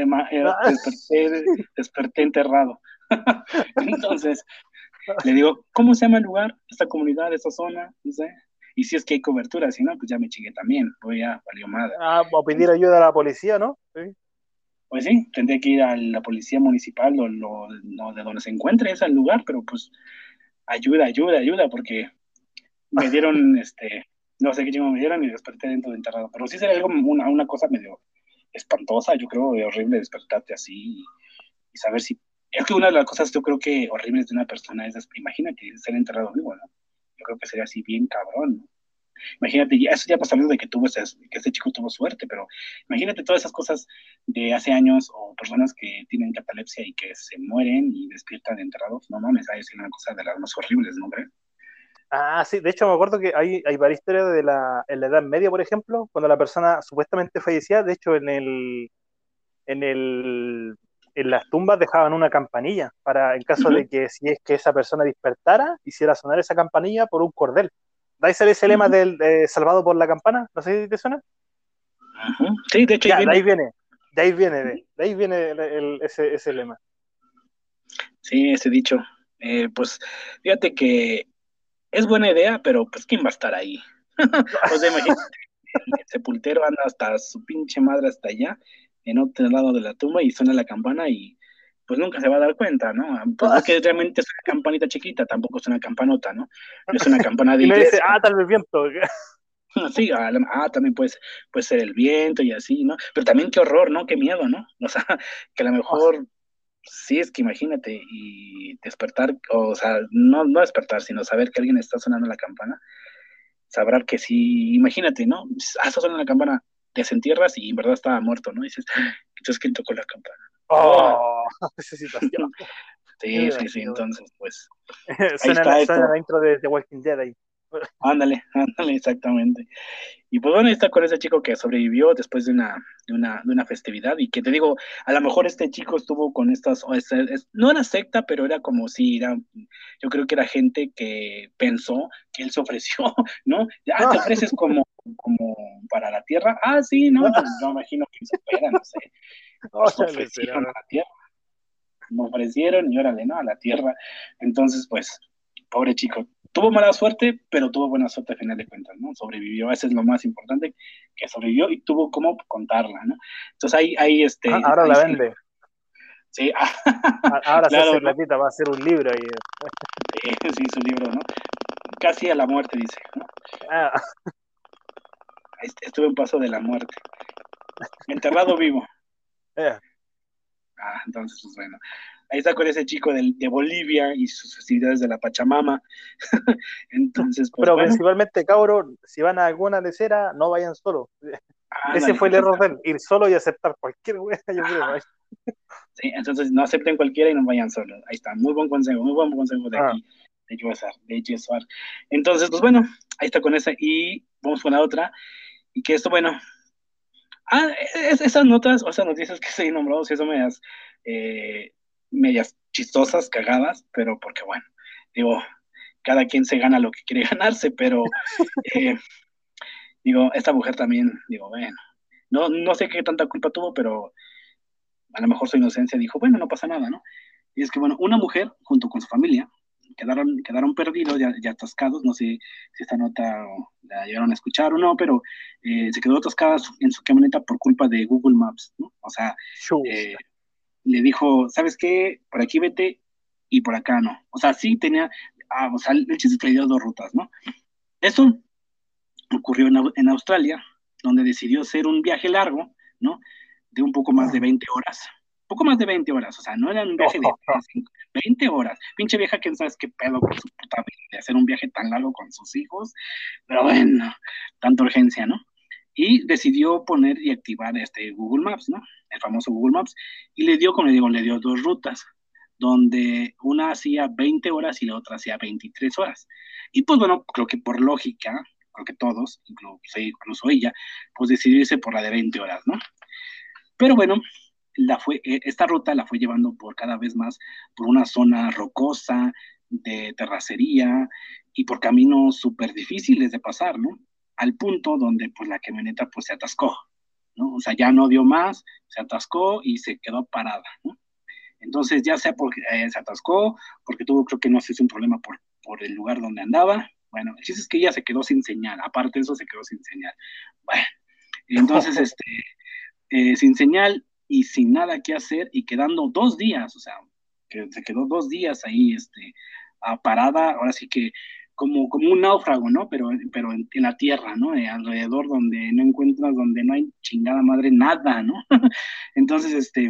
S1: Desperté enterrado. Entonces, le digo, ¿cómo se llama el lugar, esta comunidad, esta zona? No sé. Y si es que hay cobertura, si no, pues ya me chingué también, voy a valió madre.
S2: O pedir
S1: Entonces,
S2: ayuda a la policía, ¿no? Sí.
S1: pues sí, tendré que ir a la policía municipal o de donde se encuentre ese lugar, pero pues ayuda, ayuda, ayuda, porque me dieron, no sé qué chingo me dieron y desperté dentro de enterrado. Pero sí sería algo, una cosa medio espantosa, yo creo, de horrible despertarte así y saber si... Es que una de las cosas yo creo que horribles de una persona es, imagínate, ser enterrado vivo, ¿no? Yo creo que sería así bien cabrón, ¿no? Imagínate, eso ya pasando de que que este chico tuvo suerte, pero imagínate todas esas cosas de hace años o personas que tienen catalepsia y que se mueren y despiertan enterrados. No mames, es una cosa de las más horribles, ¿no crees?
S2: Sí, de hecho me acuerdo que hay varias historias en la Edad Media, por ejemplo, cuando la persona supuestamente fallecía, de hecho en el, en las tumbas dejaban una campanilla para, en caso
S1: Ujú,
S2: de que si es que esa persona despertara, hiciera sonar esa campanilla por un cordel. ¿De ahí sale ese lema
S1: ujú,
S2: del salvado por la campana? No sé si te suena.
S1: ujú. Sí, de hecho ahí
S2: Ya, de ahí
S1: viene.
S2: viene, de ahí viene, de ahí viene ese lema.
S1: Sí, ese dicho. Pues fíjate que es buena idea, pero pues ¿quién va a estar ahí? O sea, imagínate, el sepultero anda hasta su pinche madre hasta allá, en otro lado de la tumba y suena la campana y pues nunca se va a dar cuenta, ¿no? Pues es que realmente es una campanita chiquita, tampoco es una campanota, ¿no? No es una campana de
S2: Y no dice,
S1: iglesia.
S2: tal vez viento.
S1: Sí, también puede ser el viento y así, ¿no? Pero también qué horror, ¿no? Qué miedo, ¿no? O sea, que a lo mejor sí, es que imagínate y despertar, o sea, no despertar, sino saber que alguien está sonando la campana, sabrá que sí, imagínate, ¿no? Está sonando la campana, te desentierras y en verdad estaba muerto, ¿no? Y dices, entonces, ¿quién tocó la campana? Oh,
S2: Oh, esa situación. Yo me
S1: sí, sí, sí,
S2: imagino.
S1: entonces, pues, ahí está
S2: Suena
S1: esto,
S2: la intro de The Walking Dead ahí.
S1: ándale, ándale, exactamente. Y pues bueno, ahí está con ese chico que sobrevivió después de una festividad y que te digo, a lo mejor este chico estuvo con no era secta, pero era como si yo creo que era gente que pensó que él se ofreció, ¿no? Ya te ofreces como para la tierra. Sí, no, yo imagino que se fuera, no sé, mejor se
S2: Órale, será,
S1: ofrecieron
S2: ¿no?
S1: a la tierra, me ofrecieron y órale, ¿no? A la tierra. Entonces, pues, pobre chico. Tuvo mala suerte, pero tuvo buena suerte a final de cuentas, ¿no? Sobrevivió, eso es lo más importante, que sobrevivió y tuvo cómo contarla, ¿no? Entonces
S2: Ahora
S1: ahí
S2: la
S1: sí,
S2: vende.
S1: sí,
S2: Ahora se hace
S1: claro, ¿no?
S2: platita, va a ser un libro ahí.
S1: Sí, sí, su libro, ¿no? Casi a la muerte, dice, ¿no?
S2: Ah,
S1: Estuve en paso de la muerte, enterrado vivo.
S2: eh.
S1: Entonces, pues bueno, ahí está con ese chico de Bolivia y sus festividades de la Pachamama. Entonces, pues
S2: Pero
S1: bueno,
S2: principalmente, cabros, si van a alguna lecera, no vayan solos. Ese
S1: ándale,
S2: fue el error de
S1: exactamente.
S2: él, ir solo y aceptar cualquier wea, yo creo.
S1: ¿sí? Entonces no acepten cualquiera y no vayan solos. Ahí está, muy buen consejo de
S2: Ah,
S1: aquí, de Yesuar. Entonces, pues bueno, ahí está con esa y vamos con la otra. Y que esto, bueno, esas notas, o esas noticias que se nombrado, sí son eh, medias chistosas, cagadas, pero porque bueno, digo, cada quien se gana lo que quiere ganarse, pero eh, digo, esta mujer también, digo, bueno, no sé qué tanta culpa tuvo, pero a lo mejor su inocencia dijo, bueno, no pasa nada, ¿no? Y es que, bueno, una mujer junto con su familia quedaron perdidos, ya atascados, no sé si esta nota la llegaron a escuchar o no, pero se quedó atascada en su camioneta por culpa de Google Maps, ¿no? O sea,
S2: chus.
S1: eh, le dijo, ¿sabes qué? Por aquí vete y por acá no. O sea, sí tenía, o sea, el chiste es que le dio dos rutas, ¿no? Eso ocurrió en Australia, donde decidió hacer un viaje largo, ¿no? De un poco más de 20 horas. Poco más de 20 horas, o sea, no era un viaje de 20 horas. Pinche vieja, quién sabe qué pedo con su puta vida de hacer un viaje tan largo con sus hijos, pero bueno, tanta urgencia, ¿no? Y decidió poner y activar este Google Maps, ¿no? El famoso Google Maps, y le dio, como le digo, le dio dos rutas, donde una hacía 20 horas y la otra hacía 23 horas. Y pues bueno, creo que por lógica, creo que todos, incluso ella, pues decidió irse por la de 20 horas, ¿no? Pero bueno, esta ruta la fue llevando por cada vez más por una zona rocosa, de terracería y por caminos súper difíciles de pasar, ¿no? Al punto donde pues la camioneta pues se atascó, ¿no? O sea, ya no dio más, se atascó y se quedó parada, ¿no? Entonces, ya sea porque se atascó, porque tuvo, creo que no sé si un problema por el lugar donde andaba. Bueno, el chiste es que ella se quedó sin señal. Aparte de eso, se quedó sin señal. Bueno, entonces, sin señal y sin nada que hacer y quedando 2 días, o sea, que se quedó 2 días ahí, parada, ahora sí que como un náufrago, ¿no? Pero en la tierra, ¿no? Alrededor donde no encuentras, donde no hay chingada madre, nada, ¿no? Entonces,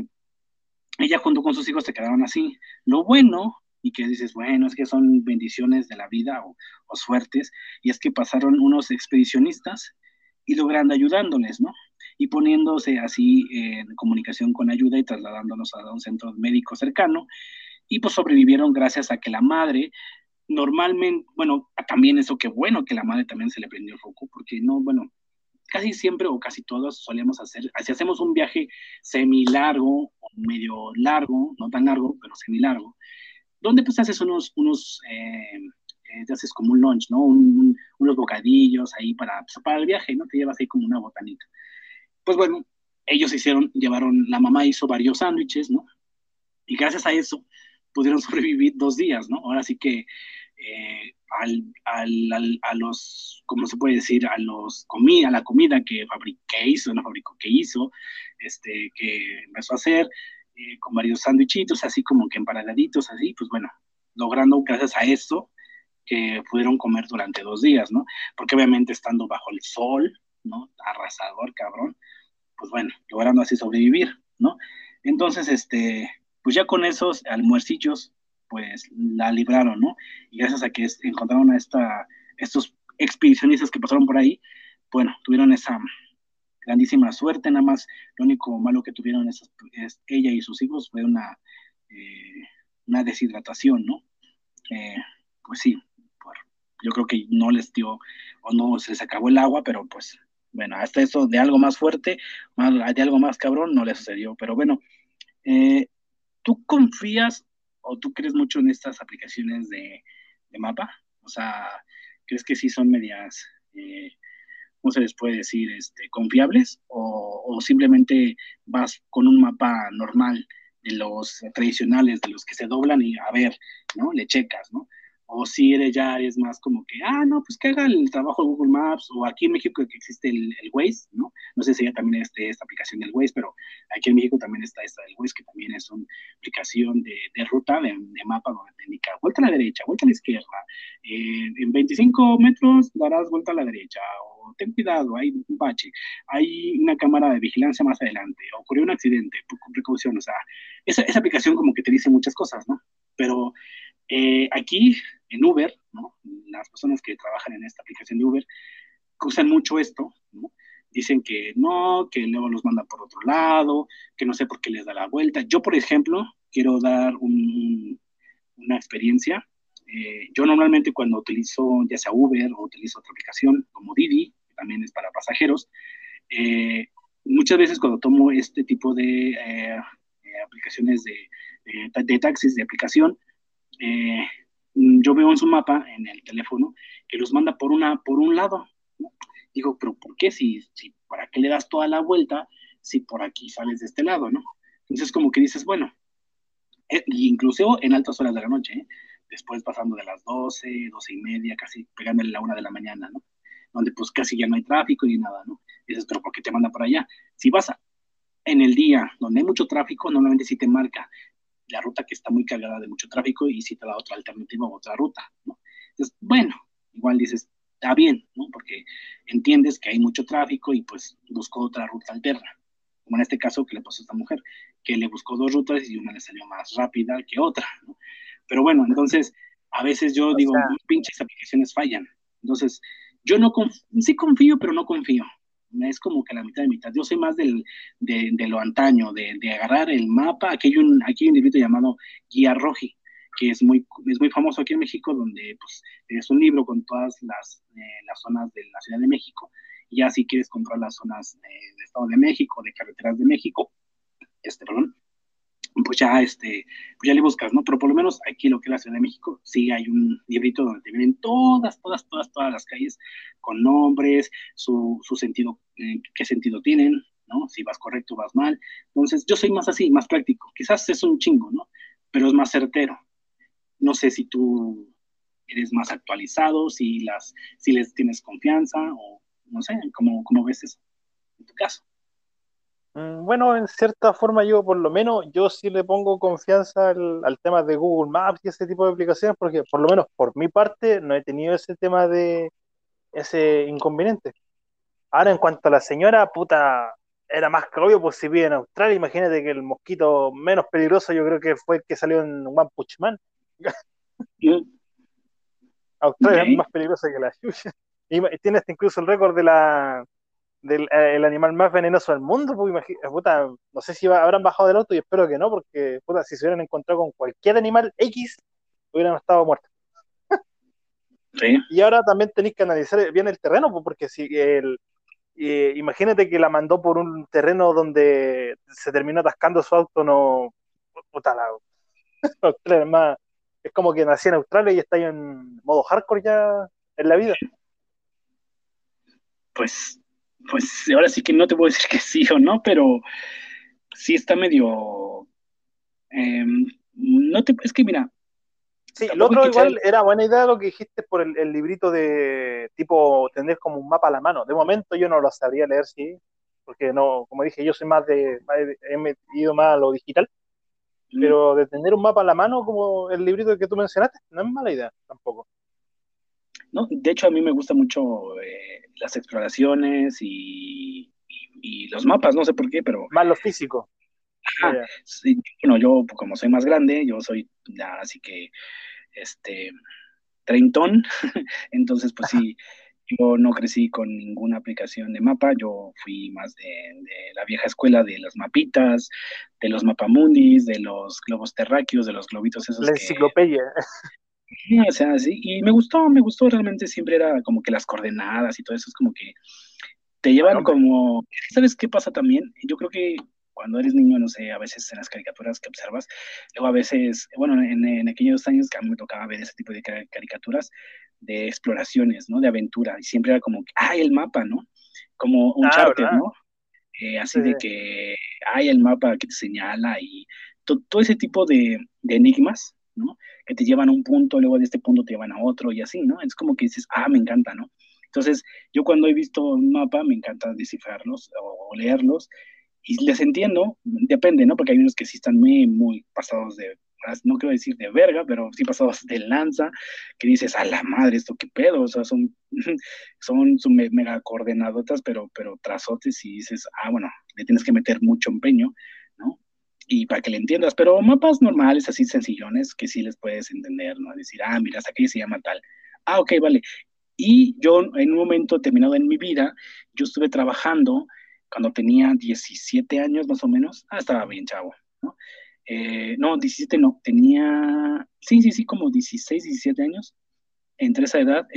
S1: ella junto con sus hijos se quedaron así. Lo bueno, y que dices, bueno, es que son bendiciones de la vida o suertes, y es que pasaron unos expedicionistas y logran ayudándoles, ¿no? Y poniéndose así en comunicación con ayuda y trasladándolos a un centro médico cercano, y pues sobrevivieron gracias a que la madre, normalmente, bueno, también eso que bueno que la madre también se le prendió el foco, porque no, bueno, casi siempre o casi todos solemos hacer, si hacemos un viaje semi largo o medio largo, no tan largo, pero semi largo, donde pues haces te haces como un lunch, ¿no? Unos bocadillos ahí para el viaje, ¿no? Te llevas ahí como una botanita. Pues bueno, ellos la mamá hizo varios sándwiches, ¿no? Y gracias a eso pudieron sobrevivir 2 días, ¿no? Ahora sí que a los, ¿cómo se puede decir? A la comida que hizo, no fabricó, que hizo, que empezó a hacer, con varios sándwichitos, así como que empanaditos, así, pues bueno, logrando gracias a esto que pudieron comer durante 2 días, ¿no? Porque obviamente estando bajo el sol, ¿no? Arrasador, cabrón, pues bueno, logrando así sobrevivir, ¿no? Entonces, pues ya con esos almuercillos, pues la libraron, ¿no? Y gracias a que encontraron estos expedicionistas que pasaron por ahí, bueno, tuvieron esa grandísima suerte, nada más lo único malo que tuvieron ella y sus hijos fue eh, una deshidratación, ¿no? Eh, pues sí, por, yo creo que no les dio o no se les acabó el agua, pero pues bueno, hasta eso de algo más fuerte, de algo más cabrón, no les sucedió. Pero bueno, eh, ¿tú confías o tú crees mucho en estas aplicaciones de mapa? O sea, ¿crees que sí son medias, ¿cómo se les puede decir, confiables? O simplemente vas con un mapa normal de los tradicionales, de los que se doblan y a ver, ¿no? Le checas, ¿no? O si eres más como que, no, pues que haga el trabajo de Google Maps, o aquí en México que existe el Waze, ¿no? No sé si ya también esta aplicación del Waze, pero aquí en México también está esta del Waze, que también es una aplicación de ruta, de mapa, donde te indica vuelta a la derecha, vuelta a la izquierda, en 25 metros darás vuelta a la derecha, o ten cuidado, hay un bache, hay una cámara de vigilancia más adelante, ocurrió un accidente, con precaución, o sea, esa aplicación como que te dice muchas cosas, ¿no? Pero aquí en Uber, ¿no? Las personas que trabajan en esta aplicación de Uber usan mucho esto, ¿no? dicen que no, que luego los manda por otro lado, que no sé por qué les da la vuelta. Yo, por ejemplo, quiero dar una experiencia. Yo normalmente cuando utilizo ya sea Uber o utilizo otra aplicación como Didi, que también es para pasajeros, eh, muchas veces cuando tomo este tipo de aplicaciones de taxis, de aplicación, eh, yo veo en su mapa, en el teléfono, que los manda por un lado, ¿no? Digo, pero ¿por qué? Si, ¿para qué le das toda la vuelta si por aquí sales de este lado, ¿no? Entonces como que dices, bueno, incluso en altas horas de la noche, ¿eh? Después pasando de las 12, 12:30, casi pegándole la 1 de la mañana, ¿no? Donde pues casi ya no hay tráfico ni nada, ¿no? Y dices, pero ¿por qué te manda por allá? Si vas en el día donde hay mucho tráfico, normalmente sí te marca la ruta que está muy cargada de mucho tráfico y sí te da otra alternativa o otra ruta, ¿no? Entonces, bueno, igual dices, está bien, ¿no? Porque entiendes que hay mucho tráfico y pues buscó otra ruta alterna. Como en este caso que le pasó a esta mujer, que le buscó dos rutas y una le salió más rápida que otra, ¿no? Pero bueno, entonces, a veces yo
S2: O
S1: digo,
S2: sea,
S1: pinches aplicaciones fallan. Entonces, yo no sí confío, pero no confío. Es como que la mitad de mitad. Yo soy más de lo antaño, de agarrar el mapa. Aquí hay un librito llamado Guía Roji, que es muy famoso aquí en México, donde pues, es un libro con todas las zonas de la Ciudad de México. Y ya si quieres comprar las zonas de Estado de México, de carreteras de México, perdón, pues ya le buscas, ¿no? Pero por lo menos aquí lo que es la Ciudad de México, sí hay un librito donde te vienen todas las calles con nombres, su sentido, qué sentido tienen, ¿no? Si vas correcto, vas mal. Entonces, yo soy más así, más práctico. Quizás es un chingo, ¿no? Pero es más certero. No sé si tú eres más actualizado, si les tienes confianza o no sé, cómo ves eso en tu caso.
S2: bueno, en cierta forma yo por lo menos, yo sí le pongo confianza al tema de Google Maps y ese tipo de aplicaciones, porque por lo menos por mi parte no he tenido ese tema de ese inconveniente. Ahora, en cuanto a la señora, puta, era más que obvio, pues si vive en Australia, imagínate que el mosquito menos peligroso yo creo que fue el que salió en One Punch Man.
S1: Ok.
S2: Australia es más peligrosa que la chucha. Y tiene hasta incluso el récord de del el animal más venenoso del mundo, pues puta, no sé si habrán bajado del auto y espero que no, porque puta, si se hubieran encontrado con cualquier animal X, hubieran estado muertos.
S1: Sí.
S2: Y ahora también tenéis que analizar bien el terreno, pues, porque si imagínate que la mandó por un terreno donde se terminó atascando su auto, no, puta, Australia es más, es como que nací en Australia y está ahí en modo hardcore ya en la vida.
S1: Pues, pues ahora sí que no te puedo decir que sí o no, pero sí está medio. No es que mira,
S2: Sí, lo
S1: tampoco hay
S2: otro
S1: que echar
S2: igual era buena idea lo que dijiste por el librito de tipo tener como un mapa a la mano. De momento yo no lo sabría leer, sí, porque no, como dije, yo soy he ido más a lo digital, pero de tener un mapa a la mano como el librito que tú mencionaste, no es mala idea tampoco.
S1: ¿no? De hecho, a mí me gustan mucho las exploraciones y los mapas, no sé por qué, pero
S2: Más lo físico.
S1: sí, bueno, yo pues, como soy más grande, yo soy ya así que este treintón, entonces pues sí, yo no crecí con ninguna aplicación de mapa, yo fui más de la vieja escuela de las mapitas, de los mapamundis, de los globos terráqueos, de los globitos esos
S2: La
S1: que,
S2: enciclopedia.
S1: o sea, sí, y me gustó realmente, siempre era como que las coordenadas y todo eso, es como que te
S2: Bueno,
S1: llevan
S2: hombre.
S1: como, ¿sabes qué pasa también? Yo creo que cuando eres niño, no sé, a veces en las caricaturas que observas, luego a veces, bueno, en aquellos años que a mí me tocaba ver ese tipo de caricaturas de exploraciones, ¿no? De aventura, y siempre era como, el mapa, ¿no? Como un
S2: Ah,
S1: charter,
S2: ¿verdad?
S1: ¿no?
S2: Sí,
S1: Así de
S2: sí.
S1: que hay el mapa que te señala y todo ese tipo de enigmas, ¿no? Que te llevan a un punto, luego de este punto te llevan a otro y así, ¿no? Es como que dices, me encanta, ¿no? Entonces, yo cuando he visto un mapa, me encanta descifrarlos o leerlos y les entiendo, depende, ¿no? Porque hay unos que sí están muy, muy pasados no quiero decir de verga, pero sí pasados de lanza, que dices, a la madre, esto qué pedo, o sea, son mega coordenadotas, pero trazotes y dices, bueno, le tienes que meter mucho empeño, ¿no? Y para que le entiendas, pero mapas normales, así sencillones, que sí les puedes entender, ¿no? Decir, mira, hasta aquí se llama tal. Ok, vale. Y yo en un momento terminado en mi vida, yo estuve trabajando cuando tenía 17 años más o menos. Estaba bien chavo, ¿no? No, 17 no, tenía, sí, sí, sí, como 16 17 años. Entre esa edad,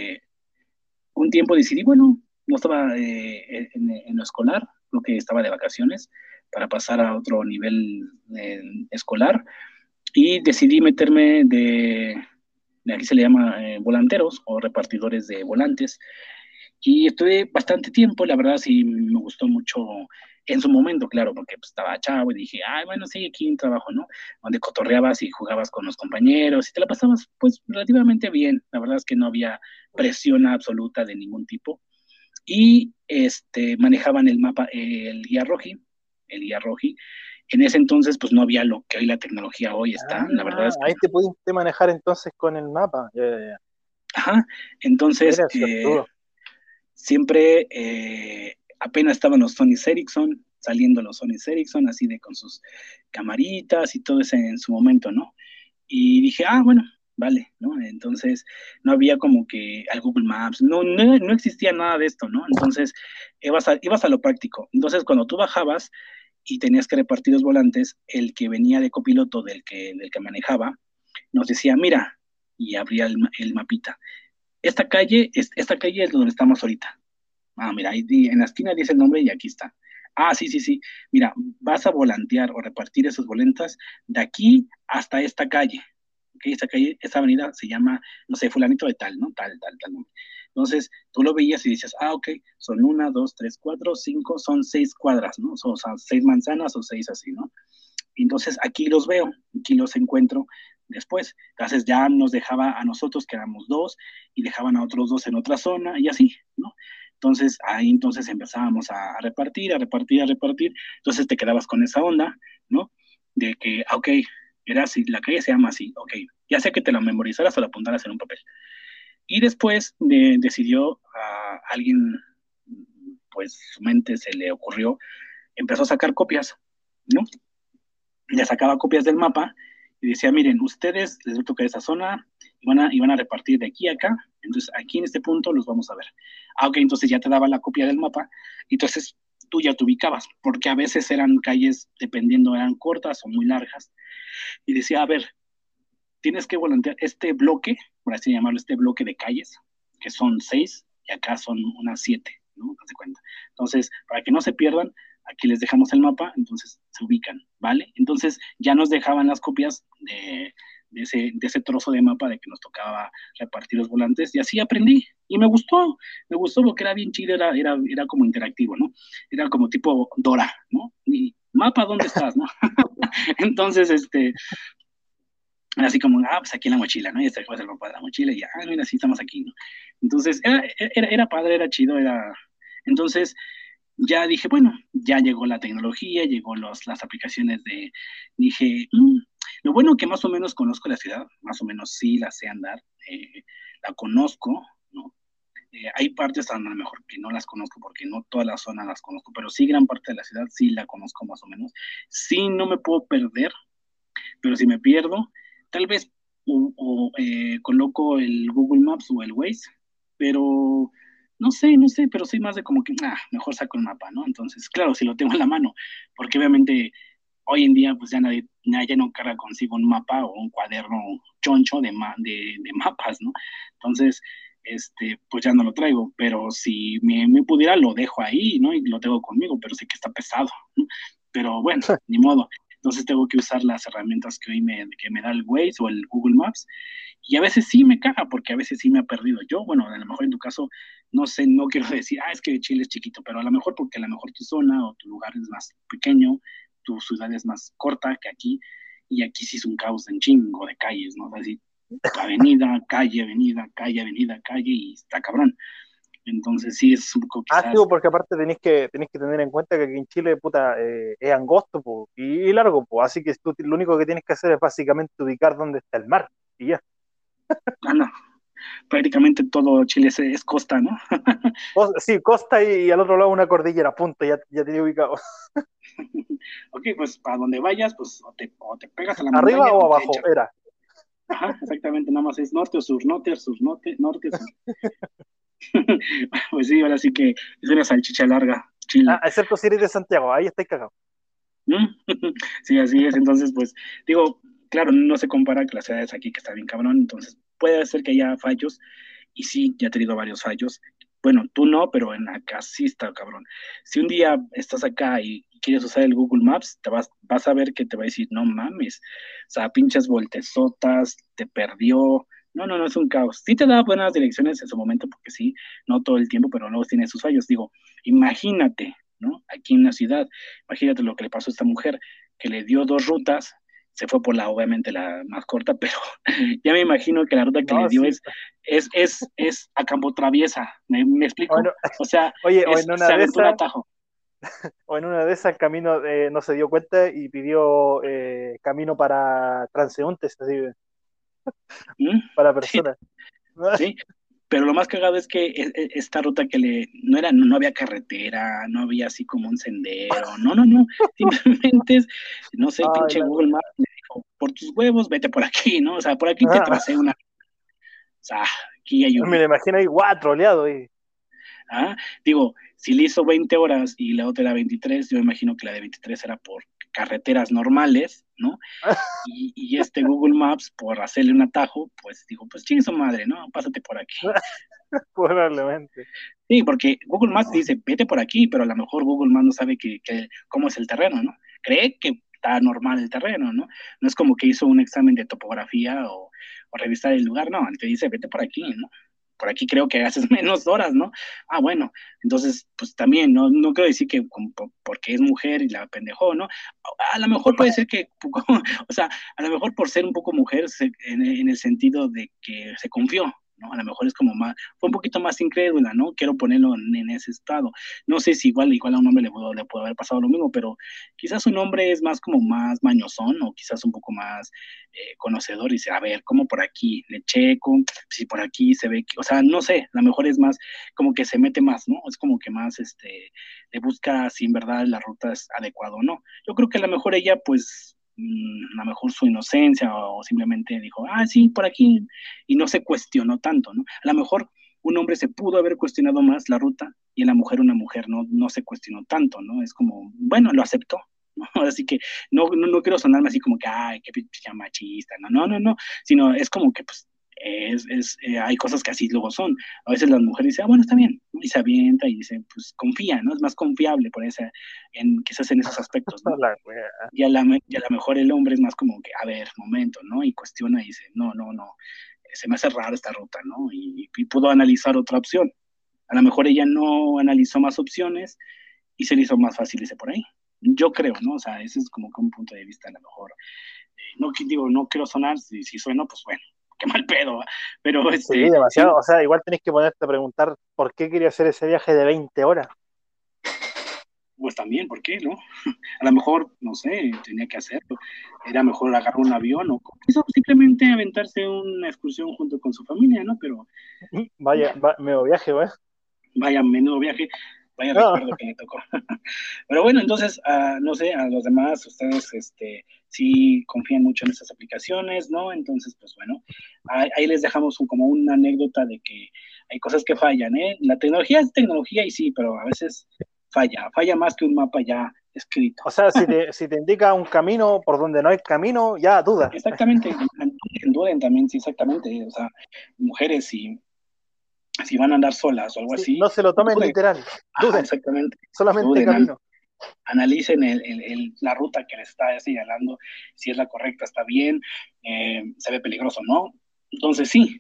S1: un tiempo decidí, bueno, no estaba en lo escolar, creo que estaba de vacaciones para pasar a otro nivel escolar y decidí meterme de aquí se le llama volanteros o repartidores de volantes. Y estuve bastante tiempo, la verdad sí me gustó mucho en su momento, claro, porque pues, estaba chavo y dije, ay, bueno, sí, aquí un trabajo, ¿no? Donde cotorreabas y jugabas con los compañeros y te la pasabas pues relativamente bien. La verdad es que no había presión absoluta de ningún tipo. Y manejaban el mapa, el guía Roji. En ese entonces pues no había lo que hoy la tecnología hoy está. La verdad
S2: Ah,
S1: es que,
S2: ahí te pudiste manejar entonces con el mapa. Ya, ya, ya.
S1: ajá, entonces
S2: Mira, suertudo.
S1: siempre apenas estaban los Sony Ericsson, saliendo los Sony Ericsson, así de con sus camaritas y todo eso en su momento, ¿no? Y dije, bueno, vale, ¿no? Entonces no había como que al Google Maps, no existía nada de esto, ¿no? Entonces ibas a lo práctico. Entonces cuando tú bajabas y tenías que repartir los volantes, el que venía de copiloto del que manejaba, nos decía, mira, y abría el mapita. Esta calle es donde estamos ahorita. Mira, ahí en la esquina dice el nombre y aquí está. Sí, sí, sí. Mira, vas a volantear o repartir esos volantes de aquí hasta esta calle. ¿Ok? Esta calle, esta avenida se llama, no sé, fulanito de tal, ¿no? Tal, tal, tal nombre. Entonces, tú lo veías y dices, ok, son una, dos, tres, cuatro, cinco, son 6 cuadras, ¿no? O sea, 6 manzanas o 6 así, ¿no? Entonces, aquí los veo, aquí los encuentro después. Entonces, ya nos dejaba a nosotros, que éramos dos, y dejaban a otros dos en otra zona, y así, ¿no? Entonces, ahí entonces empezábamos a repartir, a repartir, a repartir. Entonces te quedabas con esa onda, ¿no? De que, ok, era así, la calle se llama así, ok. Ya sea que te la memorizaras o la apuntaras en un papel. Y después decidió a alguien, pues su mente se le ocurrió, empezó a sacar copias, ¿no? Le sacaba copias del mapa y decía, miren, ustedes les va a tocar esa zona y van a repartir de aquí a acá, entonces aquí en este punto los vamos a ver. Ok, entonces ya te daba la copia del mapa, y entonces tú ya te ubicabas, porque a veces eran calles, dependiendo, eran cortas o muy largas, y decía, a ver, tienes que volantear este bloque, por así llamarlo, este bloque de calles, que son 6 y acá son unas 7, ¿no? Haz de cuenta. Entonces, para que no se pierdan, aquí les dejamos el mapa, entonces se ubican, ¿vale? Entonces ya nos dejaban las copias de ese trozo de mapa de que nos tocaba repartir los volantes y así aprendí. Y me gustó porque era bien chido, era como interactivo, ¿no? Era como tipo Dora, ¿no? Y mapa, ¿dónde estás, no? Entonces, así como, pues aquí en la mochila, ¿no? Y este fue el ropa de la mochila y ya, mira, sí estamos aquí, ¿no? Entonces, era padre, era chido, Entonces, ya dije, bueno, ya llegó la tecnología, llegó las aplicaciones dije, lo bueno que más o menos conozco la ciudad, más o menos sí la sé andar, la conozco, ¿no? Hay partes a lo mejor que no las conozco porque no toda la zona las conozco, pero sí gran parte de la ciudad sí la conozco más o menos. Sí, no me puedo perder, pero si me pierdo, tal vez coloco el Google Maps o el Waze, pero no sé, pero soy más de como que, mejor saco el mapa, ¿no? Entonces, claro, si lo tengo en la mano, porque obviamente hoy en día pues ya nadie, ya no carga consigo un mapa o un cuaderno choncho de mapas, ¿no? Entonces, pues ya no lo traigo, pero si me pudiera lo dejo ahí, ¿no? Y lo tengo conmigo, pero sé que está pesado, ¿no? Pero bueno, ni modo. Entonces tengo que usar las herramientas que me da el Waze o el Google Maps. Y a veces sí me caga, porque a veces sí me ha perdido. Yo, bueno, a lo mejor en tu caso, no sé, no quiero decir, es que Chile es chiquito, pero a lo mejor porque a lo mejor tu zona o tu lugar es más pequeño, tu ciudad es más corta que aquí, y aquí sí es un caos en chingo de calles, ¿no? Así, avenida, calle, y está cabrón. Entonces sí es un poco
S2: Sí,
S1: quizás.
S2: porque aparte tenéis que tener en cuenta que aquí en Chile, puta, es angosto po, y largo, po, así que tú lo único que tienes que hacer es básicamente ubicar dónde está el mar, y ya.
S1: No, prácticamente todo Chile es costa, ¿no?
S2: Sí, costa y al otro lado una cordillera, punto, ya te he ubicado.
S1: Ok, pues para donde vayas, pues o te pegas a la
S2: ¿Arriba
S1: montaña
S2: o
S1: o te
S2: abajo?
S1: echas.
S2: Era.
S1: Ajá, exactamente, nada más es norte o sur, norte o sur, norte, norte o sur. Pues sí, ahora sí que es una salchicha larga,
S2: Ah,
S1: Chile.
S2: excepto si eres de Santiago, ahí estáis cagados.
S1: ¿Mm? Sí, así es. Entonces, pues, digo, claro, no se compara con las ciudades aquí, que está bien cabrón. Entonces, puede ser que haya fallos, y sí, ya he tenido varios fallos. Bueno, tú no, pero en acá sí está cabrón. Si un día estás acá y quieres usar el Google Maps, vas a ver que te va a decir, no mames, o sea, pinches voltesotas, te perdió. No, no, no, es un caos. Sí te da buenas direcciones en su momento, porque sí, no todo el tiempo, pero luego tiene sus fallos. Digo, imagínate, ¿no? Aquí en la ciudad, imagínate lo que le pasó a esta mujer, que le dio dos rutas, se fue por obviamente la más corta, pero ya me imagino que la ruta que le
S2: No,
S1: dio
S2: sí.
S1: es a campo traviesa, ¿me explico?
S2: Bueno,
S1: O sea,
S2: oye, o en una
S1: se
S2: de
S1: aventó un
S2: esas,
S1: atajo.
S2: el camino no se dio cuenta y pidió camino para transeúntes, así,
S1: ¿Mm?
S2: para
S1: Sí,
S2: personas.
S1: sí, pero lo más cagado es que esta ruta que no era, no había carretera, no había así como un sendero, no, no, no, simplemente es, no sé, el
S2: Ay,
S1: pinche
S2: la
S1: Google
S2: wea.
S1: Maps me dijo, por tus huevos, vete por aquí, ¿no? O sea, por aquí te tracé una, o sea, aquí hay
S2: Me lo imagino ahí, guau, troleado.
S1: ¿ah? Digo, si le hizo 20 horas y la otra era 23, yo imagino que la de 23 era por carreteras normales, ¿no? Y este Google Maps, por hacerle un atajo, pues dijo, pues chingue su madre, ¿no? Pásate por aquí.
S2: Probablemente.
S1: Sí, porque Google Maps dice, vete por aquí, pero a lo mejor Google Maps no sabe cómo es el terreno, ¿no? Cree que está normal el terreno, ¿no? No es como que hizo un examen de topografía o revisar el lugar, no, te dice, vete por aquí, ¿no? Por aquí creo que haces menos horas, ¿no? Ah, bueno, entonces, pues también, no quiero decir que porque es mujer y la pendejó, ¿no? A lo mejor puede ser que, o sea, a lo mejor por ser un poco mujer, en el sentido de que se confió, ¿no? A lo mejor es como más, fue un poquito más incrédula, ¿no? Quiero ponerlo en ese estado. No sé si igual a un hombre le puede haber pasado lo mismo, pero quizás un hombre es más como más mañosón o quizás un poco más conocedor y dice, a ver, ¿cómo por aquí? Le checo, si por aquí se ve, o sea, no sé, a lo mejor es más como que se mete más, ¿no? Es como que más, le busca si en verdad la ruta es adecuada o no. Yo creo que a lo mejor ella, pues, a lo mejor su inocencia o simplemente dijo, ah, sí, por aquí, y no se cuestionó tanto, ¿no? A lo mejor un hombre se pudo haber cuestionado más la ruta y en la mujer una mujer no se cuestionó tanto, ¿no? Es como, bueno, lo aceptó, ¿no? Así que no quiero sonarme así como que, ay, qué pinche machista, no, sino es como que, pues, hay cosas que así luego son. A veces las mujeres dicen, ah, bueno, está bien, ¿no? Y se avienta y dice, pues confía, ¿no? Es más confiable por esa, quizás en esos aspectos, ¿no?
S2: La wea.
S1: Y a lo mejor el hombre es más como que, a ver, momento, ¿no? Y cuestiona y dice, no, se me hace raro esta ruta, ¿no? Y pudo analizar otra opción. A lo mejor ella no analizó más opciones y se le hizo más fácil irse por ahí. Yo creo, ¿no? O sea, ese es como que un punto de vista a lo mejor. No digo, no quiero sonar, si sueno, pues bueno, qué mal pedo, ¿va? Pero
S2: Sí, demasiado.
S1: sí,
S2: O sea, igual tenés que ponerte a preguntar por qué quería hacer ese viaje de 20 horas.
S1: pues también, ¿por qué, no? A lo mejor, no sé, tenía que hacerlo. Era mejor agarrar un avión o quiso simplemente aventarse una excursión junto con su familia, ¿no? Pero
S2: Vaya, medio viaje, weón.
S1: vaya menudo viaje, vaya
S2: No,
S1: recuerdo que le tocó. Pero bueno, entonces, no sé, a los demás, ustedes sí confían mucho en estas aplicaciones, ¿no? Entonces, pues bueno, ahí les dejamos como una anécdota de que hay cosas que fallan, ¿eh? La tecnología es tecnología y sí, pero a veces falla más que un mapa ya escrito.
S2: o sea, si te indica un camino por donde no hay camino, ya duda.
S1: Exactamente, duden también, sí, exactamente. O sea, mujeres, si van a andar solas o algo
S2: Sí,
S1: así,
S2: no se lo tomen
S1: duden.
S2: literal.
S1: Ajá,
S2: Duden,
S1: exactamente.
S2: solamente
S1: Duden,
S2: camino.
S1: analicen la ruta que les está señalando, si es la correcta, está bien, se ve peligroso o no. Entonces, sí,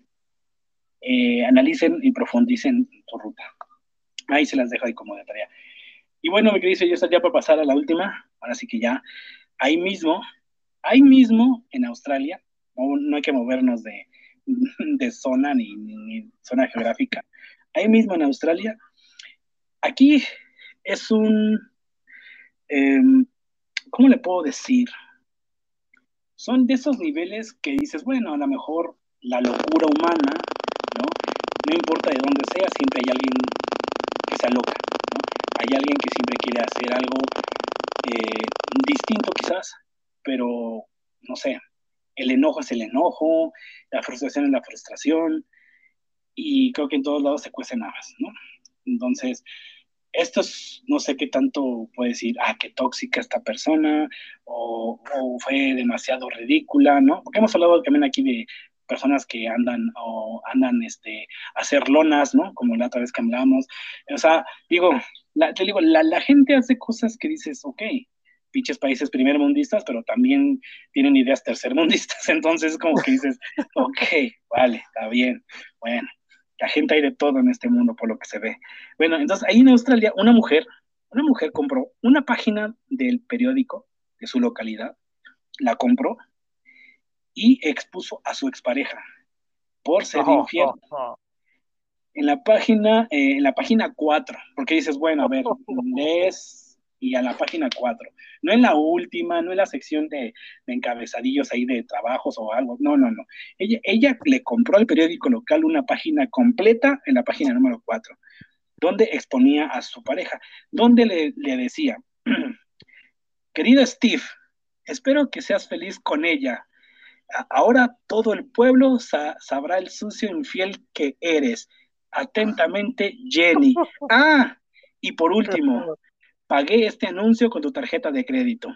S1: analicen y profundicen su ruta. Ahí se las dejo ahí como de tarea. Y bueno, mi querido, yo ya para pasar a la última, ahora sí que ya, ahí mismo, ahí mismo en Australia, no hay que movernos de zona ni zona geográfica, ahí mismo en Australia, aquí es eh, ¿cómo le puedo decir? Son de esos niveles que dices, bueno, a lo mejor la locura humana, ¿no? No importa de dónde sea, siempre hay alguien que se aloca, ¿no? Hay alguien que siempre quiere hacer algo distinto quizás, pero no sé. el enojo es el enojo, la frustración es la frustración, y creo que en todos lados se cuecen habas, ¿no? Entonces, esto es, no sé qué tanto puede decir, qué tóxica esta persona, o fue demasiado ridícula, ¿no? Porque hemos hablado también aquí de personas que andan a hacer lonas, ¿no? Como la otra vez que hablamos. O sea, digo, te digo, la gente hace cosas que dices, ok, pinches países primermundistas, pero también tienen ideas tercermundistas, entonces como que dices, ok, vale, está bien, bueno, la gente hay de todo en este mundo por lo que se ve. Bueno, entonces ahí en Australia una mujer compró una página del periódico de su localidad, la compró y expuso a su expareja por ser
S2: Oh,
S1: infiel
S2: oh, oh.
S1: en la página 4, porque dices, bueno, a ver, lees y a la página 4, no en la última, no en la sección de encabezadillos ahí de trabajos o algo, no, no, no. Ella le compró al periódico local una página completa en la página número 4 donde exponía a su pareja, donde le decía, querido Steve, espero que seas feliz con ella. Ahora todo el pueblo sabrá el sucio infiel que eres. Atentamente, Jenny. Y por último, pagué este anuncio con tu tarjeta de crédito.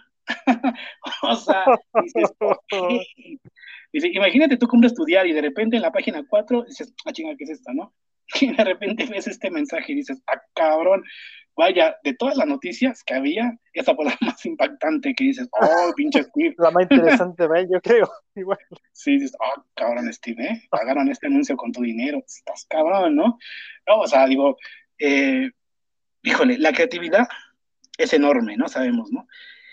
S1: O sea, dices, ok. Dice, imagínate tú compras tu diario y de repente en la página 4 dices, chinga, ¿qué es esto, no? Y de repente ves este mensaje y dices, cabrón, vaya, de todas las noticias que había, esa fue la más impactante que dices, oh, pinche Steve.
S2: La más interesante para él, yo creo. Igual.
S1: Sí, dices, cabrón, Steve, pagaron este anuncio con tu dinero, estás cabrón, ¿no? No, o sea, digo, eh, híjole, la creatividad es enorme, ¿no? Sabemos, ¿no?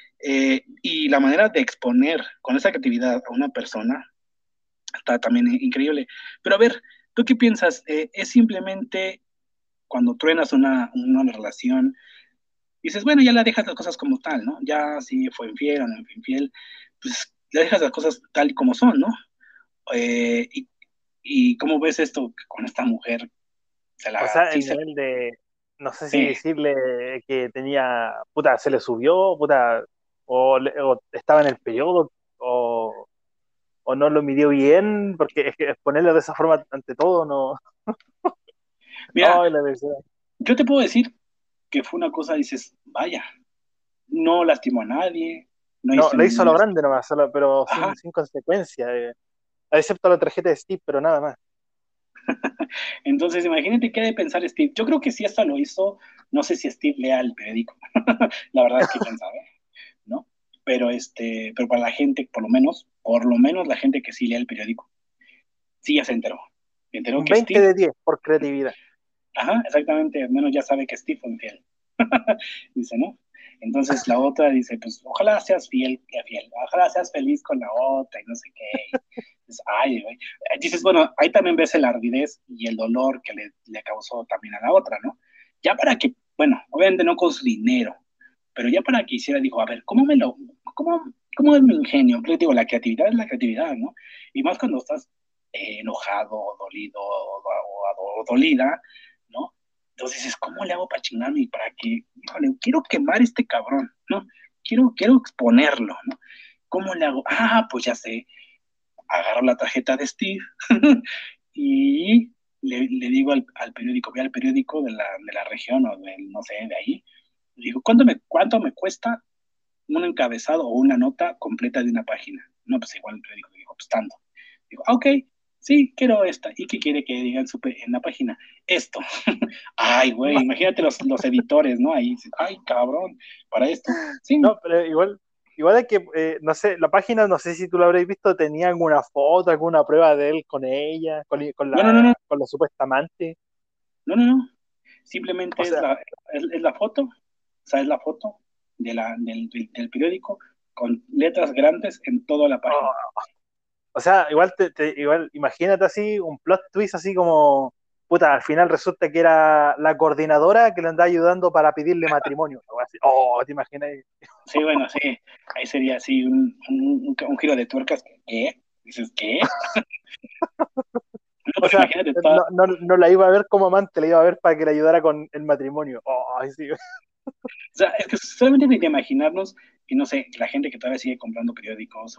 S1: Y la manera de exponer con esa creatividad a una persona está también increíble. Pero a ver, ¿tú qué piensas? ¿Es simplemente cuando truenas una relación, dices, bueno, ya la dejas las cosas como tal, ¿no? Ya si fue infiel o no fue infiel, pues ya dejas las cosas tal y como son, ¿no? Y cómo ves esto con esta mujer,
S2: O sea,
S1: sí
S2: el
S1: se,
S2: nivel de, no sé si
S1: sí,
S2: decirle que tenía, puta, se le subió, puta, o estaba en el periodo, o no lo midió bien, porque es que ponerlo de esa forma ante todo, no.
S1: mira,
S2: Ay, la verdad.
S1: yo te puedo decir que fue una cosa, dices, vaya, no lastimó a nadie, no
S2: No,
S1: hizo
S2: lo hizo a
S1: ningún,
S2: lo grande nomás, pero
S1: ajá,
S2: sin consecuencia, excepto la tarjeta de Steve, pero nada más.
S1: entonces imagínate qué ha de pensar Steve, yo creo que si hasta lo hizo, no sé si Steve lea el periódico, la verdad es que quién sabe, ¿no? Pero para la gente, por lo menos la gente que sí lee el periódico, sí ya se enteró
S2: Un
S1: que
S2: 20
S1: Steve,
S2: de 10 por creatividad.
S1: ajá, exactamente, al menos ya sabe que Steve fue infiel. Dice, ¿no? Entonces la otra dice, pues ojalá seas fiel, ojalá seas feliz con la otra y no sé qué. Dices, ay, güey. Dices, bueno, ahí también ves el ardidez y el dolor que le causó también a la otra, ¿no? Ya para que, bueno, obviamente no con su dinero, pero ya para que hiciera, dijo, a ver, ¿cómo es mi ingenio? Porque digo, la creatividad es la creatividad, ¿no? Y más cuando estás enojado, dolido o dolida, ¿no? Entonces dices, ¿cómo le hago para chingarme y para que, híjole, quiero quemar este cabrón, ¿no? Quiero exponerlo, ¿no? ¿Cómo le hago? Pues ya sé, agarro la tarjeta de Steve y le digo al periódico, ve al periódico de la región o del, no sé, de ahí, le digo, ¿cuánto me cuesta un encabezado o una nota completa de una página? No, pues igual el periódico dijo, pues tanto. Digo, ok, sí, quiero esta. ¿Y qué quiere que diga en la página? Esto. Ay, güey, imagínate los editores, ¿no? Ahí, ay, cabrón, para esto. Sí,
S2: No, pero igual es que, no sé, la página, no sé si tú la habréis visto, tenía alguna foto, alguna prueba de él con ella,
S1: no, no, no, no,
S2: con la supuesta amante.
S1: no, no, no.
S2: O
S1: Simplemente es
S2: sea,
S1: la foto, o sea, es la foto del periódico con letras grandes en toda la página.
S2: oh, o sea, igual igual imagínate así, un plot twist así como, puta, al final resulta que era la coordinadora que le andaba ayudando para pedirle matrimonio. Algo así. Oh, ¿te imaginas?
S1: Sí, bueno, sí, ahí sería así un giro de tuercas. ¿Qué? Dices, ¿qué? No,
S2: O
S1: pero
S2: sea,
S1: imagínate
S2: no la iba a ver como amante, la iba a ver para que le ayudara con el matrimonio. Oh, ay, sí.
S1: o sea, es que solamente de imaginarnos que, no sé, la gente que todavía sigue comprando periódicos o que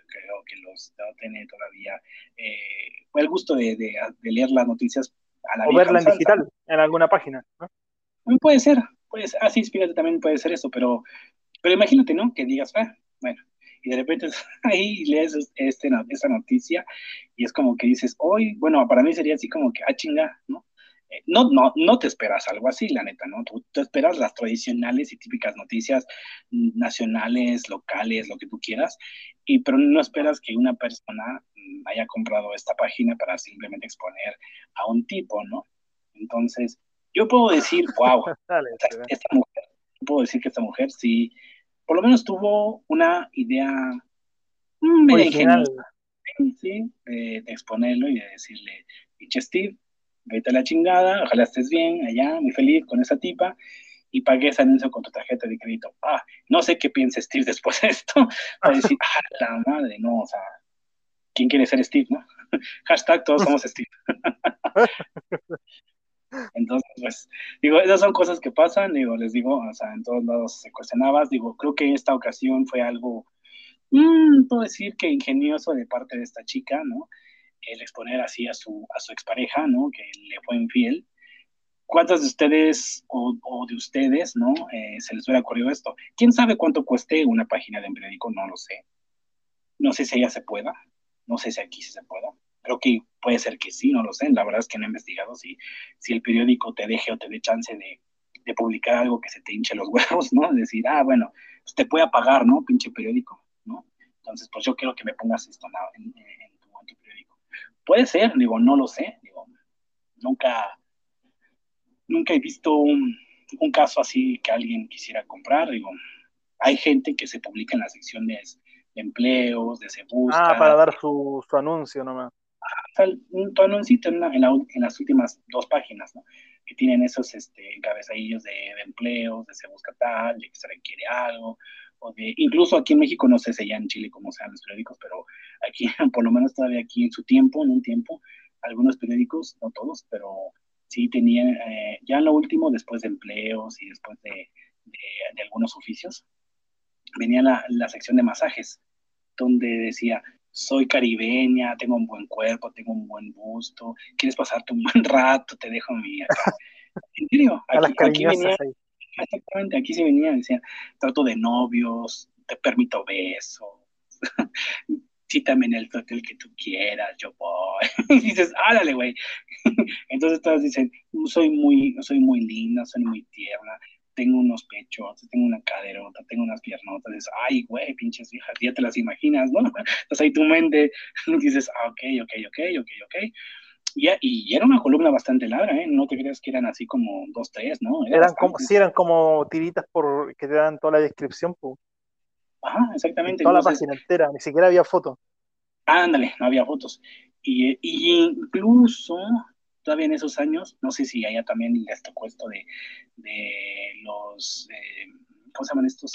S1: creo que los no tiene todavía el gusto de leer las noticias a la
S2: O
S1: vieja
S2: verla en
S1: usanza.
S2: digital, en alguna página, ¿no?
S1: Puede ser, pues, sí, fíjate, también puede ser eso, pero imagínate, ¿no? Que digas, bueno, y de repente ahí lees esta noticia y es como que dices, hoy, bueno, para mí sería así como que, chinga, ¿no? No te esperas algo así, la neta, ¿no? Tú esperas las tradicionales y típicas noticias nacionales, locales, lo que tú quieras, pero no esperas que una persona haya comprado esta página para simplemente exponer a un tipo, ¿no? Entonces, yo puedo decir, wow,
S2: Dale,
S1: esta mujer, puedo decir que esta mujer sí, por lo menos tuvo una idea media ingeniosa,
S2: original.
S1: ¿sí? De exponerlo y de decirle, pinche Steve, vete a la chingada, ojalá estés bien allá, muy feliz con esa tipa, y pagué ese anuncio con tu tarjeta de crédito. No sé qué piensa Steve después de esto, va a decir, la madre, no, o sea, ¿quién quiere ser Steve, no? Hashtag todos somos Steve. Entonces, pues, digo, esas son cosas que pasan, digo, les digo, o sea, en todos lados se cuestionabas, digo, creo que esta ocasión fue algo, puedo decir que ingenioso de parte de esta chica, ¿no? El exponer así a su expareja, ¿no? Que le fue infiel. ¿Cuántos de ustedes o de ustedes, ¿no? Se les hubiera ocurrido esto? ¿Quién sabe cuánto cueste una página de un periódico? No lo sé. No sé si ella se pueda, no sé si aquí sí se pueda. Creo que puede ser que sí, no lo sé. La verdad es que no he investigado si el periódico te deje o te dé chance de publicar algo que se te hinche los huevos, ¿no? Decir, bueno, pues te puede pagar, ¿no? Pinche periódico, ¿no? Entonces, pues yo quiero que me pongas esto en tu periódico. Puede ser, digo, no lo sé, digo, nunca, nunca he visto un caso así que alguien quisiera comprar, digo, hay gente que se publica en la sección de empleos, de se
S2: Para
S1: busca,
S2: dar su anuncio nomás.
S1: tu anuncito en las últimas dos páginas, ¿no? Que tienen esos encabezadillos de empleos, de se busca tal, de que se requiere algo, incluso aquí en México, no sé si allá en Chile cómo sean los periódicos, pero aquí, por lo menos todavía aquí en un tiempo, algunos periódicos, no todos, pero sí tenían, ya en lo último, después de empleos y después de algunos oficios, venía la sección de masajes donde decía, soy caribeña, tengo un buen cuerpo, tengo un buen busto, quieres pasarte un buen rato, te dejo mi acá. En serio,
S2: A las
S1: aquí venía,
S2: cariñosas ahí.
S1: exactamente, aquí se venía, decía, trato de novios, te permito besos, cítame en el hotel que tú quieras, yo voy. Y dices, árale, güey. Entonces todas dicen, soy muy linda, soy muy tierna, tengo unos pechos, tengo una caderota, tengo unas piernotas. Dices, ay, güey, pinches viejas, ya te las imaginas, ¿no? Entonces ahí tu mente dices, ok, ok, ok, ok, ok. Y era una columna bastante larga, ¿eh? No te creas que eran así como dos, tres, ¿no? Era bastante.
S2: Sí, eran como tiritas que te dan toda la descripción, po,
S1: Ajá,
S2: en
S1: exactamente.
S2: toda la
S1: Entonces,
S2: página entera, ni siquiera había fotos.
S1: ándale, no había fotos. Y incluso, todavía en esos años, no sé si allá también les tocó esto de los, ¿cómo se llaman estos?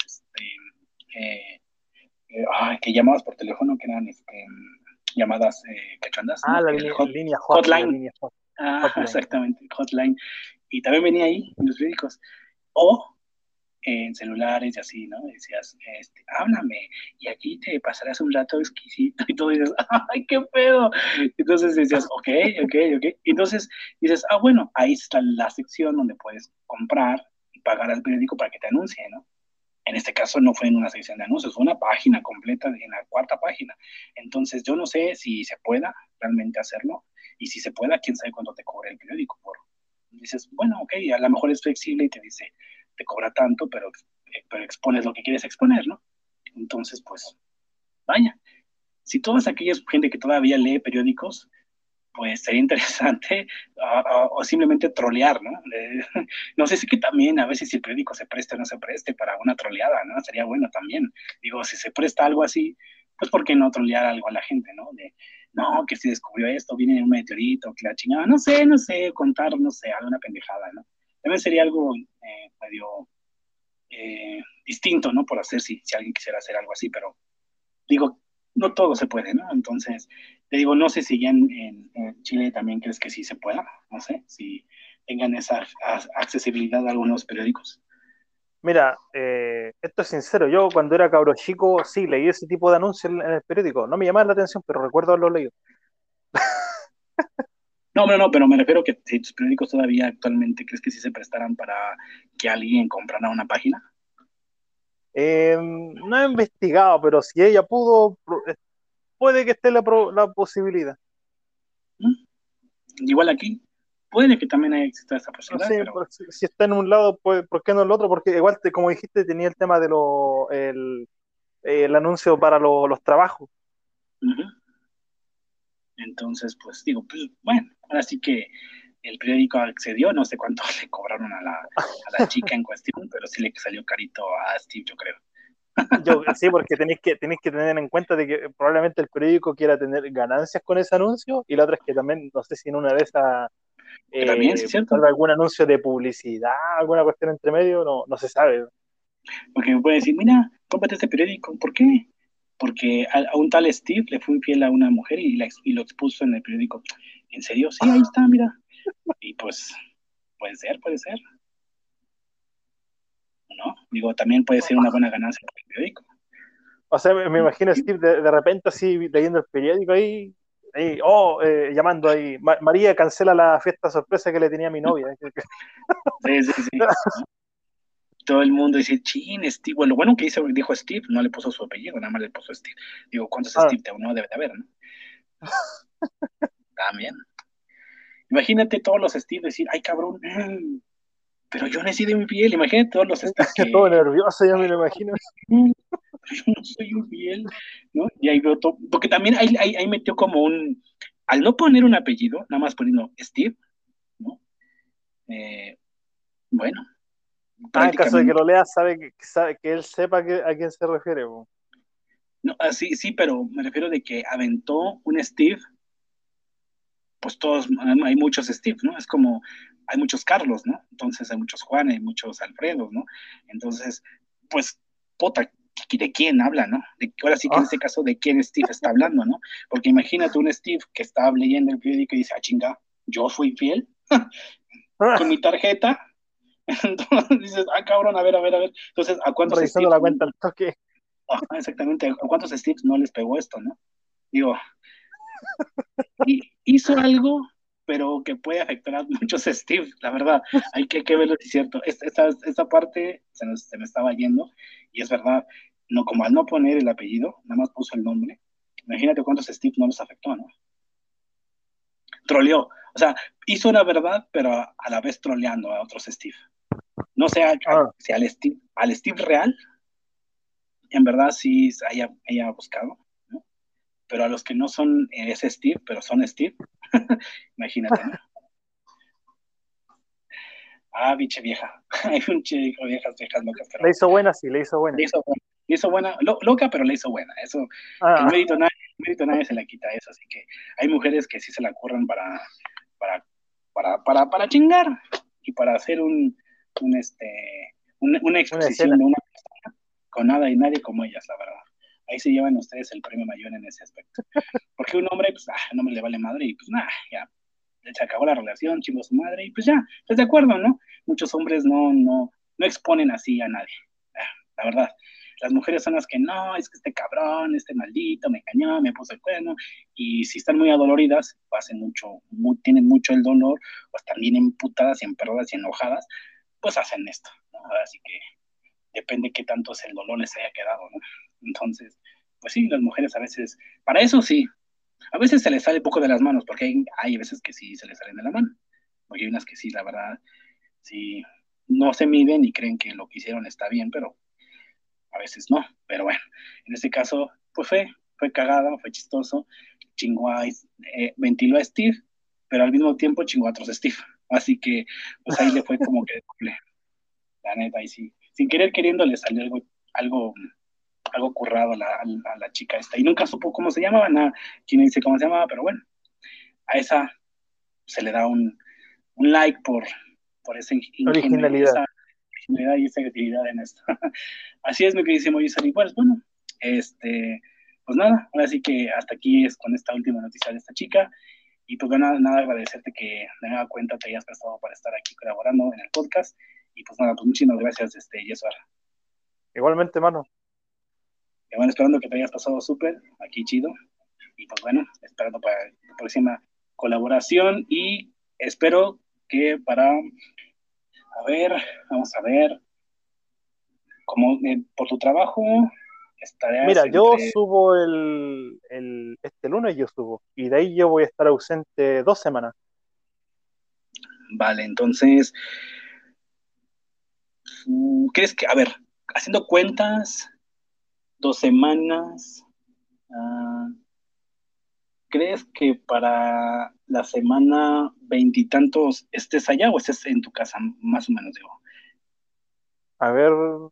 S1: Que llamabas por teléfono, que eran llamadas cachondas, ¿no?
S2: La
S1: El
S2: la
S1: hotline.
S2: línea hotline.
S1: Exactamente, hotline. Y también venía ahí en los periódicos. O en celulares y así, ¿no? Decías, háblame y aquí te pasarás un rato exquisito y todo, y dices, ¡ay, qué pedo! Entonces decías, ok, ok, ok. Entonces dices, bueno, ahí está la sección donde puedes comprar y pagar al periódico para que te anuncie, ¿no? En este caso no fue en una sección de anuncios, fue una página completa, en la cuarta página. Entonces yo no sé si se pueda realmente hacerlo y si se pueda, quién sabe cuánto te cobra el periódico. Dices, bueno, ok, a lo mejor es flexible y te dice, te cobra tanto, pero expones lo que quieres exponer, ¿no? Entonces, pues, vaya, si todas aquellas gente que todavía lee periódicos, pues sería interesante o simplemente trolear, ¿no? No sé si que también a veces si el periódico se preste o no se preste para una troleada, ¿no? Sería bueno también. Digo, si se presta algo así, pues ¿por qué no trolear algo a la gente, ¿no? No, que se descubrió esto, viene un meteorito, que la chingada, no sé, contar, no sé, alguna pendejada, ¿no? También sería algo medio distinto, ¿no? Por hacer si alguien quisiera hacer algo así, pero digo, no todo se puede, ¿no? Entonces, te digo, no sé si ya en Chile también crees que sí se pueda, no sé, si tengan esa accesibilidad a algunos periódicos.
S2: Mira, esto es sincero, yo cuando era cabro chico sí leí ese tipo de anuncios en el periódico, no me llamaba la atención, pero recuerdo haberlo leído.
S1: No, no, no, pero me refiero que si tus periódicos todavía actualmente crees que sí se prestaran para que alguien comprara una página.
S2: No he investigado, pero si ella pudo, puede que esté la posibilidad.
S1: ¿Mm? Igual aquí, puede que también exista esa
S2: No
S1: posibilidad,
S2: sé,
S1: pero
S2: pues, si está en un lado, pues, ¿por qué no en el otro? Porque igual, como dijiste, tenía el tema de el anuncio para los trabajos.
S1: ujú. Entonces, pues digo, pues bueno, ahora sí que el periódico accedió, no sé cuánto le cobraron a la chica en cuestión, pero sí le salió carito a Steve, yo creo.
S2: Yo sí, porque tenéis que tener en cuenta de que probablemente el periódico quiera tener ganancias con ese anuncio y la otra es que también, no sé si en una de esas
S1: Que también, sí es cierto,
S2: salga algún anuncio de publicidad, alguna cuestión entre medio, no se sabe.
S1: porque me puede decir, mira, cómprate este periódico, ¿por qué? Porque a un tal Steve le fue infiel a una mujer y lo expuso en el periódico. ¿En serio? Sí, ahí está, mira. Y pues, puede ser, ¿no? Digo, también puede ser una buena ganancia para el periódico.
S2: O sea, me imagino a Steve de repente así leyendo el periódico llamando ahí, María cancela la fiesta sorpresa que le tenía a mi novia.
S1: Sí, sí, sí. Todo el mundo dice, chin, Steve. Bueno, lo bueno que dijo Steve, no le puso su apellido, nada más le puso Steve. Digo, ¿cuántos
S2: Ah,
S1: Steve no debe de haber, ¿no? También. Imagínate todos los Steve decir, ay, cabrón, pero yo nací de mi piel. Imagínate todos los Steve
S2: todo
S1: que,
S2: nervioso, ya me lo imagino.
S1: yo no soy un fiel, ¿no? Y ahí veo todo, porque también ahí metió como al no poner un apellido, nada más poniendo Steve, ¿no? Eh, bueno,
S2: Ah, en caso de que
S1: prácticamente,
S2: lo lea, sabe que él sepa a quién se refiere. Po.
S1: no, así, sí, pero me refiero de que aventó un Steve, pues todos, hay muchos Steve, ¿no? Es como, hay muchos Carlos, ¿no? Entonces hay muchos Juan, hay muchos Alfredos, ¿no? Entonces, pues, puta, ¿de quién habla, no? Ahora sí que en
S2: Ah,
S1: este caso, ¿de quién Steve está hablando, no? Porque imagínate un Steve que está leyendo el periódico y dice, ah, chinga, yo fui fiel con mi tarjeta. Entonces dices, ah, cabrón, a ver. Entonces, ¿a cuántos
S2: revisando
S1: Steves?
S2: la cuenta al toque.
S1: Exactamente, ¿a cuántos Steves no les pegó esto, no? Digo, hizo algo, pero que puede afectar a muchos Steve, la verdad. Hay que verlo, si es cierto. Esta parte se me estaba yendo, y es verdad, no, como al no poner el apellido, nada más puso el nombre. Imagínate cuántos Steve no los afectó, ¿no? Troleó. O sea, hizo una verdad, pero a la vez troleando a otros Steve. No sé
S2: Ah,
S1: si al Steve real, en verdad sí haya buscado, ¿no? Pero a los que no son ese Steve, pero son Steve, imagínate, ¿no? Ah, biche vieja. Hay un chico viejas locas,
S2: le
S1: pero
S2: hizo buena, sí, le hizo buena.
S1: le hizo buena. Le hizo buena, loca, pero le hizo buena. Eso,
S2: Ah,
S1: el mérito nadie se le quita eso. Así que hay mujeres que sí se la curran para, para chingar y para hacer una
S2: una
S1: exposición
S2: escena.
S1: de una con nada y nadie como ellas, la verdad. Ahí se llevan ustedes el premio mayor en ese aspecto. Porque un hombre, pues, un hombre le vale madre y pues nada, ya se acabó la relación, chingó su madre, y pues ya, estás de acuerdo, ¿no? Muchos hombres no exponen así a nadie, la verdad. Las mujeres son las que no, es que este cabrón, este maldito, me engañó, me puso el cuerno, y si están muy adoloridas, hacen tienen mucho el dolor, o están bien emputadas y emperradas y enojadas, pues hacen esto, ¿no? Así que depende qué tanto es el dolor les haya quedado, ¿no? Entonces, pues sí, las mujeres a veces, para eso sí, a veces se les sale poco de las manos, porque hay veces que sí se les salen de la mano. Porque hay unas que sí, la verdad, sí, no se miden y creen que lo que hicieron está bien, pero a veces no. Pero bueno, en este caso, pues fue cagada, fue chistoso, chingó ventiló a Steve, pero al mismo tiempo chingó a otros Steve. Así que, pues ahí le fue como que doble, la neta, y sí. Sin querer queriendo le salió algo, algo currado a la chica esta. Y nunca supo cómo se llamaba, nada, quién dice cómo se llamaba, pero bueno, a esa se le da un like por esa
S2: Originalidad.
S1: esa ingenuidad y esa creatividad en esto. Así es, mi queridísimo Jason. Y pues bueno, pues nada, ahora sí que hasta aquí es con esta última noticia de esta chica. Y pues nada, nada agradecerte que de nueva cuenta te hayas prestado para estar aquí colaborando en el podcast. Y pues nada, pues muchísimas gracias, Yesar.
S2: Igualmente, mano.
S1: Me van esperando que te hayas pasado súper, aquí chido. Y pues bueno, esperando para la próxima colaboración y espero que a ver, vamos a ver, como por tu trabajo estarás
S2: Mira, yo
S1: entre,
S2: subo este lunes yo subo, y de ahí yo voy a estar ausente 2 semanas.
S1: vale, entonces, ¿crees que, a ver, haciendo cuentas, 2 semanas, ah, ¿crees que para la semana veintitantos estés allá o estés en tu casa, más o menos, digo?
S2: A ver,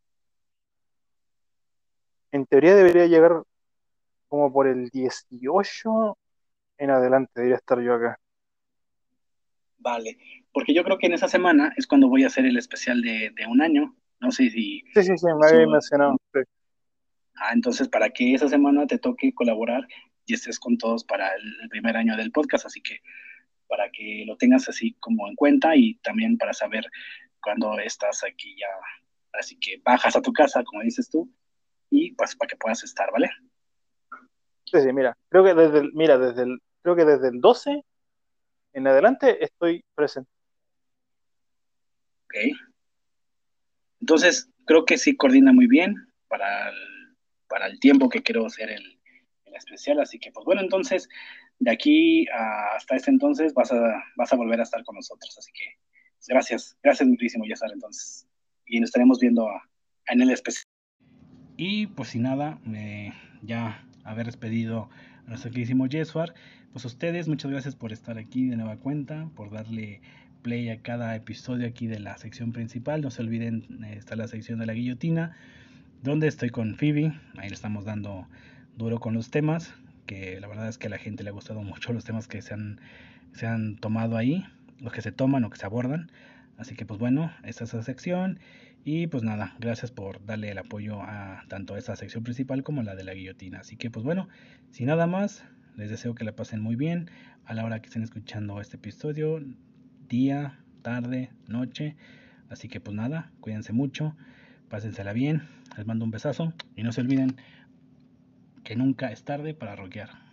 S2: en teoría debería llegar como por el 18 en adelante, debería estar yo acá.
S1: Vale, porque yo creo que en esa semana es cuando voy a hacer el especial de un año. No sé si
S2: Sí, sí, sí, me había
S1: eso.
S2: mencionado. Sí,
S1: Entonces, para que esa semana te toque colaborar y estés con todos para el primer año del podcast, así que para que lo tengas así como en cuenta y también para saber cuándo estás aquí ya. Así que bajas a tu casa, como dices tú, y pues para que puedas estar, ¿vale?
S2: sí, sí, mira, creo que creo que desde el 12 en adelante estoy presente.
S1: Ok. Entonces, creo que sí coordina muy bien para el tiempo que quiero hacer el especial. Así que, pues bueno, entonces, de aquí hasta ese entonces vas a volver a estar con nosotros. Así que, pues, gracias muchísimo, Yasar, entonces. Y nos estaremos viendo en el especial. Y pues sin nada, ya haber despedido a nuestro queridísimo Jeswar, pues a ustedes muchas gracias por estar aquí de nueva cuenta, por darle play a cada episodio aquí de la sección principal. No se olviden, está la sección de la guillotina, donde estoy con Phoebe, ahí le estamos dando duro con los temas, que la verdad es que a la gente le ha gustado mucho los temas que se han tomado ahí, los que se toman o que se abordan. Así que pues bueno, esta es la sección. Y pues nada, gracias por darle el apoyo a tanto a esta sección principal como a la de la guillotina. Así que pues bueno, sin nada más, les deseo que la pasen muy bien a la hora que estén escuchando este episodio, día, tarde, noche. Así que pues nada, cuídense mucho, pásensela bien, les mando un besazo y no se olviden que nunca es tarde para rockear.